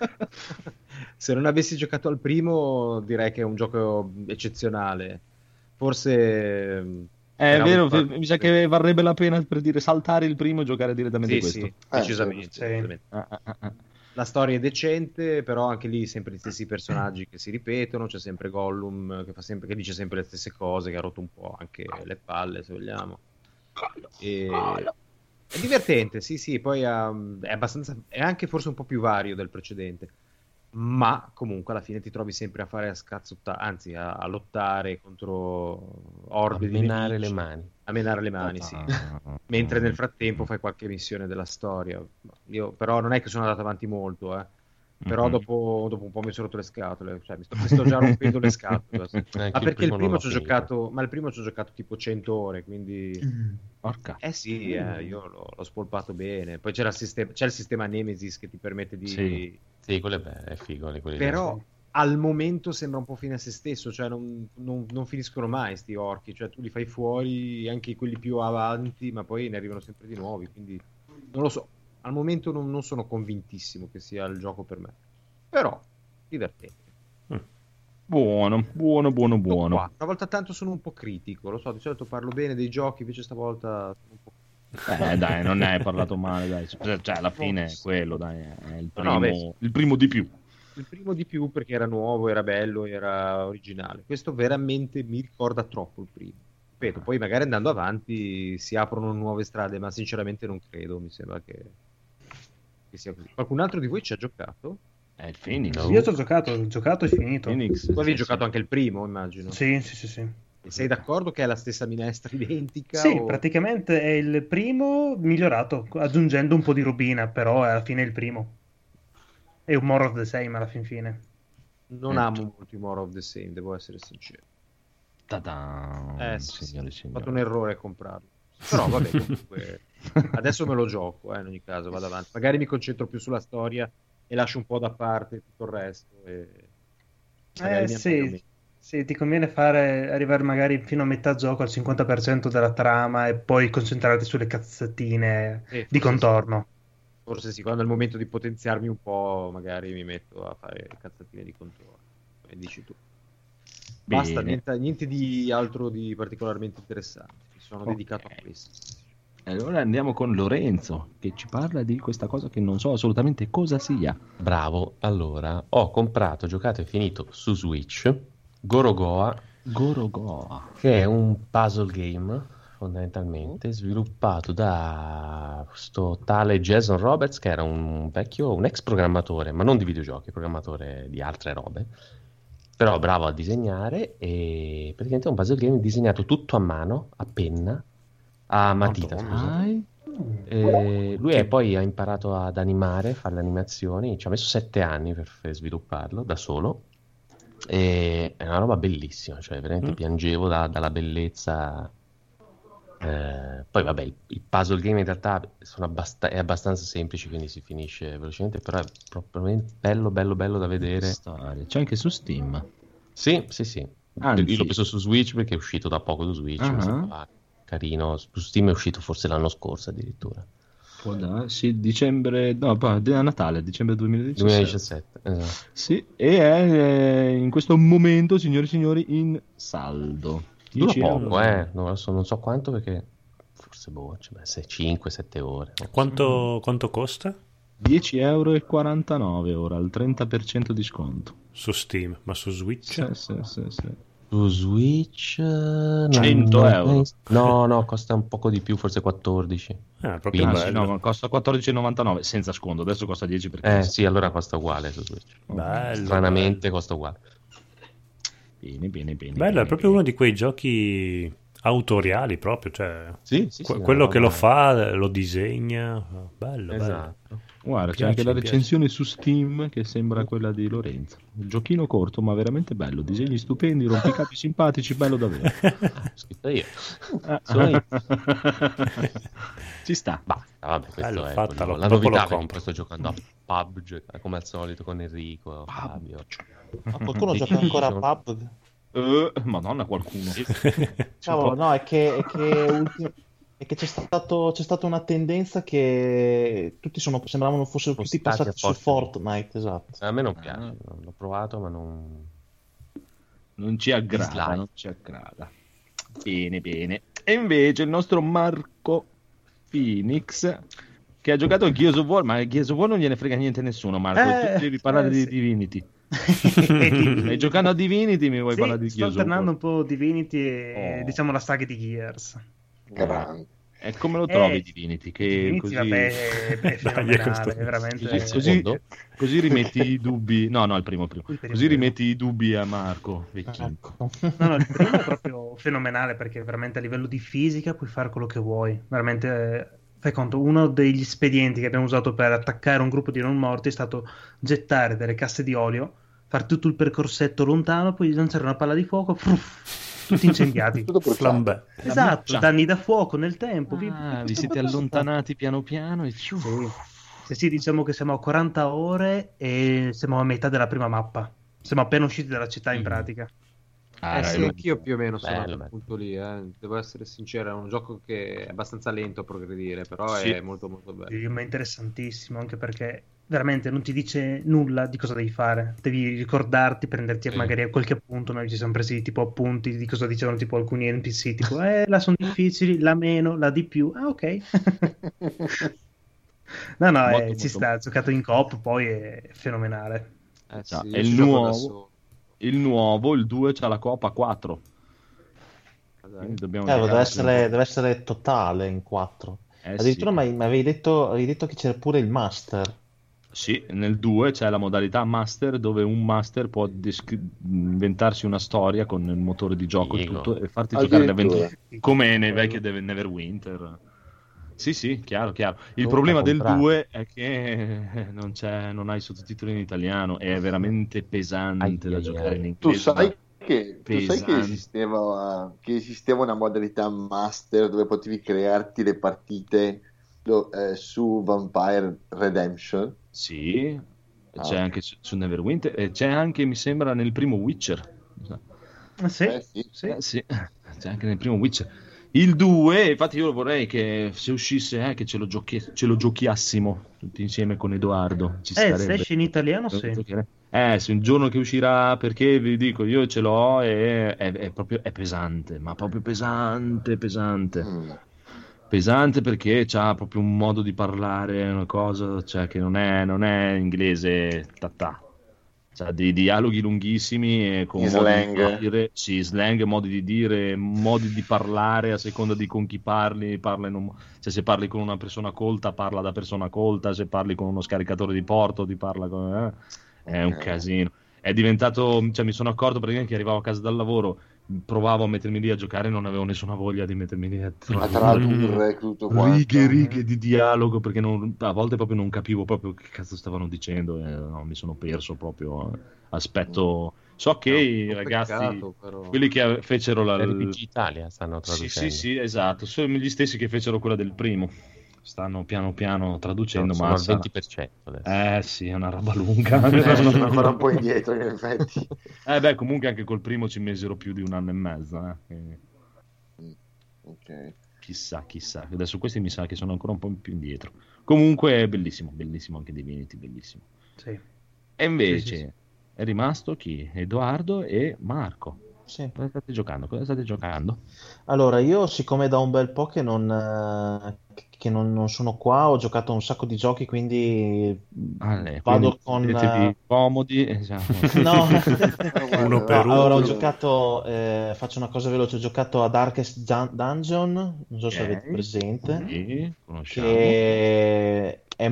giocato al primo, direi che è un gioco eccezionale. Forse È vero, mi sa che varrebbe la pena, per dire, saltare il primo e giocare direttamente questo. Sì, decisamente. La storia è decente, però anche lì sempre gli stessi personaggi che si ripetono. C'è sempre Gollum che dice sempre le stesse cose, che ha rotto un po' anche le palle, se vogliamo. È divertente, sì, poi è anche forse un po' più vario del precedente, ma comunque alla fine ti trovi sempre a fare anzi a lottare contro orde di nemici. A menare le mani, sì. Mentre nel frattempo fai qualche missione della storia. Io però non è che sono andato avanti molto, però dopo un po' mi sono rotto le scatole, cioè mi sto già rompendo le scatole. Ma perché il primo ci ho giocato, tipo 100 ore, quindi Porca. Sì, io l'ho spolpato bene. Poi c'è il sistema Nemesis che ti permette di Sì, quello è figo. Però al momento sembra un po' fine a se stesso, cioè non finiscono mai sti orchi, cioè tu li fai fuori, anche quelli più avanti, ma poi ne arrivano sempre di nuovi, quindi non lo so. Al momento non sono convintissimo che sia il gioco per me, però divertente. Buono. Una volta tanto sono un po' critico, lo so, di solito parlo bene dei giochi, invece stavolta sono un po'... Dai, non ne hai parlato male, dai. Cioè, alla fine è quello, dai, è il primo di più. Il primo di più perché era nuovo, era bello, era originale. Questo veramente mi ricorda troppo il primo. Ripeto, poi magari andando avanti si aprono nuove strade, ma sinceramente non credo, mi sembra che sia così. Qualcun altro di voi ci ha giocato? È il Phoenix. Io ci ho giocato e finito. Phoenix, tu avevi giocato anche il primo, immagino. Sì. E sei d'accordo che è la stessa minestra identica? Sì, praticamente è il primo migliorato, aggiungendo un po' di robina, però alla fine è il primo. È un more of the same alla fine. Non amo molto i more of the same, devo essere sincero. Signori. Ho fatto un errore a comprarlo. Però vabbè, comunque adesso me lo gioco, in ogni caso, vado avanti. Magari mi concentro più sulla storia e lascio un po' da parte tutto il resto. Sì, ti conviene arrivare magari fino a metà gioco al 50% della trama e poi concentrarti sulle cazzettine di contorno. Forse sì, quando è il momento di potenziarmi un po', magari mi metto a fare cazzatine di contorno, come dici tu. Basta, niente di altro di particolarmente interessante. Mi sono dedicato a questo. Allora andiamo con Lorenzo, che ci parla di questa cosa che non so assolutamente cosa sia. Bravo, allora, ho comprato, giocato e finito su Switch Gorogoa, che è un puzzle game fondamentalmente sviluppato da questo tale Jason Roberts, che era un ex programmatore, ma non di videogiochi, programmatore di altre robe, però bravo a disegnare, e praticamente è un puzzle game disegnato tutto a mano, a penna, a matita, lui poi ha imparato ad animare, fare le animazioni, ci ha messo 7 anni per svilupparlo da solo, e è una roba bellissima, cioè veramente piangevo dalla bellezza. Poi vabbè, il puzzle game in realtà è abbastanza semplice, quindi si finisce velocemente, però è proprio bello da vedere. C'è anche su Steam. Sì, Anzi. Io l'ho preso su Switch perché è uscito da poco su Switch, mi sembra carino. Su Steam è uscito forse l'anno scorso addirittura. Può darsi, dicembre, no, a Natale, dicembre 2017. Esatto. Sì, e è in questo momento, signori e signori, in saldo. Dura 10 poco, euro. non so quanto perché forse 5-7 ore. Quanto costa? 10,49 ora, al 30% di sconto. Su Steam, ma su Switch? Sì. Su Switch 100 euro. No, costa un poco di più, forse 14. Proprio bello. Sì, no, ma costa 14,99 senza sconto, adesso costa 10 perché Sì, allora costa uguale su Switch. Bello, Stranamente costa uguale. Bene. Bello, è proprio uno di quei giochi autoriali proprio, cioè Sì, quello che lo fa lo disegna, bello. Esatto. Guarda, c'è anche la recensione su Steam che sembra quella di Lorenzo. Un giochino corto ma veramente bello, disegni stupendi, rompicapi simpatici, bello davvero. Scritto io. Ci sta. Basta, vabbè, questo Bello, è fattalo, la dopo lo novità, compro. sto giocando a PUBG come al solito con Enrico, Fabio. Ma qualcuno gioca ancora a PUBG? Madonna, qualcuno. Cavolo, no, è che c'è stata una tendenza che tutti sembravano fossero tutti stati passati a su Fortnite, esatto. A me non piace, l'ho provato ma Non ci aggrada, Dislike. non ci aggrada. Bene. E invece il nostro Marco Phoenix, che ha giocato a Gears of War, ma a Gears of War non gliene frega niente a nessuno, Marco. Tu devi parlare di sì. Divinity. Stai giocando a Divinity, mi vuoi parlare di sto Gears of War? alternando un po' Divinity e diciamo la saga di Gears. Grande. E come lo trovi Divinity? Che Divinity, così... vabbè, è fenomenale, questo- è veramente... Così rimetti i dubbi. No, il primo. Così rimetti i dubbi a Marco. Vecchino. No, il primo è proprio fenomenale perché veramente a livello di fisica puoi fare quello che vuoi. Veramente, fai conto, uno degli spedienti che abbiamo usato per attaccare un gruppo di non morti è stato gettare delle casse di olio, fare tutto il percorsetto lontano, poi lanciare una palla di fuoco, tutti incendiati. Tutto bruciato. Flambè. Esatto, danni da fuoco nel tempo. Vi siete allontanati piano piano e Sì, diciamo che siamo a 40 ore e siamo a metà della prima mappa. Siamo appena usciti dalla città in pratica. Sì, anch'io più o meno sono a Bello. quel punto lì. Devo essere sincero, è un gioco che è abbastanza lento a progredire, però Sì. è molto molto bello. Ma è interessantissimo anche perché veramente non ti dice nulla di cosa devi fare. Devi ricordarti, prenderti magari qualche appunto. Noi ci siamo presi tipo appunti di cosa dicevano tipo alcuni NPC, tipo la sono difficili, la meno, la di più. Ah, ok. No, Molto, ci sta, giocato in coop, poi è fenomenale. Sì, E io il ci gioco da nuovo, solo. il 2 c'ha la copa 4. Quindi dobbiamo Deve giocare. deve essere totale in 4. Eh Addirittura sì. mi avevi detto che c'era pure il master. Sì, nel 2 c'è la modalità master dove un master può inventarsi una storia con il motore di gioco e Figo. tutto e farti giocare le Addirittura. avventure come nei vecchi Neverwinter. Sì, chiaro. Il Tu problema l'hai del comprato. 2 è che non hai sottotitoli in italiano e è veramente pesante da giocare in Tu inglese. sai che Pesante. esisteva una modalità master dove potevi crearti le partite su Vampire Redemption? Sì, c'è Ah. anche su Neverwinter e c'è anche, mi sembra, nel primo Witcher. Sì, Sì. sì. Sì, c'è anche nel primo Witcher. Il 2, infatti io vorrei che se uscisse che ce lo giochiassimo tutti insieme con Edoardo. Ci Se starebbe. esce in italiano, sì. Se un giorno che uscirà, perché vi dico, io ce l'ho e è proprio pesante, ma proprio pesante. Mm. Pesante perché c'ha proprio un modo di parlare, una cosa, cioè che non è inglese tatà. C'ha dei dialoghi lunghissimi e con In modi slang. di dire, sì, slang, modi di dire, modi di parlare a seconda di con chi parli, cioè se parli con una persona colta parla da persona colta, se parli con uno scaricatore di porto ti parla con... è un casino. È diventato, cioè mi sono accorto praticamente che arrivavo a casa dal lavoro, provavo a mettermi lì a giocare e non avevo nessuna voglia di mettermi lì a A tradurre tutto quanto. righe di dialogo perché a volte proprio non capivo proprio che cazzo stavano dicendo e mi sono perso proprio. Aspetto, so che i ragazzi, Peccato, però. quelli che fecero la RPG Italia stanno traducendo. sì, esatto, sono gli stessi che fecero quella del primo. stanno piano piano traducendo, sono ma al 20% adesso. sì, è una roba lunga. Sono ancora un po' indietro, in effetti. Beh, comunque anche col primo ci mesero più di un anno e mezzo. Ok. Chissà. Adesso questi mi sa che sono ancora un po' più indietro. Comunque è bellissimo anche Divinity, bellissimo. Sì. E invece Sì. è rimasto chi? Edoardo e Marco. Sì. Cosa state giocando? Allora, io siccome da un bel po' che non sono qua, ho giocato a un sacco di giochi, quindi vado con... Mettetevi comodi. No, Uno per uno. allora ho giocato, faccio una cosa veloce, ho giocato a Darkest Dungeon, non so se avete presente, Sì, conosciamo. che è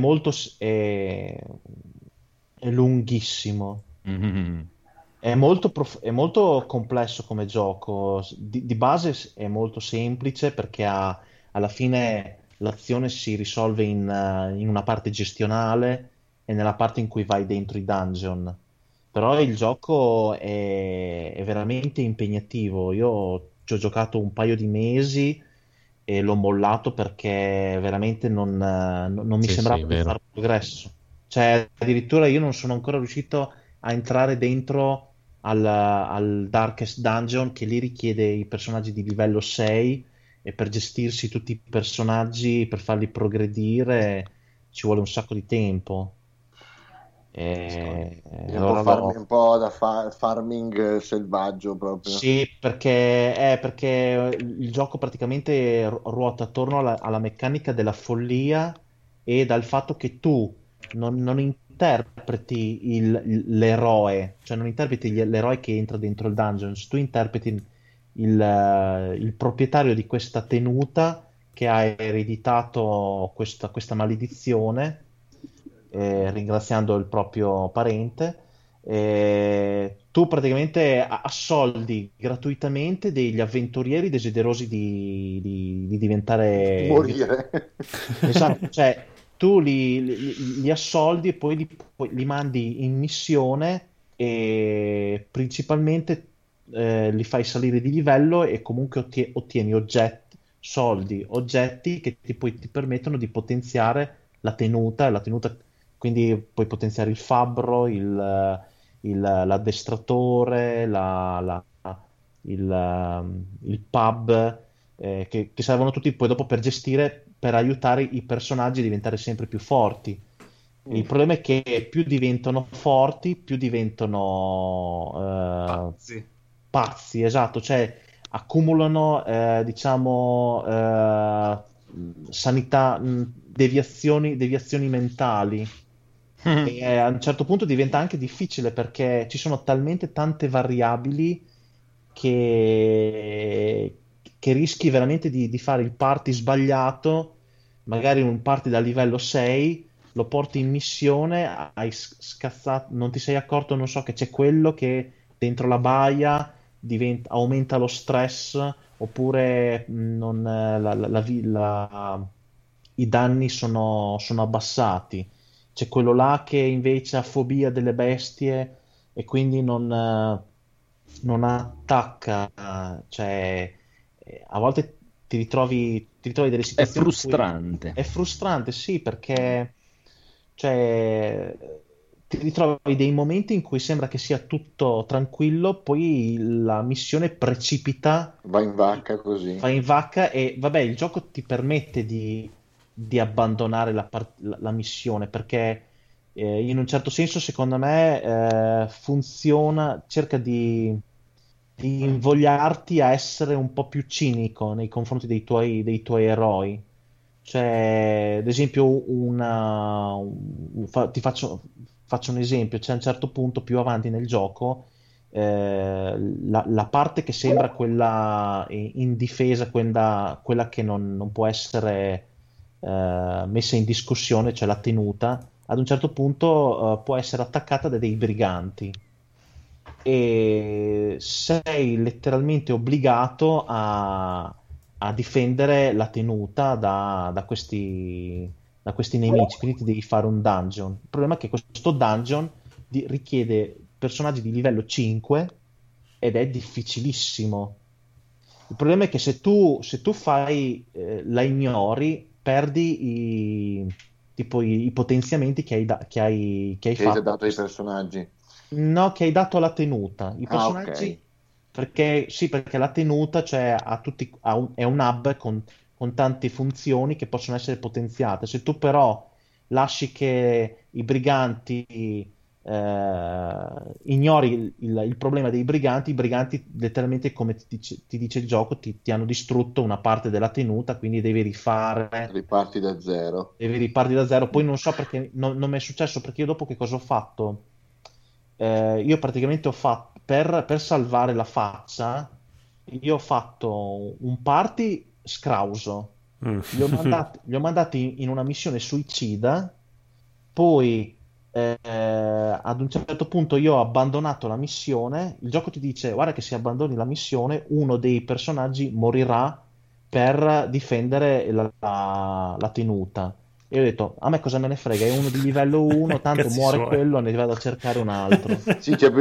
è lunghissimo. Mm-hmm. È molto complesso come gioco. Di base è molto semplice perché alla fine l'azione si risolve in una parte gestionale e nella parte in cui vai dentro i dungeon. Però il gioco è veramente impegnativo. Io ci ho giocato un paio di mesi e l'ho mollato perché veramente non mi Sì, sembrava sì, di vero. fare progresso. Cioè, addirittura io non sono ancora riuscito a entrare dentro al Darkest Dungeon, che lì richiede i personaggi di livello 6 e per gestirsi tutti i personaggi, per farli progredire, ci vuole un sacco di tempo. Un po' da farming selvaggio proprio. Sì, perché il gioco praticamente ruota attorno alla meccanica della follia e dal fatto che tu non interpreti l'eroe, cioè non interpreti l'eroe che entra dentro il dungeon, tu interpreti il proprietario di questa tenuta che ha ereditato questa maledizione, ringraziando il proprio parente. Tu praticamente assoldi gratuitamente degli avventurieri desiderosi di diventare Morire. esatto, cioè tu li assoldi e poi li mandi in missione e principalmente li fai salire di livello e comunque ottieni oggetti che ti permettono di potenziare la tenuta, quindi puoi potenziare il fabbro, l'addestratore, il pub, che servono tutti poi dopo per gestire, per aiutare i personaggi a diventare sempre più forti. Il problema è che più diventano forti, più diventano pazzi, esatto, cioè accumulano, diciamo, deviazioni mentali. E a un certo punto diventa anche difficile perché ci sono talmente tante variabili che rischi veramente di fare il party sbagliato, magari un party da livello 6, lo porti in missione, hai scazzato, non ti sei accorto, non so, che c'è quello che dentro la baia aumenta lo stress, oppure i danni sono abbassati. C'è quello là che invece ha fobia delle bestie e quindi non attacca, cioè a volte ti ritrovi delle situazioni in cui frustrante. è frustrante, sì, perché cioè, ti ritrovi dei momenti in cui sembra che sia tutto tranquillo, poi la missione precipita, Va in vacca così. va in vacca e vabbè, il gioco ti permette di abbandonare la missione perché in un certo senso secondo me funziona, cerca di invogliarti a essere un po' più cinico nei confronti dei tuoi eroi. Cioè, ad esempio, ti faccio un esempio, c'è a un certo punto più avanti nel gioco la parte che sembra quella in difesa, quella che non può essere messa in discussione, cioè la tenuta, ad un certo punto può essere attaccata da dei briganti e sei letteralmente obbligato a difendere la tenuta da questi nemici, quindi ti devi fare un dungeon. Il problema è che questo dungeon richiede personaggi di livello 5 ed è difficilissimo. Il problema è che se tu la ignori, perdi i potenziamenti che hai fatto. dato ai personaggi. No, che hai dato alla tenuta. I personaggi, ok. perché la tenuta, cioè, è un hub con tante funzioni che possono essere potenziate. Se tu però lasci che i briganti ignori il problema dei briganti, i briganti letteralmente, come ti dice il gioco, ti hanno distrutto una parte della tenuta, quindi Riparti da zero. devi ripartire da zero. Poi non so perché non mi è successo, perché io dopo che cosa ho fatto? Io praticamente ho fatto per salvare la faccia, io ho fatto un party scrauso, li ho mandati in una missione suicida, poi ad un certo punto io ho abbandonato la missione, il gioco ti dice guarda che se abbandoni la missione uno dei personaggi morirà per difendere la tenuta. E io ho detto, a me cosa me ne frega, è uno di livello 1, tanto Cazzi muore suoi. quello, ne vado a cercare un altro. Sì, cioè,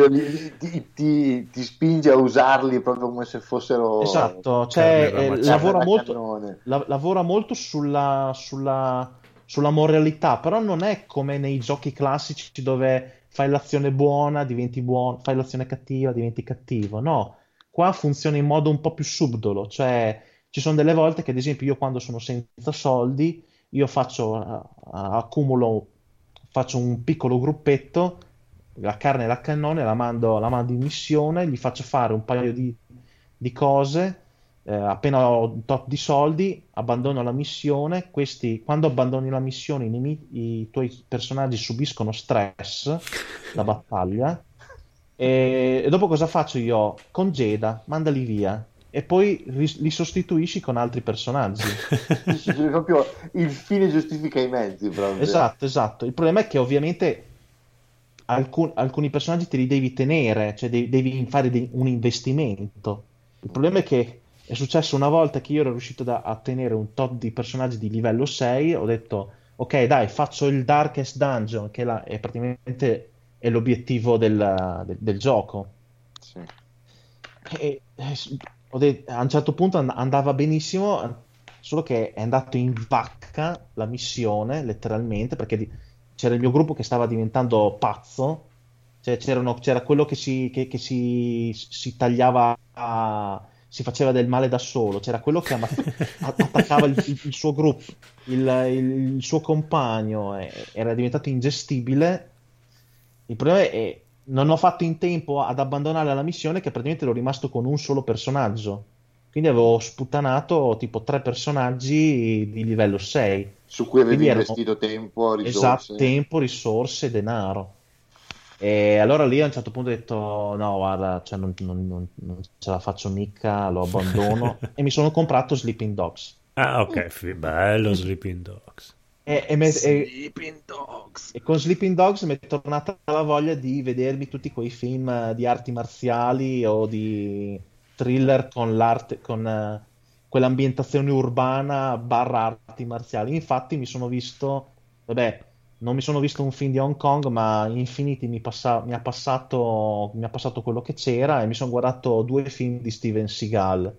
ti spinge a usarli proprio come se fossero Esatto, Carne cioè, da lavora da molto, cannone. lavora molto sulla moralità, però non è come nei giochi classici dove fai l'azione buona, diventi buono, fai l'azione cattiva, diventi cattivo. No, qua funziona in modo un po' più subdolo, cioè ci sono delle volte che ad esempio io quando sono senza soldi, io accumulo, faccio un piccolo gruppetto, la carne da cannone, la mando in missione, gli faccio fare un paio di cose, appena ho un tot di soldi, abbandono la missione. Quando abbandoni la missione, i tuoi personaggi subiscono stress da battaglia. E dopo cosa faccio io? Congeda, mandali via. E poi li sostituisci con altri personaggi. Proprio il fine giustifica i mezzi, proprio. Esatto. Il problema è che ovviamente alcuni personaggi te li devi tenere, cioè devi fare un investimento. Il problema è che è successo una volta che io ero riuscito a tenere un tot di personaggi di livello 6, ho detto ok dai, faccio il Darkest Dungeon, che è praticamente è l'obiettivo del gioco. Sì. E a un certo punto andava benissimo, solo che è andato in vacca la missione, letteralmente, perché c'era il mio gruppo che stava diventando pazzo, cioè c'era quello che si tagliava, si faceva del male da solo, c'era quello che attaccava il suo gruppo, il suo compagno, era diventato ingestibile. Il problema è non ho fatto in tempo ad abbandonare la missione, che praticamente ero rimasto con un solo personaggio, quindi avevo sputtanato tipo 3 personaggi di livello 6 Su cui avevi quindi investito tempo, risorse. esatto, tempo, risorse, denaro. E allora lì a un certo punto ho detto no guarda, cioè, non ce la faccio mica, lo abbandono e mi sono comprato Sleeping Dogs. Ah, ok, bello Sleeping Dogs. Sleeping Dogs. E con Sleeping Dogs mi è tornata la voglia di vedermi tutti quei film di arti marziali o di thriller con l'arte, con quell'ambientazione urbana barra arti marziali. Infatti mi sono visto, vabbè, non mi sono visto un film di Hong Kong, ma Infinity mi ha passato quello che c'era e mi sono guardato 2 film di Steven Seagal.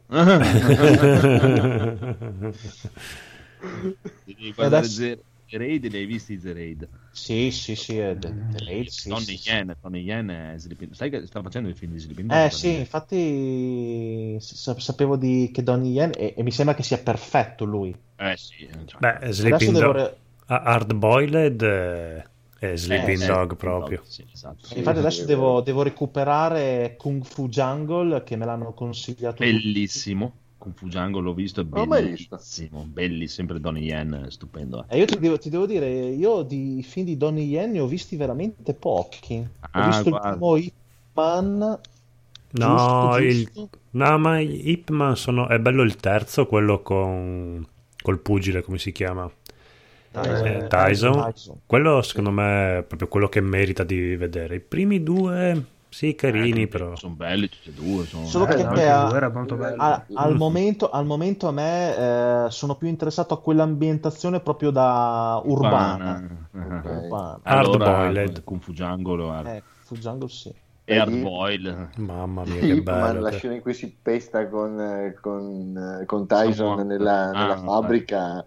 Devi guardare adesso- The Raid, li hai visti The Raid? Sì, The Raid, sì, Tony Yen è Sleeping... Sai che sta facendo il film di Sleeping Dogs? sì, infatti sapevo che Donnie Yen e mi sembra che sia perfetto lui. Sì. Cioè. Beh, Sleeping devo Dog, Hard Boiled è Sleeping Dog Sleeping proprio. Dog, sì, esatto. Sì, Infatti sì, adesso è devo recuperare Kung Fu Jungle, che me l'hanno consigliato tutti. Bellissimo. Kung Fu Jungle l'ho visto, è Non l'ho mai visto. bellissimo. Bellissimo, sempre Donnie Yen, stupendo. E io ti devo dire, io di film di Donnie Yen ne ho visti veramente pochi. Ho visto il guarda. primo Ip Man, No, giusto? no, ma Ip Man è bello il terzo, quello col pugile, come si chiama? Tyson. Quello secondo me è proprio quello che merita di vedere. I primi 2 sì, carini, però Sono belli tutti e due. Solo che anche lui era molto bello. al momento a me sono più interessato a quell'ambientazione proprio da urbana. Urbana. Urbana. Hard Allora, Boiled. Kung Fu Jungle. Fu Jungle sì. E Hardboil. Mamma mia, Sì, che ma bello. la scena in cui si pesta con Tyson nella fabbrica.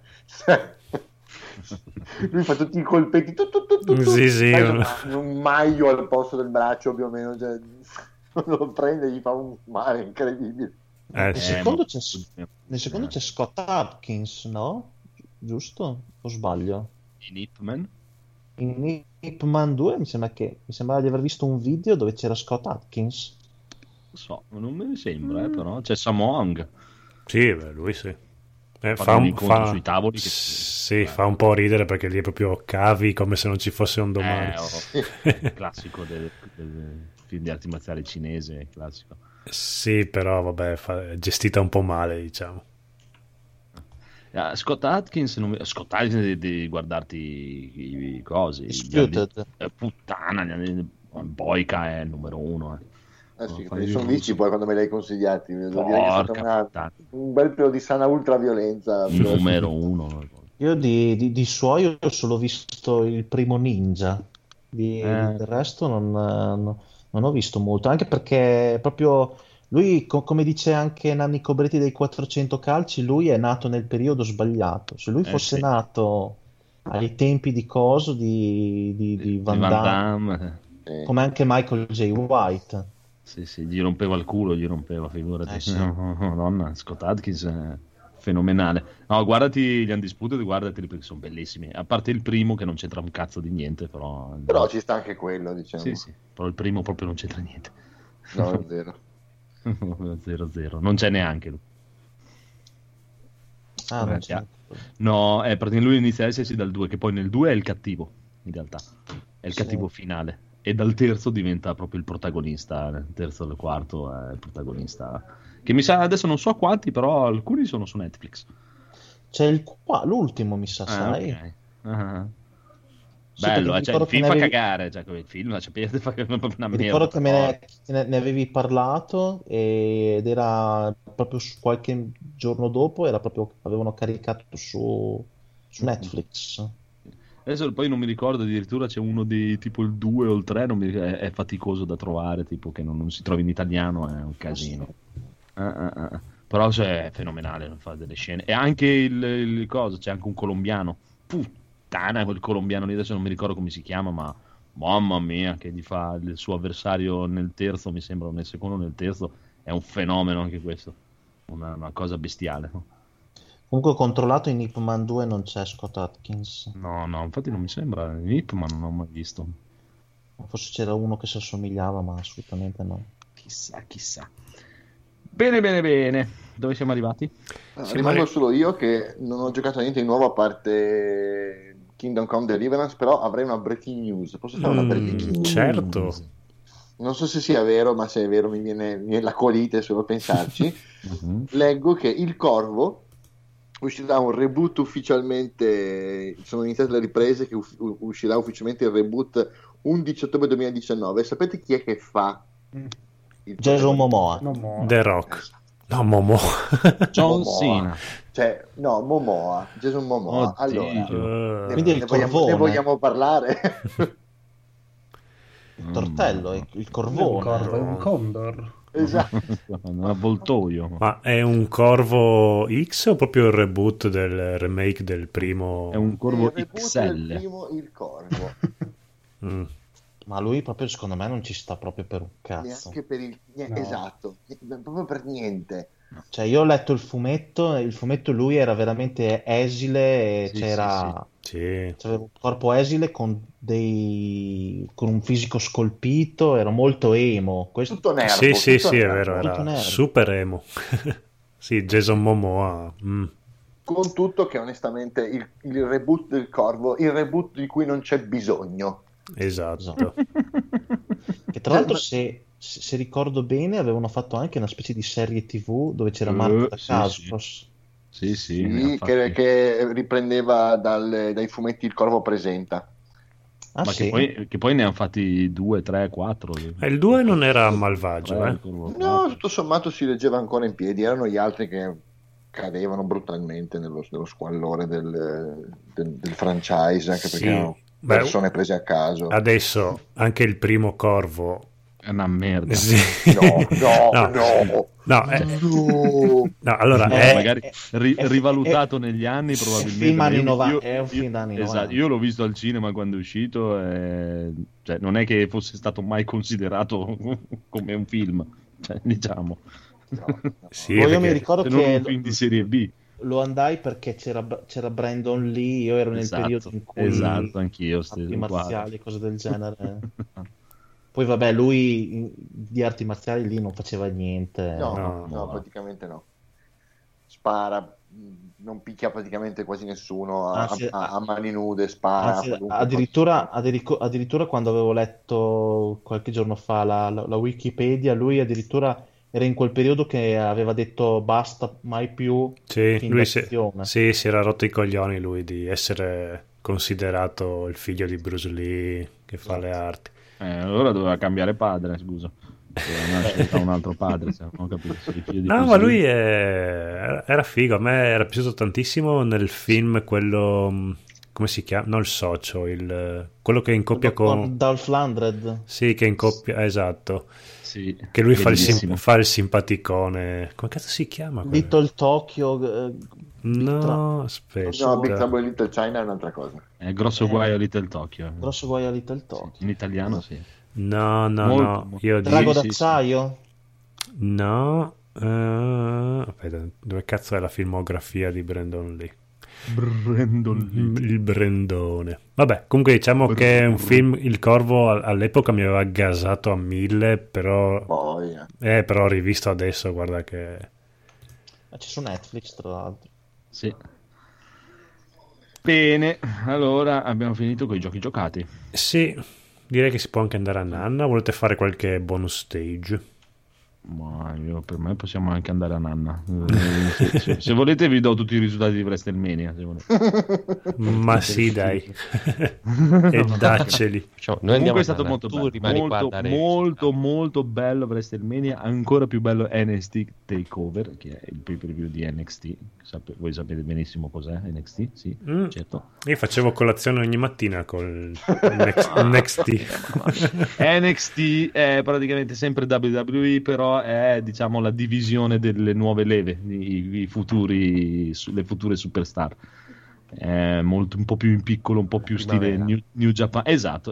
Lui fa tutti i colpetti. Sì, Tyson ha un maglio al posto del braccio più o meno, cioè, lo prende e gli fa un male incredibile. Nel secondo c'è Scott Adkins, no? Giusto? O sbaglio? In Ip Man? In Ip Man 2 mi sembrava di aver visto un video dove c'era Scott Adkins. Non me ne sembra, però c'è Samong. Sì, lui sì. Fa sui tavoli che fa un po' ridere perché lì è proprio cavi come se non ci fosse un domani. Classico del film di arti marziali cinese, classico. Sì, però vabbè, è gestita un po' male, diciamo. Scott Adkins devi guardarti i cosi. Puttana, Boyka è il numero 1. Sì, me li sono visti poi quando me li hai consigliati. Devo dire che è stato un bel periodo di sana ultraviolenza. Numero 1. Io di suoi ho solo visto il primo Ninja. Del resto non ho visto molto, anche perché proprio lui, come dice anche Nanni Cobretti dei 400 calci, lui è nato nel periodo sbagliato. Se lui fosse nato ai tempi di coso di Van Damme, come anche Michael J. White. Sì, gli rompeva il culo, figurati. Madonna, Scott Adkins è fenomenale. No, guardati gli Undisputed, guardateli perché sono bellissimi. A parte il primo che non c'entra un cazzo di niente, però ci sta anche quello, diciamo. Sì, però il primo proprio non c'entra niente. No, è vero. 0-0, non c'è neanche lui. Non c'è. No, perché lui inizia a esserci dal 2, che poi nel 2 è il cattivo, in realtà. È il cattivo finale. E dal terzo diventa proprio il protagonista. Nel terzo e il quarto è il protagonista. Che mi sa, adesso non so quanti, però alcuni sono su Netflix. C'è l'ultimo, mi sa, sai? Okay. Uh-huh. Bello, il film fa cagare, il film fa proprio una merda. Ricordo che ne avevi parlato ed era proprio qualche giorno dopo, avevano caricato su Netflix. Adesso poi non mi ricordo, addirittura c'è uno di tipo il 2 o il 3, è faticoso da trovare, tipo che non si trova in italiano, è un casino. Però è fenomenale, fa delle scene. E anche il coso, c'è anche un colombiano. Puttana, quel colombiano lì, adesso non mi ricordo come si chiama, ma mamma mia, che gli fa il suo avversario nel terzo, mi sembra, nel secondo o nel terzo, è un fenomeno anche questo. Una cosa bestiale. Comunque ho controllato in Ip Man 2 non c'è Scott Adkins. No, infatti non mi sembra. In Ip Man non ho mai visto. Forse c'era uno che si assomigliava, ma assolutamente no. Chissà. Bene. Dove siamo arrivati? Rimango solo io che non ho giocato a niente di nuovo a parte Kingdom Come Deliverance, però avrei una breaking news. Posso fare una breaking news? Certo. Non so se sia vero, ma se è vero mi viene la colite solo a pensarci. Leggo che Il Corvo uscirà un reboot ufficialmente, sono iniziate le riprese, che uscirà ufficialmente il reboot 11 ottobre 2019. Sapete chi è che fa? Jason Momoa. The Rock. No, Momoa. John Cena. Momoa. Jason Momoa. Allora, quindi ne vogliamo parlare? Il tortello, il corvone. È un condor. Esatto. Un avvoltoio. Ma è un corvo X o proprio il reboot del remake del primo? È un corvo il XL. Del primo, il corvo. Ma lui proprio, secondo me, non ci sta proprio per un cazzo. Neanche per il... Esatto, proprio per niente. Cioè, io ho letto il fumetto lui era veramente esile, c'era un corpo esile con un fisico scolpito, era molto emo. Tutto nervo. Sì, è vero, era super emo. Sì, Jason Momoa. Con tutto che onestamente il reboot del Corvo, il reboot di cui non c'è bisogno. Esatto. Che tra l'altro se ricordo bene avevano fatto anche una specie di serie TV dove c'era Marta Casos. Sì, che riprendeva dai fumetti Il Corvo Presenta. Ma che poi ne hanno fatti 2, 3, 4. Il 2 non era malvagio, No, tutto sommato si leggeva ancora in piedi. Erano gli altri che cadevano brutalmente nello squallore del franchise, anche perché erano persone prese a caso. Adesso anche il primo Corvo È una merda. Sì. No, allora magari rivalutato negli anni probabilmente. È un film anni 90. Esatto, io l'ho visto al cinema quando è uscito, cioè, non è che fosse stato mai considerato come un film, cioè, diciamo. Sì, io mi ricordo se che non un film di serie B. Lo andai perché c'era Brandon Lee, io ero nel periodo in cui anch'io arti marziali, cose del genere. Poi vabbè, lui di arti marziali lì non faceva niente. No, praticamente no. Spara, non picchia praticamente quasi nessuno, a mani nude, spara. Addirittura quando avevo letto qualche giorno fa la Wikipedia, lui addirittura era in quel periodo che aveva detto basta mai più. Sì, lui si era rotto i coglioni lui di essere considerato il figlio di Bruce Lee che fa le arti. Allora doveva cambiare padre, scusa. Un altro padre, se non ho capito. No, ma lui era figo. A me era piaciuto tantissimo nel film quello, come si chiama? Non il socio, quello che è in coppia con Dolph Lundgren. Sì, che è in coppia, esatto. Sì, che lui fa il simpaticone. Come cazzo si chiama? Little Tokyo. No, aspetta. No, Big Trouble in Little China è un'altra cosa. È Grosso Guaio a Little Tokyo. Grosso Guaio a Little Tokyo. In italiano, sì. No. Io Drago d'acciaio? No. Aspetta, dove cazzo è la filmografia di Brandon Lee? Il Brendone. Vabbè, comunque diciamo che è un film. Il Corvo all'epoca mi aveva gasato a 1000, però però rivisto adesso, guarda che c'è su Netflix, tra l'altro. Sì. Bene, allora abbiamo finito con i giochi giocati. Sì, direi che si può anche andare a nanna. Volete fare qualche bonus stage? Ma per me possiamo anche andare a nanna. Se volete vi do tutti i risultati di WrestleMania. Ma sì, dai. E dacceli. Comunque è stato molto bello WrestleMania. Ancora più bello NXT TakeOver, che è il pay per view di NXT. Voi sapete benissimo cos'è NXT? Sì, certo. Io facevo colazione ogni mattina con NXT. NXT è praticamente sempre WWE, però è, diciamo, la divisione delle nuove leve, le future superstar. È un po' più in piccolo, un po' più stile New Japan. Esatto.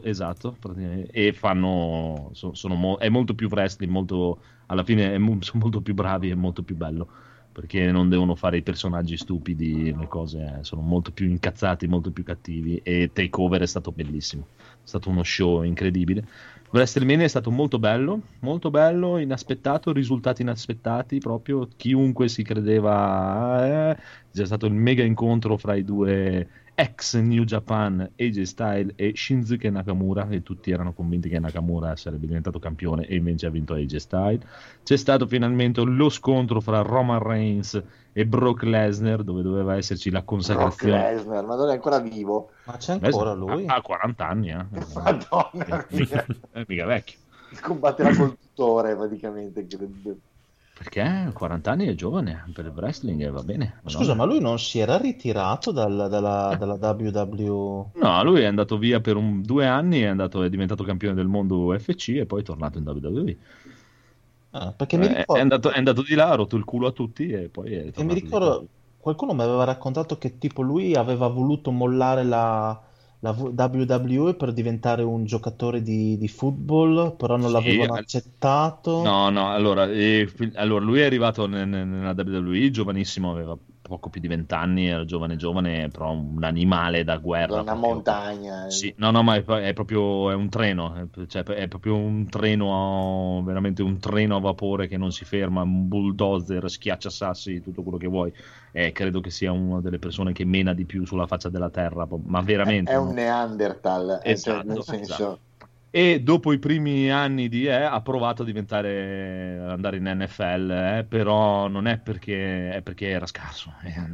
E fanno è molto più wrestling, alla fine sono molto più bravi e molto più bello, perché non devono fare i personaggi stupidi, le cose sono molto più incazzati, molto più cattivi, e TakeOver è stato bellissimo, è stato uno show incredibile. WrestleMania è stato molto bello, inaspettato, risultati inaspettati, proprio chiunque si credeva. C'è stato il mega incontro fra i due ex New Japan, AJ Styles e Shinsuke Nakamura, e tutti erano convinti che Nakamura sarebbe diventato campione e invece ha vinto AJ Styles. C'è stato finalmente lo scontro fra Roman Reigns e Brock Lesnar, dove doveva esserci la consacrazione. Brock Lesnar, ma non è ancora vivo? Ma c'è ancora lui? Ha 40 anni, Madonna mia. È mica vecchio. Combatterà col tutore praticamente, credo. Perché 40 anni è giovane per il wrestling, va bene. Scusa, ma lui non si era ritirato dalla WWE? No, lui è andato via per 2 anni, è diventato campione del mondo UFC e poi è tornato in WWE. Perché mi ricordo... è andato di là, ha rotto il culo a tutti e poi è tornato. Mi ricordo, qualcuno mi aveva raccontato che tipo lui aveva voluto mollare la WWE per diventare un giocatore di football, però non l'avevano accettato. No, allora lui è arrivato nella WWE giovanissimo, aveva poco più di 20 anni, era giovane, però un animale da guerra. Una montagna. Sì, no, ma è proprio un treno, cioè è proprio un treno, veramente un treno a vapore che non si ferma, un bulldozer, schiacciasassi, tutto quello che vuoi. Credo che sia una delle persone che mena di più sulla faccia della terra, ma veramente. È un Neanderthal, esatto, nel senso. Esatto. E dopo i primi anni ha provato ad andare in NFL, però non è perché era scarso.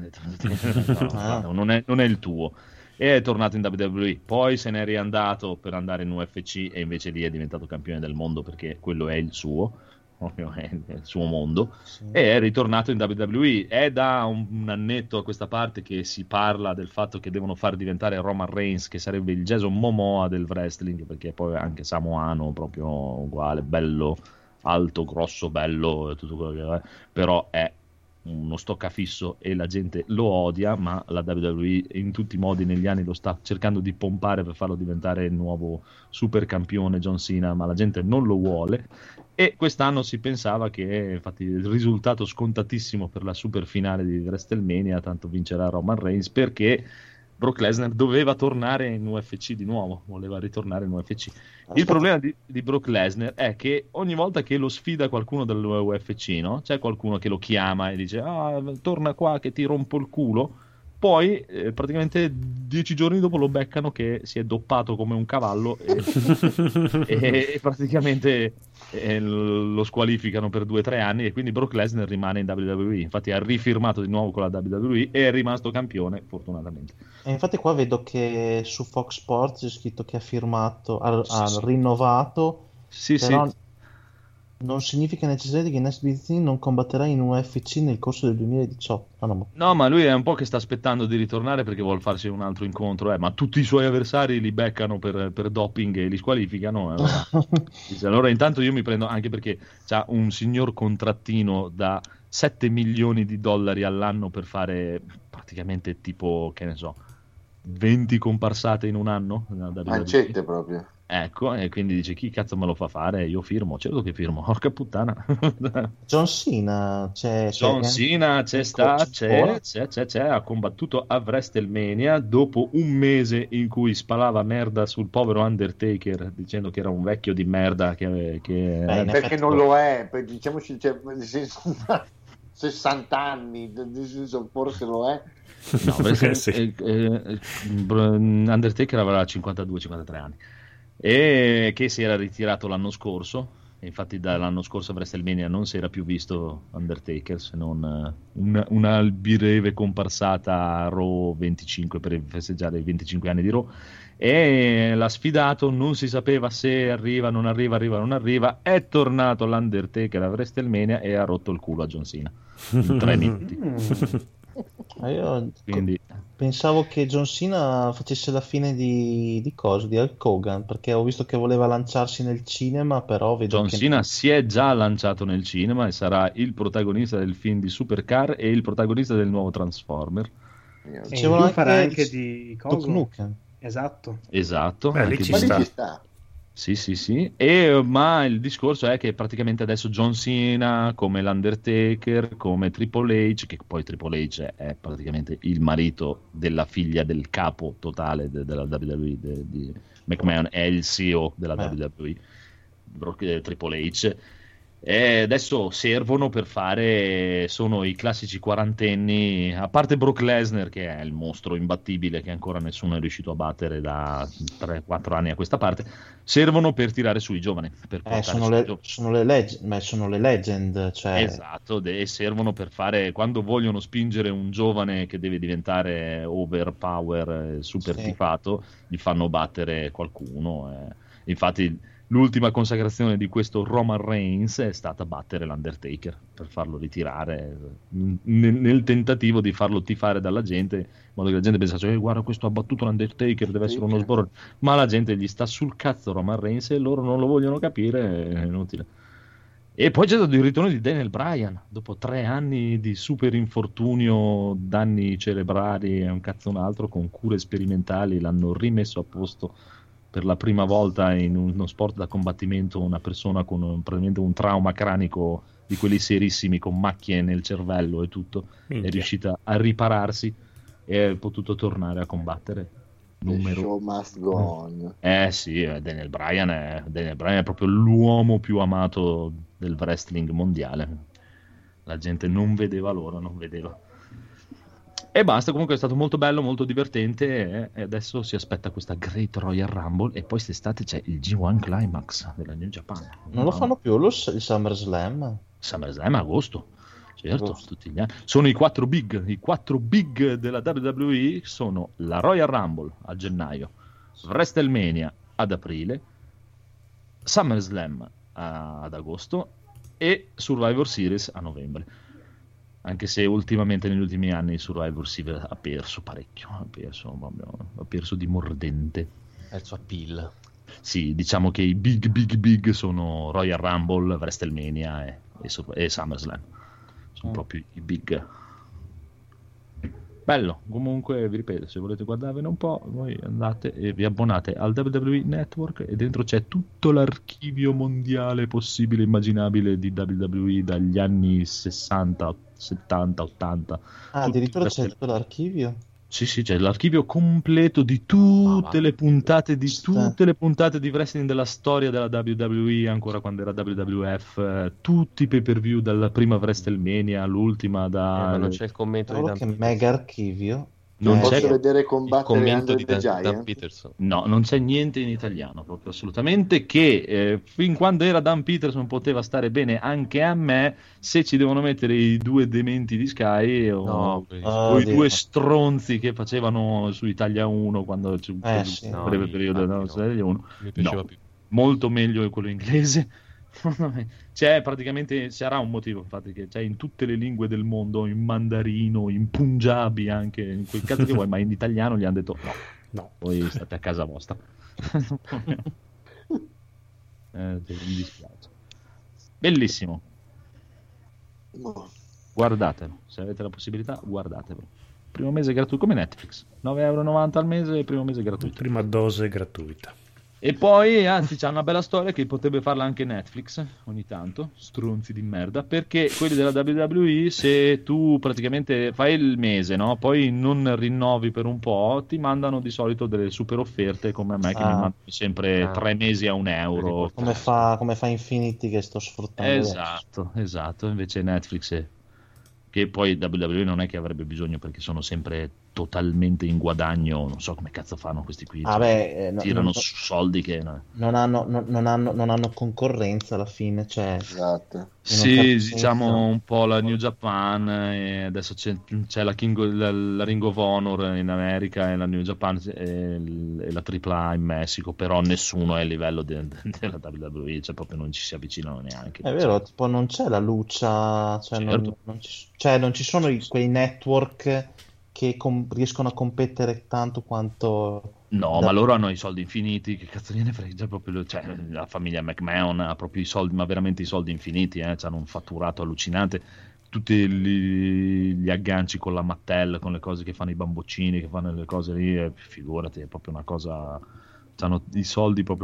Non è il tuo. E è tornato in WWE, poi se n'è riandato per andare in UFC e invece lì è diventato campione del mondo perché quello è il suo. proprio è il suo mondo, e è ritornato in WWE. È da un annetto a questa parte che si parla del fatto che devono far diventare Roman Reigns, che sarebbe il Jason Momoa del wrestling, perché poi è anche samoano, proprio uguale, bello, alto, grosso, bello, tutto quello che è, però è uno stoccafisso e la gente lo odia, ma la WWE in tutti i modi negli anni lo sta cercando di pompare per farlo diventare il nuovo super campione John Cena, ma la gente non lo vuole. E quest'anno si pensava che, infatti, il risultato scontatissimo per la super finale di WrestleMania, tanto vincerà Roman Reigns, perché Brock Lesnar doveva tornare in UFC di nuovo, voleva ritornare in UFC. Il problema di Brock Lesnar è che ogni volta che lo sfida qualcuno dell'UFC, no? C'è qualcuno che lo chiama e dice torna qua che ti rompo il culo, poi praticamente 10 giorni dopo lo beccano che si è doppato come un cavallo e praticamente lo squalificano per 2-3 anni, e quindi Brock Lesnar rimane in WWE. Infatti ha rifirmato di nuovo con la WWE e è rimasto campione, fortunatamente. E infatti qua vedo che su Fox Sports c'è scritto che ha firmato, ha rinnovato, però sì. non significa necessariamente che Next Big Thing non combatterà in UFC nel corso del 2018. No, ma lui è un po' che sta aspettando di ritornare perché vuole farsi un altro incontro, ma tutti i suoi avversari li beccano per doping e li squalificano. Allora intanto io mi prendo, anche perché c'ha un signor contrattino da $7 milioni all'anno per fare praticamente tipo, che ne so, 20 comparsate in un anno. Mancette proprio. Ecco, e quindi dice: chi cazzo me lo fa fare? Io firmo, certo che firmo, porca puttana. John Cena c'è ha combattuto a WrestleMania dopo un mese in cui spalava merda sul povero Undertaker dicendo che era un vecchio di merda perché non lo è, diciamoci, 60 anni, forse lo è. No, perché Undertaker aveva 52-53 anni e che si era ritirato l'anno scorso. Infatti dall'anno scorso a WrestleMania non si era più visto Undertaker, se non una breve comparsata a Raw 25 per festeggiare i 25 anni di Raw, e l'ha sfidato, non si sapeva se arriva, non arriva, è tornato l'Undertaker a WrestleMania e ha rotto il culo a John Cena in 3 minuti. Io quindi pensavo che John Cena facesse la fine di Hulk Hogan, perché ho visto che voleva lanciarsi nel cinema, però vedo John Cena si è già lanciato nel cinema e sarà il protagonista del film di Supercar e il protagonista del nuovo Transformer. E lui farà anche di Duke Nukem. Esatto. Lì ci sta. Sì. Ma il discorso è che praticamente adesso John Cena, come l'Undertaker, come Triple H, che poi Triple H è praticamente il marito della figlia del capo totale della WWE, di McMahon, è il CEO della WWE, Triple H. E adesso servono per fare, sono i classici quarantenni, a parte Brock Lesnar che è il mostro imbattibile che ancora nessuno è riuscito a battere da 3-4 anni a questa parte, servono per tirare su i giovani, per sono le legend, cioè... Esatto, e servono per fare, quando vogliono spingere un giovane che deve diventare overpower, super tifato, gli fanno battere qualcuno. Infatti l'ultima consacrazione di questo Roman Reigns è stata battere l'Undertaker per farlo ritirare, nel tentativo di farlo tifare dalla gente, in modo che la gente pensasse guarda, questo ha battuto l'Undertaker, deve essere uno sborone, ma la gente gli sta sul cazzo Roman Reigns e loro non lo vogliono capire, è inutile. E poi c'è stato il ritorno di Daniel Bryan dopo 3 anni di super infortunio, danni cerebrali e un cazzo un altro, con cure sperimentali l'hanno rimesso a posto per la prima volta in uno sport da combattimento. Una persona con probabilmente un trauma cranico di quelli serissimi, con macchie nel cervello e tutto, è riuscita a ripararsi e è potuto tornare a combattere. The show must go on. Sì, Daniel Bryan è proprio l'uomo più amato del wrestling mondiale. La gente non vedeva l'ora. E basta, comunque è stato molto bello, molto divertente, e adesso si aspetta questa Great Royal Rumble e poi quest'estate c'è il G1 Climax della New Japan. Non lo fanno più il SummerSlam? SummerSlam a agosto, certo, tutti gli anni. Sono i 4 big della WWE sono la Royal Rumble a gennaio, WrestleMania ad aprile, SummerSlam ad agosto e Survivor Series a novembre. Anche se ultimamente negli ultimi anni Survivor Series ha perso parecchio, ha perso di mordente. È il suo appeal. Sì, diciamo che i big sono Royal Rumble, WrestleMania e SummerSlam. Sono proprio i big. Bello, comunque vi ripeto, se volete guardarvene un po', voi andate e vi abbonate al WWE Network e dentro c'è tutto l'archivio mondiale possibile e immaginabile di WWE dagli anni 60, 70, 80. Ah, addirittura c'è tutto l'archivio? Sì, c'è l'archivio completo di tutte le puntate di wrestling della storia della WWE, ancora quando era WWF, tutti i pay-per-view dalla prima WrestleMania all'ultima ma non c'è il commento di Dan che mega archivio. Non Posso c'è vedere il combattere commento Andre di the Dan Giant? Peterson. No, non c'è niente in italiano, proprio assolutamente, che fin quando era Dan Peterson poteva stare bene anche a me, se ci devono mettere i due dementi di Sky o i due stronzi che facevano su Italia 1 quando c'è un breve periodo della Italia 1. Mi piaceva più. Molto meglio quello inglese. C'è praticamente, sarà un motivo infatti che c'è in tutte le lingue del mondo, in mandarino, in punjabi, anche in quel caso che vuoi, ma in italiano gli hanno detto no, voi state a casa vostra. Mi dispiace. Bellissimo, guardatelo, se avete la possibilità guardatelo. Primo mese gratuito come Netflix, 9,90 € al mese, primo mese gratuito, prima dose gratuita. e poi anzi c'è una bella storia che potrebbe farla anche Netflix ogni tanto, stronzi di merda, perché quelli della WWE, se tu praticamente fai il mese, no? Poi non rinnovi per un po', ti mandano di solito delle super offerte come a me, che mi mandano sempre 3 mesi a €1. Come fa Infinity che sto sfruttando. Esatto, invece Netflix che poi WWE non è che avrebbe bisogno, perché sono sempre totalmente in guadagno, non so come cazzo fanno questi qui, tirano su soldi che non hanno concorrenza alla fine, cioè esatto. Sì, diciamo un po' la New Japan, e adesso c'è la Ring of Honor in America e la New Japan e la AAA in Messico, però nessuno è a livello della WWE, cioè proprio non ci si avvicinano neanche. È vero, tipo non c'è la luce, cioè Certo. non ci sono quei network che riescono a competere tanto quanto... No, ma loro hanno i soldi infiniti, che cazzo gliene frega, proprio, cioè, la famiglia McMahon ha proprio i soldi, ma veramente i soldi infiniti, hanno un fatturato allucinante, tutti gli agganci con la Mattel, con le cose che fanno i bamboccini, che fanno le cose lì, figurati, è proprio una cosa... Hanno i soldi proprio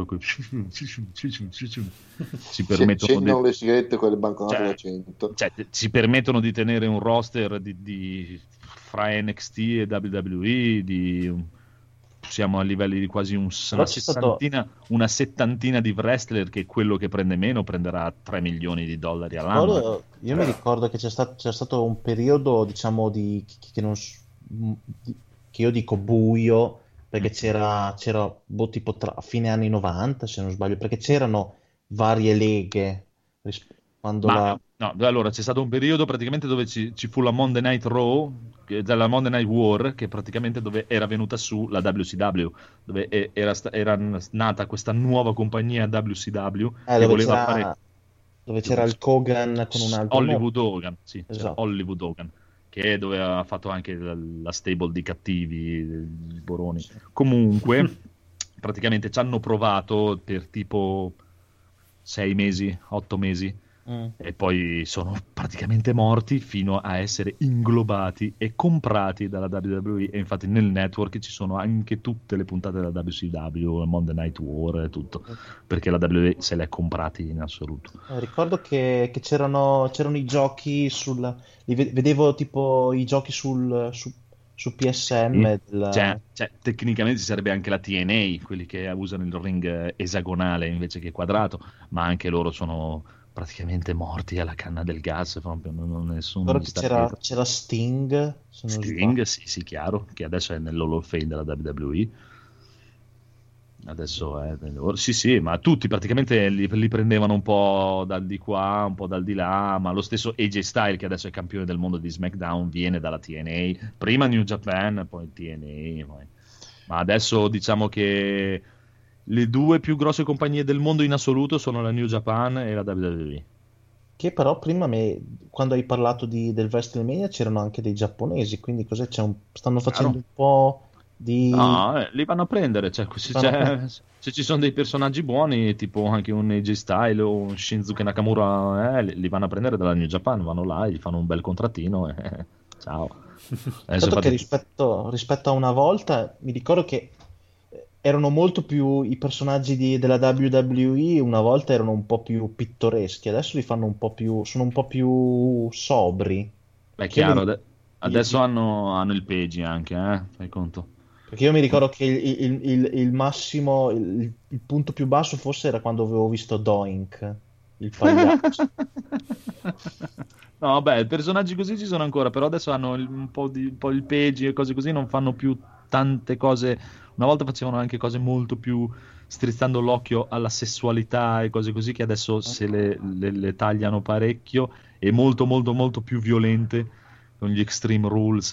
si permettono scendono le sigarette con le banconote da 100, si permettono di tenere un roster fra NXT e WWE siamo a livelli di quasi una settantina di wrestler, che quello che prende meno prenderà $3 milioni all'anno. Io mi ricordo che c'è stato un periodo, diciamo, che io dico buio, perché c'era tipo a fine anni 90, se non sbaglio, perché c'erano varie leghe allora c'è stato un periodo praticamente dove ci fu la Monday Night Raw, la Monday Night War, che praticamente dove era venuta su la WCW, dove era nata questa nuova compagnia WCW che voleva fare, dove c'era il Hogan con un altro Hollywood Hogan, sì, esatto. Hollywood Hogan, che dove ha fatto anche la stable di cattivi, i Boroni. Comunque, praticamente ci hanno provato per tipo 6 mesi, 8 mesi, e poi sono praticamente morti fino a essere inglobati e comprati dalla WWE. E infatti nel network ci sono anche tutte le puntate della WCW, Monday Night War e tutto, perché la WWE se le ha comprati in assoluto. Ricordo che c'erano i giochi vedevo tipo i giochi su PSM. Cioè, tecnicamente ci sarebbe anche la TNA, quelli che usano il ring esagonale invece che quadrato, ma anche loro sono praticamente morti alla canna del gas, proprio nessuno c'era Sting, sì, chiaro, che adesso è nell'Hall of Fame della WWE. Adesso sì, ma tutti praticamente li prendevano un po' dal di qua, un po' dal di là, ma lo stesso AJ Styles, che adesso è campione del mondo di SmackDown, viene dalla TNA, prima New Japan, poi TNA, ma adesso diciamo che le due più grosse compagnie del mondo in assoluto sono la New Japan e la WWE. Che però prima quando hai parlato del WrestleMania c'erano anche dei giapponesi, quindi cos'è? Stanno facendo un po' di... No, li vanno a prendere, cioè, se ci sono dei personaggi buoni, tipo anche un AJ Styles o un Shinsuke Nakamura, li vanno a prendere dalla New Japan, vanno là, gli fanno un bel contrattino e ciao. Tanto che rispetto a una volta, mi ricordo che erano molto più i personaggi della WWE, una volta erano un po' più pittoreschi, adesso li fanno sono un po' più sobri. Beh, chiaro, adesso hanno il Peggy anche, fai conto. Perché io mi ricordo che il massimo, il punto più basso forse era quando avevo visto Doink, il pagliaccio. No, beh, personaggi così ci sono ancora, però adesso hanno un po' il Peggy e cose così, non fanno più tante cose. Una volta facevano anche cose molto più strizzando l'occhio alla sessualità e cose così, che adesso se le tagliano parecchio e molto molto molto più violente, con gli Extreme Rules,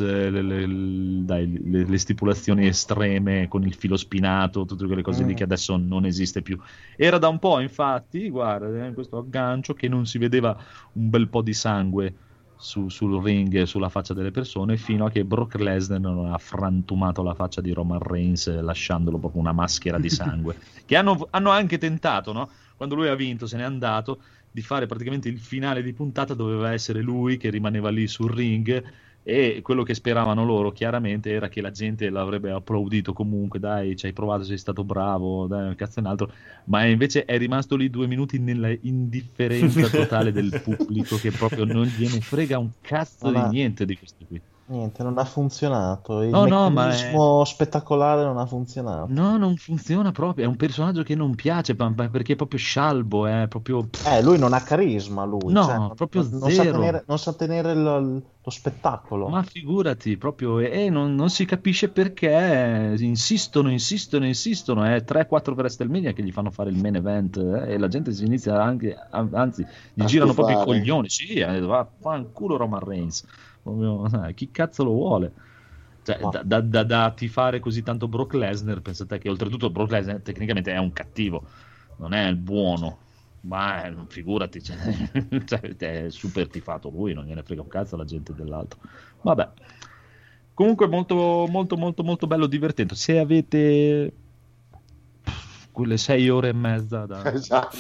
le stipulazioni estreme, con il filo spinato, tutte quelle cose lì che adesso non esiste più. Era da un po', infatti, guarda, questo aggancio, che non si vedeva un bel po' di sangue sul ring e sulla faccia delle persone, fino a che Brock Lesnar non ha frantumato la faccia di Roman Reigns, lasciandolo proprio una maschera di sangue. Che hanno anche tentato, no? Quando lui ha vinto, se n'è andato, di fare praticamente il finale di puntata, doveva essere lui che rimaneva lì sul ring, e quello che speravano loro chiaramente era che la gente l'avrebbe applaudito comunque, dai, ci hai provato, sei stato bravo, dai, un cazzo e un altro, ma invece è rimasto lì 2 minuti nella indifferenza totale del pubblico, che proprio non gliene frega un cazzo di niente di questo qui. Niente, non ha funzionato. Il meccanismo spettacolare non ha funzionato. No, non funziona proprio. È un personaggio che non piace perché è proprio scialbo. È proprio... lui non ha carisma. Lui, no, cioè, proprio zero. Non sa tenere lo spettacolo. Ma figurati, proprio. E non si capisce perché insistono. È 3-4 WrestleMania che gli fanno fare il main event. E la gente si inizia anche. Anzi, gli girano proprio i coglioni. Sì, va in culo Roman Reigns. Chi cazzo lo vuole? Cioè, da tifare così tanto Brock Lesnar, pensate che oltretutto Brock Lesnar tecnicamente è un cattivo, non è il buono, ma figurati, cioè, è super tifato lui, non gliene frega un cazzo la gente dell'altro. Vabbè, comunque molto molto molto molto bello, divertente. Se avete quelle 6 ore e mezza esatto.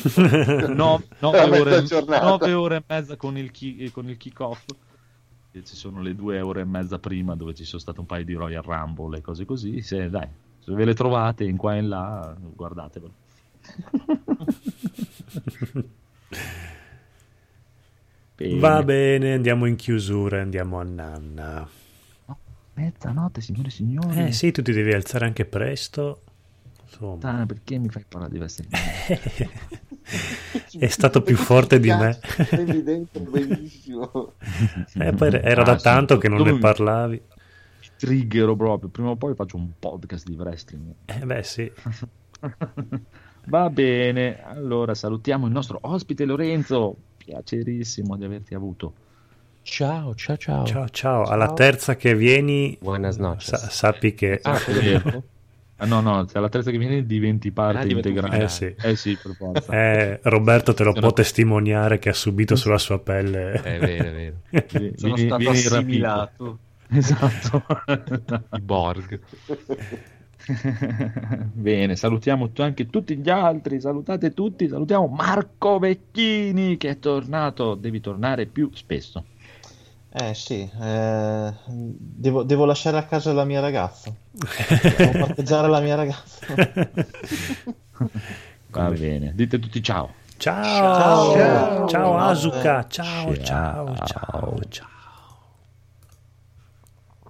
9 ore e mezza con il kick-off, ci sono le 2 ore e mezza prima dove ci sono state un paio di Royal Rumble e cose così, se ve le trovate in qua e in là, guardatevelo. Va bene, andiamo in chiusura, andiamo a nanna. Mezzanotte, signore e signori. Sì, tu ti devi alzare anche presto. Insomma. Perché mi fai parlare di WrestleMania? È stato più forte di me. Prendi dentro, benissimo. Poi era da tanto che non ne parlavi. Triggero proprio. Prima o poi faccio un podcast di wrestling. Sì. Va bene. Allora salutiamo il nostro ospite Lorenzo. Piacerissimo di averti avuto. Ciao. Ciao. Alla terza che vieni, buenas noches. Sappi che... No, se alla terza che viene diventi parte integrante. Sì, per forza. Roberto te lo può testimoniare, che ha subito sulla sua pelle. È vero. Sono stato assimilato. Esatto. I Borg. Bene, salutiamo anche tutti gli altri. Salutate tutti. Salutiamo Marco Vecchini, che è tornato. Devi tornare più spesso. Sì, devo lasciare a casa la mia ragazza. Devo parcheggiare la mia ragazza. Va bene, dite tutti ciao. Ciao Asuka. Ciao.